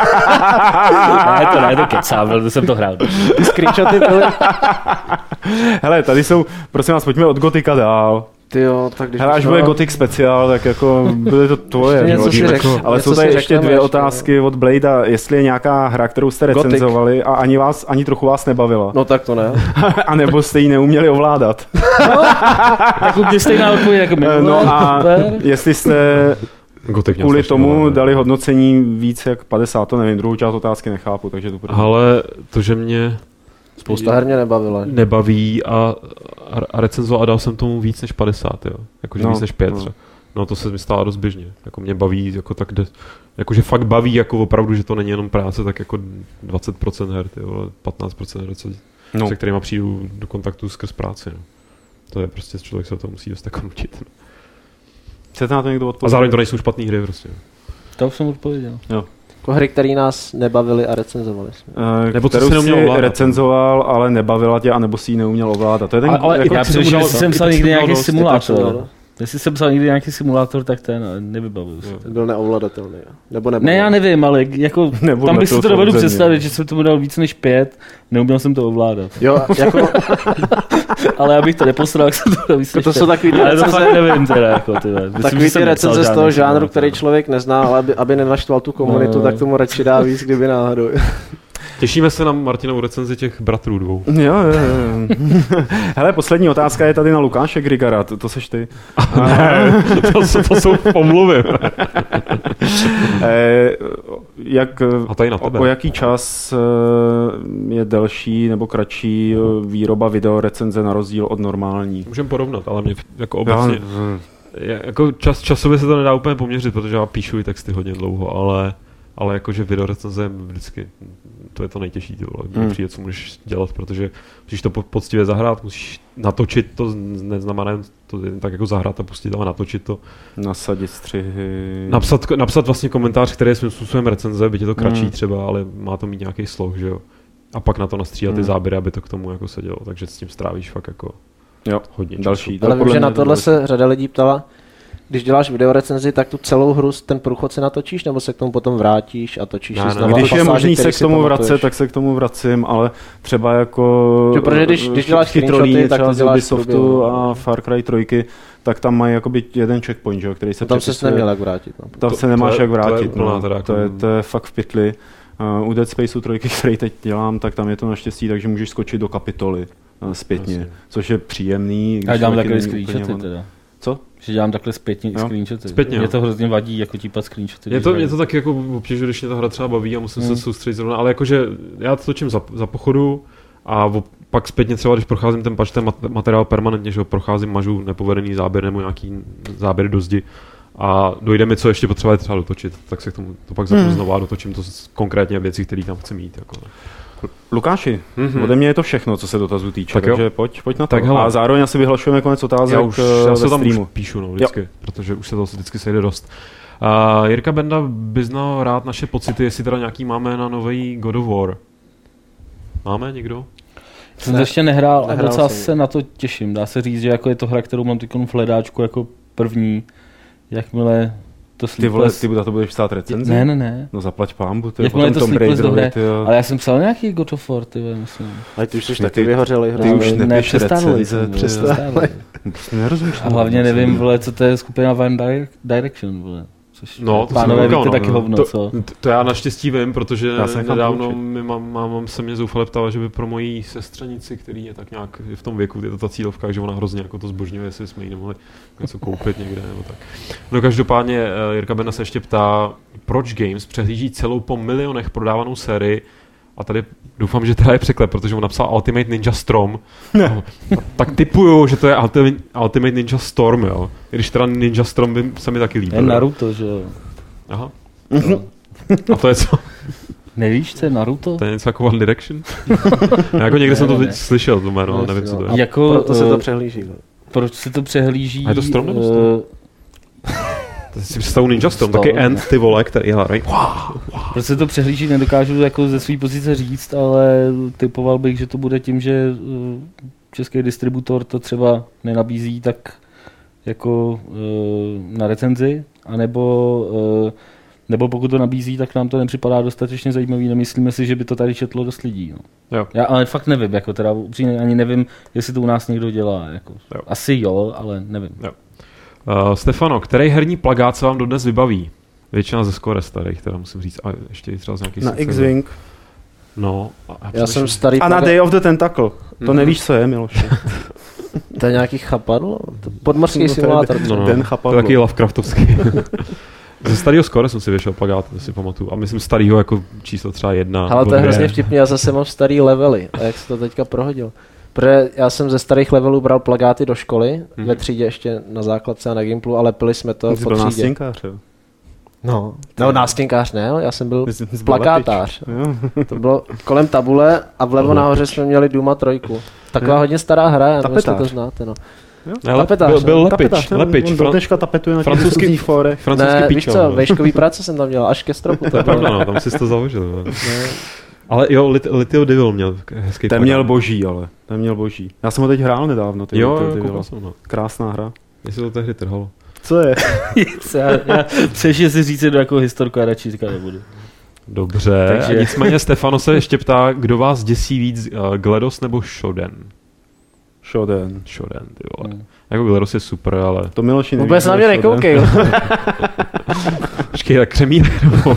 [SPEAKER 4] Ne, to kecám, to jsem to hrál.
[SPEAKER 5] Ty screenshoty byly...
[SPEAKER 1] Hele, tady jsou, prosím vás, pojďme od Gotika dál.
[SPEAKER 5] Tyjo, tak když
[SPEAKER 1] hele, až bude Gothic speciál, tak jako byly to tvoje. Ale jsou tady ještě 2 otázky od Bladea. Jestli je nějaká hra, kterou jste recenzovali a ani trochu vás nebavila.
[SPEAKER 5] No tak to ne.
[SPEAKER 1] A nebo jste ji neuměli ovládat.
[SPEAKER 4] Tak úplně stejná odpověď jako my.
[SPEAKER 1] No a jestli jste kvůli tomu dali hodnocení víc jak 50, to nevím, druhou část otázky nechápu, takže to bude.
[SPEAKER 3] Ale to, že mě
[SPEAKER 5] spousta her mě
[SPEAKER 3] nebaví a recenzoval a dal jsem tomu víc než 50, jo. Jakože víc než 5 třeba. No to se mi stalo dost běžně. Jako mě baví, jako tak jakože fakt baví, jako opravdu, že to není jenom práce, tak jako 20% her, tyjo, 15% her, se kterýma přijdu do kontaktu skrz práci, no. To je prostě, člověk se to musí dost tak nutit. No.
[SPEAKER 1] Chcete na to někdo odpovědět?
[SPEAKER 3] A zároveň to nejsou špatný hry, prostě.
[SPEAKER 4] To už jsem odpověděl.
[SPEAKER 1] Jo.
[SPEAKER 5] Jako hry, které nás nebavily a recenzovali jsme.
[SPEAKER 1] Nebo kterou jsi recenzoval, ale nebavila tě, anebo si ji neuměl ovládat. To je ten,
[SPEAKER 4] já jsem psal někdy nějaký simulátor. Jestli jsem psal někdy nějaký simulátor, tak ten nevybavuju se.
[SPEAKER 5] Byl neovladatelný. Nebo
[SPEAKER 4] ne, já nevím, ale jako tam bych si to dovedu představit, že jsem tomu dal víc než 5, neuměl jsem to ovládat.
[SPEAKER 5] Jo, jako...
[SPEAKER 4] ale abych to neposral, jak jsem to dal víc než 5.
[SPEAKER 5] To jsou takový ty
[SPEAKER 4] ale to fakt nevím teda, jako
[SPEAKER 5] takový ty recenze z toho žánru, který člověk nezná, ale aby nenaštval tu komunitu, tak tomu radši dá víc, kdyby náhodou.
[SPEAKER 3] Těšíme se na Martinovou recenzi těch bratrů dvou.
[SPEAKER 1] Jo. Hele, poslední otázka je tady na Lukáše Grigara, to seš ty.
[SPEAKER 3] Ne, to jsou pomluvy.
[SPEAKER 1] O jaký čas je delší nebo kratší výroba videorecenze na rozdíl od normální?
[SPEAKER 3] Můžeme porovnat, ale mě jako obecně... Jako časově se to nedá úplně poměřit, protože já píšu i texty hodně dlouho, ale jakože videorecenze vždycky, to je to nejtěžší, mně přijde, co můžeš dělat, protože musíš to poctivě zahrát, musíš natočit to, neznamená to tak jako zahrát a pustit, ale natočit to.
[SPEAKER 1] Nasadit střihy.
[SPEAKER 3] Napsat vlastně komentář, který je svým způsobem recenze, byť je to kratší třeba, ale má to mít nějaký sloh, že jo. A pak na to nastříhat ty záběry, aby to k tomu jako sedělo, takže s tím strávíš fakt jako hodně
[SPEAKER 1] další.
[SPEAKER 5] Ale vím, že na tohle se řada lidí ptala, když děláš videorecenzi, tak tu celou hru, ten průchod si natočíš, nebo se k tomu potom vrátíš a točíš si znovu?
[SPEAKER 1] Když je možný se k tomu vracet, tak se k tomu vracím, ale třeba jako...
[SPEAKER 5] Protože když děláš screenshoty, tak to děláš
[SPEAKER 1] Ubisoftu a Far Cry 3, tak tam mají jakoby jeden checkpoint, že, který se
[SPEAKER 5] tam se neměl jak vrátit. No.
[SPEAKER 1] Tam se nemáš jak vrátit. To je fakt v pytli. U Dead Spaceu 3, který teď dělám, tak tam je to naštěstí, takže můžeš skočit do kapitoly zpětně, což je příjemný.
[SPEAKER 4] A dělám takové screenshoty teda.
[SPEAKER 1] Co?
[SPEAKER 4] Že dělám takhle zpětně screenshoty.
[SPEAKER 3] Mě
[SPEAKER 4] to hrozně vadí, jako típat screenshoty.
[SPEAKER 3] Je to taky jako obtěžuje, když mě ta hra třeba baví a musím se soustředit zrovna, ale jakože já to točím za pochodu a pak zpětně třeba, když procházím ten materiál permanentně, že ho procházím, mažu nepovedený záběr nebo nějaký záběr do zdi a dojde mi, co ještě potřebuje třeba dotočit, tak se k tomu to pak zapnu znovu a dotočím to konkrétně věci, které tam chci mít. Jako.
[SPEAKER 1] Lukáši, ode mě je to všechno, co se dotazů týče, takže pojď na to.
[SPEAKER 3] Tak
[SPEAKER 1] a zároveň asi vyhlašujeme konec otázek
[SPEAKER 3] já se tam už píšu, vždycky, protože už se to vždycky sejde dost. Jirka Benda by znal rád naše pocity, jestli teda nějaký máme na nový God of War. Máme někdo?
[SPEAKER 4] Jsem to ještě nehrál a docela se na to těším. Dá se říct, že jako je to hra, kterou mám v hledáčku jako první, jakmile to
[SPEAKER 1] Sleepless... Ty na to budeš psát recenzi?
[SPEAKER 4] Ne.
[SPEAKER 1] No zaplať pambu, to je
[SPEAKER 4] jakmile
[SPEAKER 1] potom Tomb Raiderovi,
[SPEAKER 4] ale já jsem psal nějaký God of War, myslím.
[SPEAKER 5] Ale ty už jsi taky vyhořelej.
[SPEAKER 1] Ty už nepíš recenze.
[SPEAKER 5] Přestáhli.
[SPEAKER 1] Nerozumíš.
[SPEAKER 4] A hlavně nevím, vole, co to je skupina One Direction, vole.
[SPEAKER 3] No,
[SPEAKER 4] pánové, víte taky hovno, co?
[SPEAKER 3] To já naštěstí vím, protože nedávno máma se mě zoufale ptala, že by pro mojí sestřenici, který je tak nějak v tom věku, je to ta cílovka, že ona hrozně jako to zbožňuje, jestli jsme jí nemohli něco koupit někde nebo tak. No každopádně Jirka Benda se ještě ptá, proč Games přehlíží celou po milionech prodávanou sérii. A tady doufám, že teda je překlep, protože on napsal Ultimate Ninja Storm. No, tak typuju, že to je Ultimate Ninja Storm, jo. I když teda Ninja Storm by se mi taky líbil.
[SPEAKER 4] Je Naruto, že jo.
[SPEAKER 3] Aha. No. A to je co?
[SPEAKER 4] Nevíš, co je Naruto?
[SPEAKER 3] To je něco jako One Direction? Jako někde jsem to slyšel, to jméno, ale nevím, co to je.
[SPEAKER 4] Jako,
[SPEAKER 5] proto se to přehlíží.
[SPEAKER 4] Proč se to přehlíží?
[SPEAKER 3] A je to Storm nebo Storm? To si představu Ninja Storm, taky End, ty vole, který je right?
[SPEAKER 4] Proč se to přehlíží, nedokážu jako ze své pozice říct, ale typoval bych, že to bude tím, že český distributor to třeba nenabízí tak jako na recenzi, anebo pokud to nabízí, tak nám to nepřipadá dostatečně zajímavý, nemyslíme si, že by to tady četlo dost lidí. No.
[SPEAKER 3] Jo.
[SPEAKER 4] Já ale fakt nevím, jako teda upřímně ani nevím, jestli to u nás někdo dělá. Jako.
[SPEAKER 3] Jo.
[SPEAKER 4] Asi jo, ale nevím.
[SPEAKER 3] Jo. Stefano, který herní plagát se vám dodnes vybaví? Většina ze Score starých, teda musím říct, a ještě i třeba z nějakých...
[SPEAKER 1] Na X-Wing.
[SPEAKER 3] No.
[SPEAKER 5] Já jsem starý
[SPEAKER 1] a na Day of the Tentacle. To nevíš, co je, Miloše.
[SPEAKER 5] To je nějaký chapadlo? Podmorský simulátor.
[SPEAKER 3] No, ten chapadlo. To je taky Lovecraftovský. Ze starého Score jsem si věšel plagát, si pamatuju. A myslím starého jako číslo třeba 1.
[SPEAKER 5] Ale to je hrozně vtipný, já zase mám starý levely. A jak se to teďka prohodil? Protože já jsem ze starých levelů bral plagáty do školy, ve třídě ještě na základce a na Gimplu, ale lepili jsme to po třídě.
[SPEAKER 1] Nástěnkář, jo?
[SPEAKER 5] No, nástěnkář ne, já jsem byl plakátář. To bylo kolem tabule a vlevo nahoře jsme měli Duma 3. Taková hodně stará hra, já nevím, jestli to znáte. No.
[SPEAKER 3] Byl Lepič.
[SPEAKER 1] On dneška tapetuje na těch různých fórech.
[SPEAKER 3] Francouzský
[SPEAKER 5] ne,
[SPEAKER 3] pičo.
[SPEAKER 5] Víš co, vejškový práce jsem tam dělal, až ke stropu.
[SPEAKER 3] To je pravda, no, tam jsi to založil. Ale jo, Little Devil měl hezký plagát.
[SPEAKER 1] Ten měl boží, ale. Já jsem ho teď hrál nedávno.
[SPEAKER 3] Jo,
[SPEAKER 1] krásná hra.
[SPEAKER 3] Jestli to tehdy trhalo.
[SPEAKER 5] Co je?
[SPEAKER 4] já přešli si říct do jakou historku, a radši říkat nebudu.
[SPEAKER 3] Dobře, takže... nicméně Stefano se ještě ptá, kdo vás děsí víc, GLaDOS nebo Shodan?
[SPEAKER 1] Shodan,
[SPEAKER 3] ty vole. Jako GLaDOS je super, ale...
[SPEAKER 1] To Miloši neví.
[SPEAKER 5] Vůbec na mě nekoukej.
[SPEAKER 3] Počkej, tak křemínek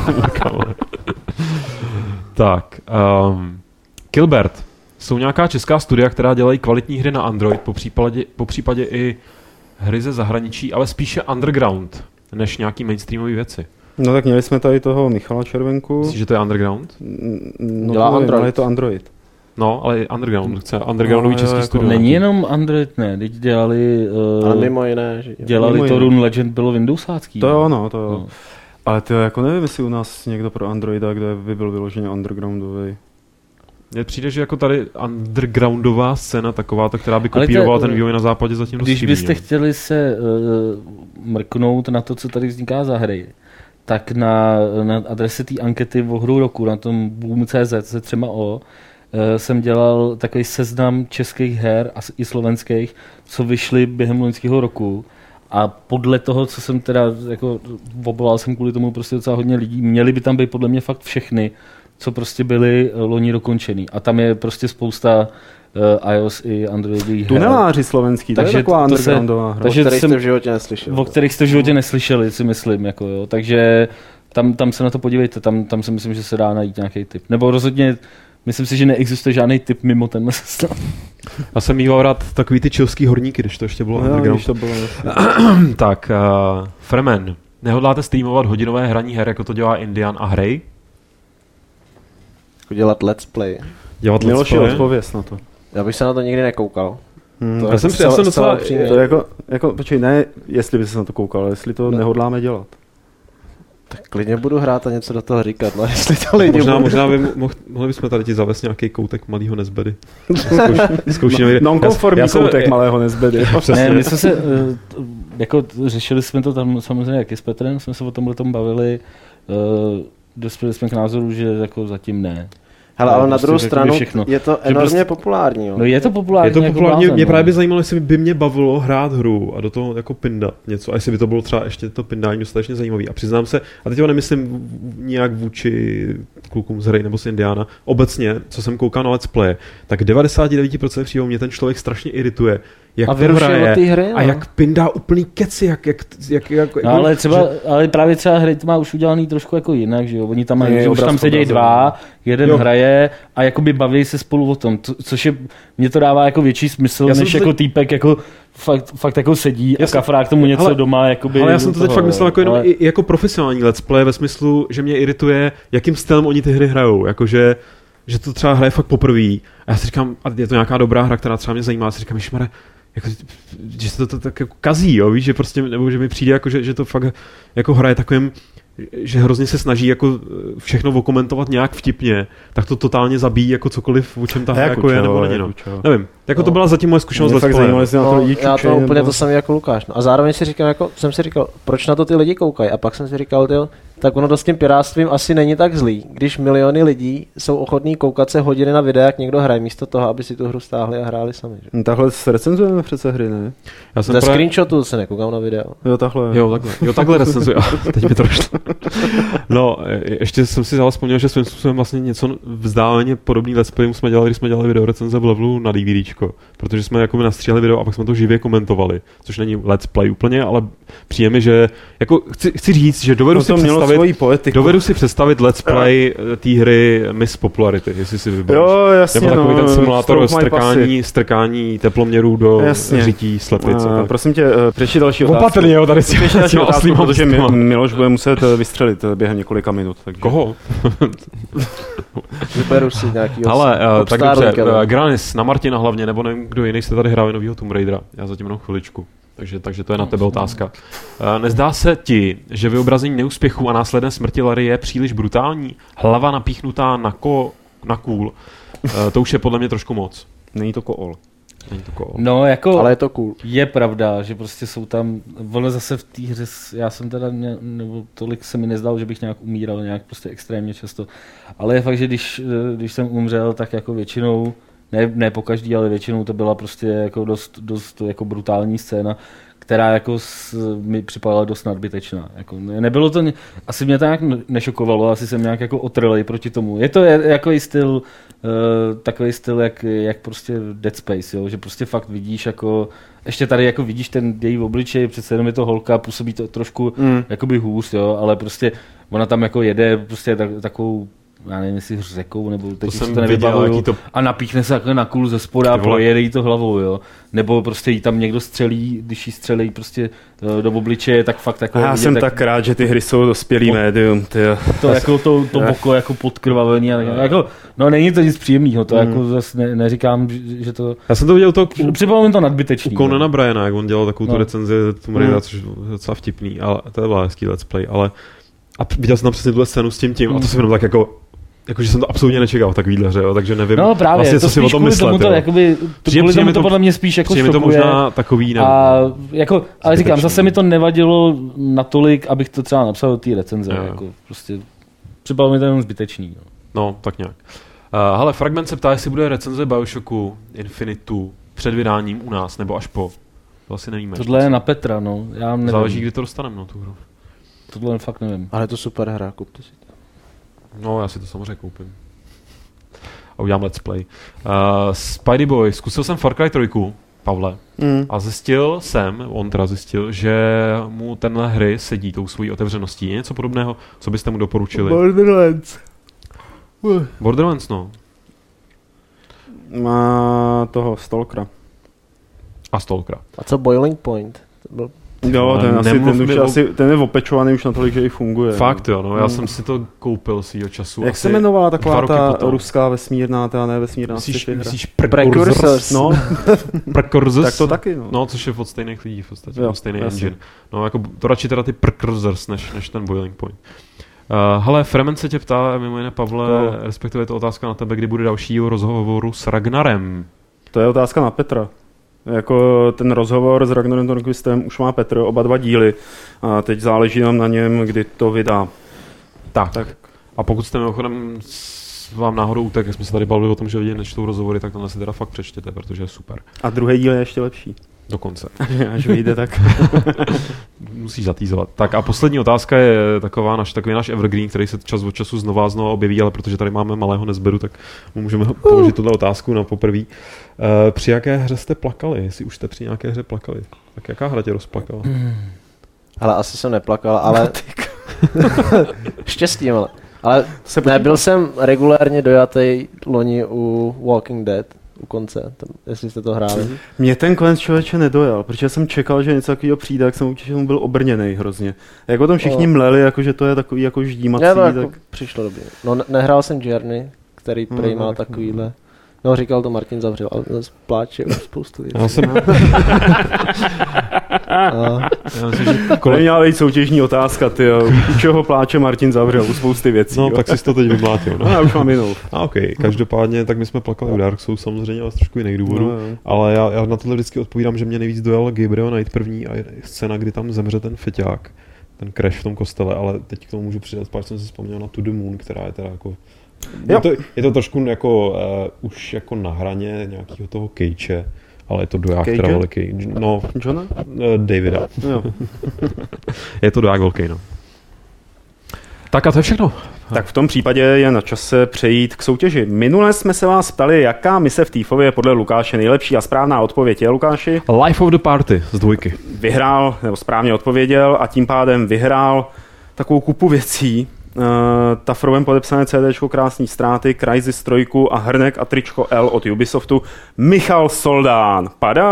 [SPEAKER 3] Tak, Kilbert. Jsou nějaká česká studia, která dělají kvalitní hry na Android, po případě i hry ze zahraničí, ale spíše underground, než nějaký mainstreamové věci.
[SPEAKER 1] No tak měli jsme tady toho Michala Červenku.
[SPEAKER 3] Myslíš, že to je underground?
[SPEAKER 1] No
[SPEAKER 5] dělá Android.
[SPEAKER 1] Ale je to Android.
[SPEAKER 3] No, ale underground, chce undergroundový český
[SPEAKER 1] jako
[SPEAKER 3] studio.
[SPEAKER 4] Není jenom Android, ne, teď dělali...
[SPEAKER 5] ale mimo jiné.
[SPEAKER 4] Dělali to Rune Legend, bylo Windowsácký.
[SPEAKER 1] To jo, no, to jo. No. Ale to jako nevím, jestli u nás někdo pro Androida, kde by byl vyloženě undergroundový.
[SPEAKER 3] Mně přijde, že jako tady undergroundová scéna taková, která by kopírovala ten vývoj na západě, zatím dost chybí.
[SPEAKER 4] Když byste chtěli se mrknout na to, co tady vzniká za hry, tak na adrese té ankety o hru roku, na tom boom.cz se 3 O, jsem dělal takový seznam českých her a i slovenských, co vyšly během loňského roku. A podle toho, co jsem teda, jako obvolal jsem kvůli tomu prostě docela hodně lidí, měly by tam být podle mě fakt všechny, co prostě byly loni dokončený. A tam je prostě spousta iOS i Androidových her.
[SPEAKER 1] Tuneláři slovenský, takže to je taková undergroundová hra.
[SPEAKER 5] O kterých jste v životě neslyšeli.
[SPEAKER 4] O kterých jste v životě neslyšeli, si myslím. Jako, jo. Takže tam se na to podívejte, tam si myslím, že se dá najít nějaký tip. Nebo rozhodně, myslím si, že neexistuje žádný tip mimo tenhle seznam.
[SPEAKER 3] Já jsem mýval rád takový ty chilský horníky, když to ještě bylo underground.
[SPEAKER 1] To bylo
[SPEAKER 3] Tak, Fremen, nehodláte streamovat hodinové hraní her, jako to dělá Indian a Hrej?
[SPEAKER 5] Dělat let's play.
[SPEAKER 1] Miloši, odpověz na to.
[SPEAKER 5] Já bych se na to nikdy nekoukal.
[SPEAKER 3] Já jsem docela...
[SPEAKER 1] To jako, počkej, ne, jestli by se na to koukal, ale jestli to nehodláme dělat.
[SPEAKER 5] Tak klidně budu hrát a něco do toho říkat, no, jestli to lidi
[SPEAKER 3] možná mohli bychom tady ti zavést nějaký koutek malého Nezbedy. Zkoušíme.
[SPEAKER 1] Non-konformní koutek malého Nezbedy.
[SPEAKER 4] Ne, my jsme se, jako řešili jsme to tam samozřejmě jak s Petrem, jsme se o tomhletom bavili, dospěli jsme k názoru, že jako zatím ne.
[SPEAKER 5] Hele, ale na druhou stranu je to enormně populární. Jo.
[SPEAKER 4] No je to populární.
[SPEAKER 3] Je to populární, mě právě by zajímalo, jestli by mě bavilo hrát hru a do toho jako pindat něco. A jestli by to bylo třeba ještě to pindání dostatečně zajímavý. A přiznám se, a teď ho nemyslím nijak vůči klukům z hry nebo z Indiana. Obecně, co jsem koukal na let's play, tak 99% případů mě ten člověk strašně irituje. Jak
[SPEAKER 5] a vyrušuje ty hry,
[SPEAKER 3] a jak pindá úplný keci,
[SPEAKER 4] no, ale třeba, ale právě třeba hry to má už udělaný trošku jako jinak, že jo, oni tam mají, že už tam sedějí dva, jeden hraje a jakoby baví se spolu o tom, což je, mě to dává jako větší smysl, než jako týpek jako fakt jako sedí a kafrá k tomu něco doma, jakoby.
[SPEAKER 3] Ale já jsem to teď fakt myslel jako jenom i jako profesionální let's play ve smyslu, že mě irituje, jakým stylem oni ty hry hrajou, jakože že to třeba hraje fakt poprvé a já si říkám, a je to nějaká dobrá hra, která třeba mě zajímá, já si říkám, ježmare, jako, že se to tak jako kazí, jo, víš, že prostě, nebo že mi přijde jako, že to fakt jako hraje takovým, že hrozně se snaží jako všechno okomentovat nějak vtipně, tak to totálně zabíjí jako cokoliv, o čem ta hra jako je, nebo není, no. Nevím, jako to byla zatím moje zkušenost let's play.
[SPEAKER 5] Já to úplně to samé jako Lukáš. No. A zároveň si říkám, jako, jsem si říkal, proč na to ty lidi koukají? A pak jsem si říkal, tyjo, tak ono to s tím pirátstvím asi není tak zlý, když miliony lidí jsou ochotní koukat se hodiny na videa, jak někdo hraje, místo toho, aby si tu hru stáhli a hráli sami. Že?
[SPEAKER 1] No, takhle recenzujeme přece hry, ne?
[SPEAKER 5] Ze screenshotu se nekoukám na video.
[SPEAKER 1] Jo,
[SPEAKER 3] takhle recenzuji. Teď mi to došlo. No, ještě jsem si vzpomněl, že svým způsobem vlastně něco vzdáleně podobný let's play jsme dělali, když jsme dělali video recenze v Levelu na DVDčko, protože jsme jako nastříhali video a pak jsme to živě komentovali, což není let's play úplně, ale přijde mi, že jako chci říct, že dovedu si představit let's play té hry Miss Popularity, jestli si vybavíš.
[SPEAKER 1] Jo, jasně.
[SPEAKER 3] Nebo takový ten simulátor strkání teploměrů do řití slepice.
[SPEAKER 1] Prosím tě, přečti další otázku.
[SPEAKER 3] Opatrně, jo, tady si
[SPEAKER 1] další otázku, protože Miloš bude muset vystřelit během několika minut. Takže.
[SPEAKER 3] Koho?
[SPEAKER 5] Vyberu si nějakýho.
[SPEAKER 3] Ale tak dobře, Granis, na Martina hlavně, nebo nevím, kdo jiný jste tady hrál novýho Tomb Raidera. Já zatím jenom chviličku. Takže to je na tebe otázka. Nezdá se ti, že vyobrazení neúspěchu a následné smrti Larry je příliš brutální? Hlava napíchnutá na kůl. To už je podle mě trošku moc.
[SPEAKER 1] Není to kool.
[SPEAKER 4] No, jako
[SPEAKER 5] ale je to cool.
[SPEAKER 4] Je pravda, že prostě jsou tam, ono zase v té hře, já jsem teda, nebo tolik se mi nezdalo, že bych nějak umíral nějak prostě extrémně často. Ale je fakt, že když jsem umřel, tak jako většinou, ne pokaždý, ale většinou to byla prostě jako dost jako brutální scéna, která jako mi připadala dost nadbytečná. Jako nebylo to, asi mě to nějak nešokovalo, asi jsem nějak jako otrlej proti tomu. Je to takový styl, jak prostě Dead Space, jo? Že prostě fakt vidíš jako, ještě tady jako vidíš ten její obličej, přece jenom je to holka, působí to trošku jakoby hůř, jo? Ale prostě ona tam jako jede prostě takovou, já nevím, jestli řekou, nebo teď si to nevybavuju, a napíchne se takhle na kůl ze spoda a projede jí to hlavou, jo. Nebo prostě jí tam někdo střelí, když jí střelí prostě do obličeje, tak fakt jako...
[SPEAKER 1] Já jsem tak rád, že ty hry jsou dospělý médium,
[SPEAKER 4] to jako to oko jako podkrvavený, jako, no není to nic příjemného, to jako zase neříkám, že to...
[SPEAKER 3] Já jsem to viděl
[SPEAKER 4] připadalo mi to nadbytečný.
[SPEAKER 3] U Conana Bryana, jak on dělal takovou tu recenzi Tomb Raidera, což je docela vtipný, ale to byl hezký let's play, ale a viděl jsem tam přesně tuhle scénu s tím a to jsem jenom tak jakože jsem to absolutně nečekal takovýhle hře, jo, takže nevím
[SPEAKER 4] no, právě,
[SPEAKER 3] vlastně, co si o tom myslet.
[SPEAKER 4] Kvůli tomu to podle mě spíš jako šokuje.
[SPEAKER 3] to možná takový, nevím.
[SPEAKER 4] Ale říkám, zase mi to nevadilo natolik, abych to třeba napsal do té recenze. Jako, prostě připadalo mi to jenom zbytečný. Jo.
[SPEAKER 3] No, tak nějak. Hele, Fragment se ptá, jestli bude recenze Bioshocku Infinitu před vydáním u nás, nebo až po. To asi nevíme.
[SPEAKER 4] Tohle je na Petra, no. Já nevím.
[SPEAKER 3] Záleží, kdy to dostaneme, no, tu hru.
[SPEAKER 4] Tohle fakt nevím.
[SPEAKER 5] Ale je to super hra, kupte si to.
[SPEAKER 3] No, já si to samozřejmě koupím. A udělám let's play. Spidey Boy, zkusil jsem Far Cry 3, Pavle, a zjistil, že mu tenhle hry sedí tou svojí otevřeností. Je něco podobného, co byste mu doporučili? Borderlands, no.
[SPEAKER 1] Má toho Stalkera.
[SPEAKER 3] A Stalkera.
[SPEAKER 5] A co Boiling Point? To byl...
[SPEAKER 1] Jo, ten je opečovaný už natolik, že i funguje.
[SPEAKER 3] Fakt jo, no, já jsem si to koupil svýho času.
[SPEAKER 1] Jak se jmenovala taková ta ruská vesmírná, ta nevesmírná
[SPEAKER 3] Myslíš
[SPEAKER 5] Precursors?
[SPEAKER 1] No.
[SPEAKER 3] Precursors?
[SPEAKER 1] Tak to taky, no.
[SPEAKER 3] No, což je od stejných lidí v podstatě,
[SPEAKER 1] jo,
[SPEAKER 3] stejný engine. No, jako to radši teda ty Precursors, než ten Boiling Point. Hele, Fremen se tě ptá, mimo jiné Pavle, respektive je to otázka na tebe, kdy bude další rozhovoru s Ragnarem.
[SPEAKER 1] To je otázka na Petra. Jako ten rozhovor s Ragnarem Tornquistem už má Petr, oba dva díly. A teď záleží nám na něm, kdy to vydá. Tak. A pokud jste mimochodem vám náhodou utek, jak jsme se tady bavili o tom, že lidi nečtou rozhovory, tak tenhle si teda fakt přečtěte, protože je super. A druhý díl je ještě lepší.
[SPEAKER 3] Dokonce.
[SPEAKER 1] Až vyjde, tak...
[SPEAKER 3] Musíš zatýzovat. Tak a poslední otázka je takový náš evergreen, který se čas od času znova objeví, ale protože tady máme malého Nezberu, tak mu můžeme položit tuhle otázku na poprvé. Při jaké hře jste plakali? Jestli už jste při nějaké hře plakali, tak jaká hra tě rozplakala?
[SPEAKER 5] Ale asi jsem neplakal, ale... Štěstím, ale nebyl jsem regulárně dojatý loni u Walking Dead. U konce, jestli jste to hráli.
[SPEAKER 1] Mě ten konec člověče nedojal, protože jsem čekal, že něco takového přijde, jak jsem určitě byl obrněnej hrozně. Jak o tom všichni mleli, jako, že to je takový jako ždímací.
[SPEAKER 5] Ne, tak... jako přišlo dobře. No nehrál jsem Journey, který prý má takovýhle. No, říkal to Martin Zavřel, ale pláče už spoustu věcí.
[SPEAKER 3] Já jsem...
[SPEAKER 1] Kolem měla být soutěžní otázka, tyjo. U čeho pláče Martin Zavřel? U spousty věcí.
[SPEAKER 3] No, tak jsi to teď vymlátil.
[SPEAKER 1] No, já už mám jinou.
[SPEAKER 3] OK, každopádně, tak my jsme plakali u Dark Souls samozřejmě, ale z trošku jiných důvodů. Ale já na tohle vždycky odpovídám, že mě nejvíc dojal Gabriel Knight první a scéna, kdy tam zemře ten feťák, ten crash v tom kostele, ale teď k tomu můžu přidat, protože jsem si vzpomněl na To The Moon, která je teda jako... Je to trošku jako už jako na hraně nějakého toho Cage, ale je to doják teda veliký. No,
[SPEAKER 1] Johna?
[SPEAKER 3] Davida.
[SPEAKER 1] Jo.
[SPEAKER 3] Je to doják velký, no. Tak a to je všechno.
[SPEAKER 1] Tak v tom případě je na čase přejít k soutěži. Minule jsme se vás ptali, jaká mise v Thiefově je podle Lukáše nejlepší a správná odpověď je, Lukáši?
[SPEAKER 3] Life of the Party z 2.
[SPEAKER 1] Vyhrál, nebo správně odpověděl a tím pádem vyhrál takovou kupu věcí. Tafrovem podepsané CDčko Krásný ztráty, Crysis 3 a hrnek a tričko L od Ubisoftu Michal Soldán.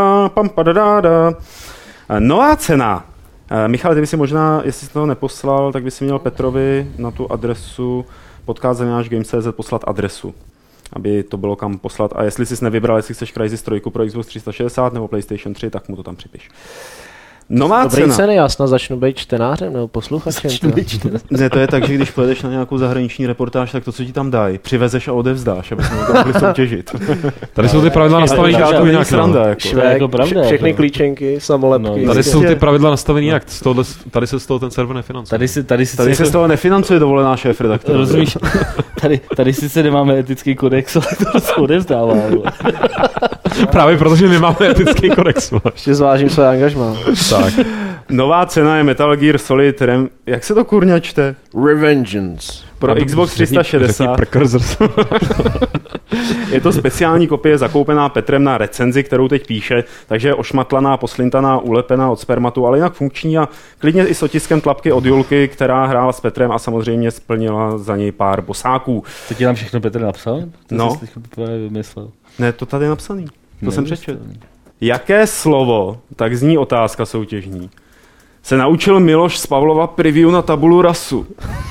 [SPEAKER 1] Nová cena. Michal, ty by si možná, jestli jsi toho neposlal, tak by si měl Petrovi na tu adresu podcast@games.cz poslat adresu, aby to bylo kam poslat. A jestli jsi nevybral, jestli chceš Crysis 3 pro Xbox 360 nebo PlayStation 3, tak mu to tam připiš. Nová
[SPEAKER 5] dobrý
[SPEAKER 1] cena.
[SPEAKER 5] Ceny, já snad začnu být čtenářem nebo posluchačem.
[SPEAKER 1] Ne, to je tak, že když pojedeš na nějakou zahraniční reportáž, tak to, co ti tam dají, přivezeš a odevzdáš, aby jsme to mohli soutěžit.
[SPEAKER 3] Tady jsou ty pravidla nastavený trošku jinak.
[SPEAKER 5] Všechny klíčenky, samolepky.
[SPEAKER 3] Tady jsou ty pravidla nastavený jinak. Tady se z toho ten server nefinancuje.
[SPEAKER 1] Tady se z toho nefinancuje dovolená šéfredaktor.
[SPEAKER 4] Rozumíš? Tady sice nemáme etický kodex, ale to se odevzdává.
[SPEAKER 3] Právě protože nemáme etický kodex.
[SPEAKER 5] Ještě zvážím své angažmá.
[SPEAKER 3] Tak.
[SPEAKER 1] Nová cena je Metal Gear Solid jak se to kurňa čte?
[SPEAKER 5] Revengeance.
[SPEAKER 1] Pro Xbox 360. Je to speciální kopie zakoupená Petrem na recenzi, kterou teď píše, takže je ošmatlaná, poslintaná, ulepená od spermatu, ale jinak funkční a klidně i s otiskem tlapky od Julky, která hrála s Petrem a samozřejmě splnila za něj pár bosáků.
[SPEAKER 4] To ti nám všechno Petr napsal?
[SPEAKER 1] No.
[SPEAKER 4] Vymyslel.
[SPEAKER 1] Ne, to tady je napsaný. To jsem přečetl. Jaké slovo, tak zní otázka soutěžní, se naučil Miloš z Pavlova preview na tabulu rasu?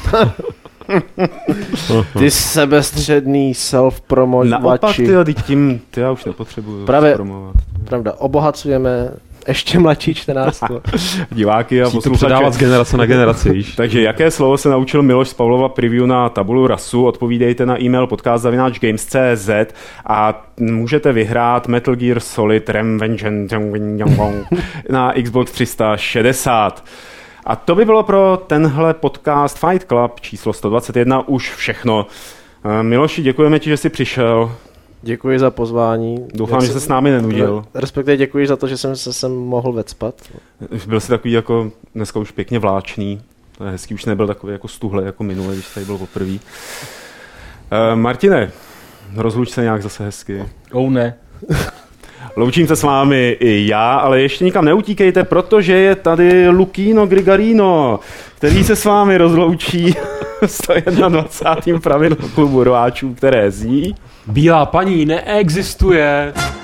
[SPEAKER 5] Ty sebestředný self-promovači.
[SPEAKER 1] Naopak, tím já už nepotřebuju promovat.
[SPEAKER 5] Pravda, obohacujeme ještě mladší čtenářstvo.
[SPEAKER 1] Diváky a
[SPEAKER 3] posluchače. Předávat z generace na generaci, víš.
[SPEAKER 1] Takže jaké slovo se naučil Miloš z Pavlova preview na tabulu rasu? Odpovídejte na e-mail podcast@games.cz a můžete vyhrát Metal Gear Solid Revengeance na Xbox 360. A to by bylo pro tenhle podcast Fight Club číslo 121 už všechno. Miloši, děkujeme ti, že jsi přišel.
[SPEAKER 5] Děkuji za pozvání.
[SPEAKER 1] Doufám, že se s námi nenudil.
[SPEAKER 5] Respektive děkuji za to, že jsem se sem mohl vecpat.
[SPEAKER 1] Byl jsi takový jako dneska už pěkně vláčný. To je hezký, už nebyl takový jako stuhle jako minule, když tady byl poprvé. Martine, rozluč se nějak zase hezky.
[SPEAKER 4] Ne.
[SPEAKER 1] Loučím se s vámi i já, ale ještě nikam neutíkejte, protože je tady Luchino Grigarino, který se s vámi rozloučí v 121. pravidlu klubu rváčů, které zní:
[SPEAKER 3] Bílá paní neexistuje.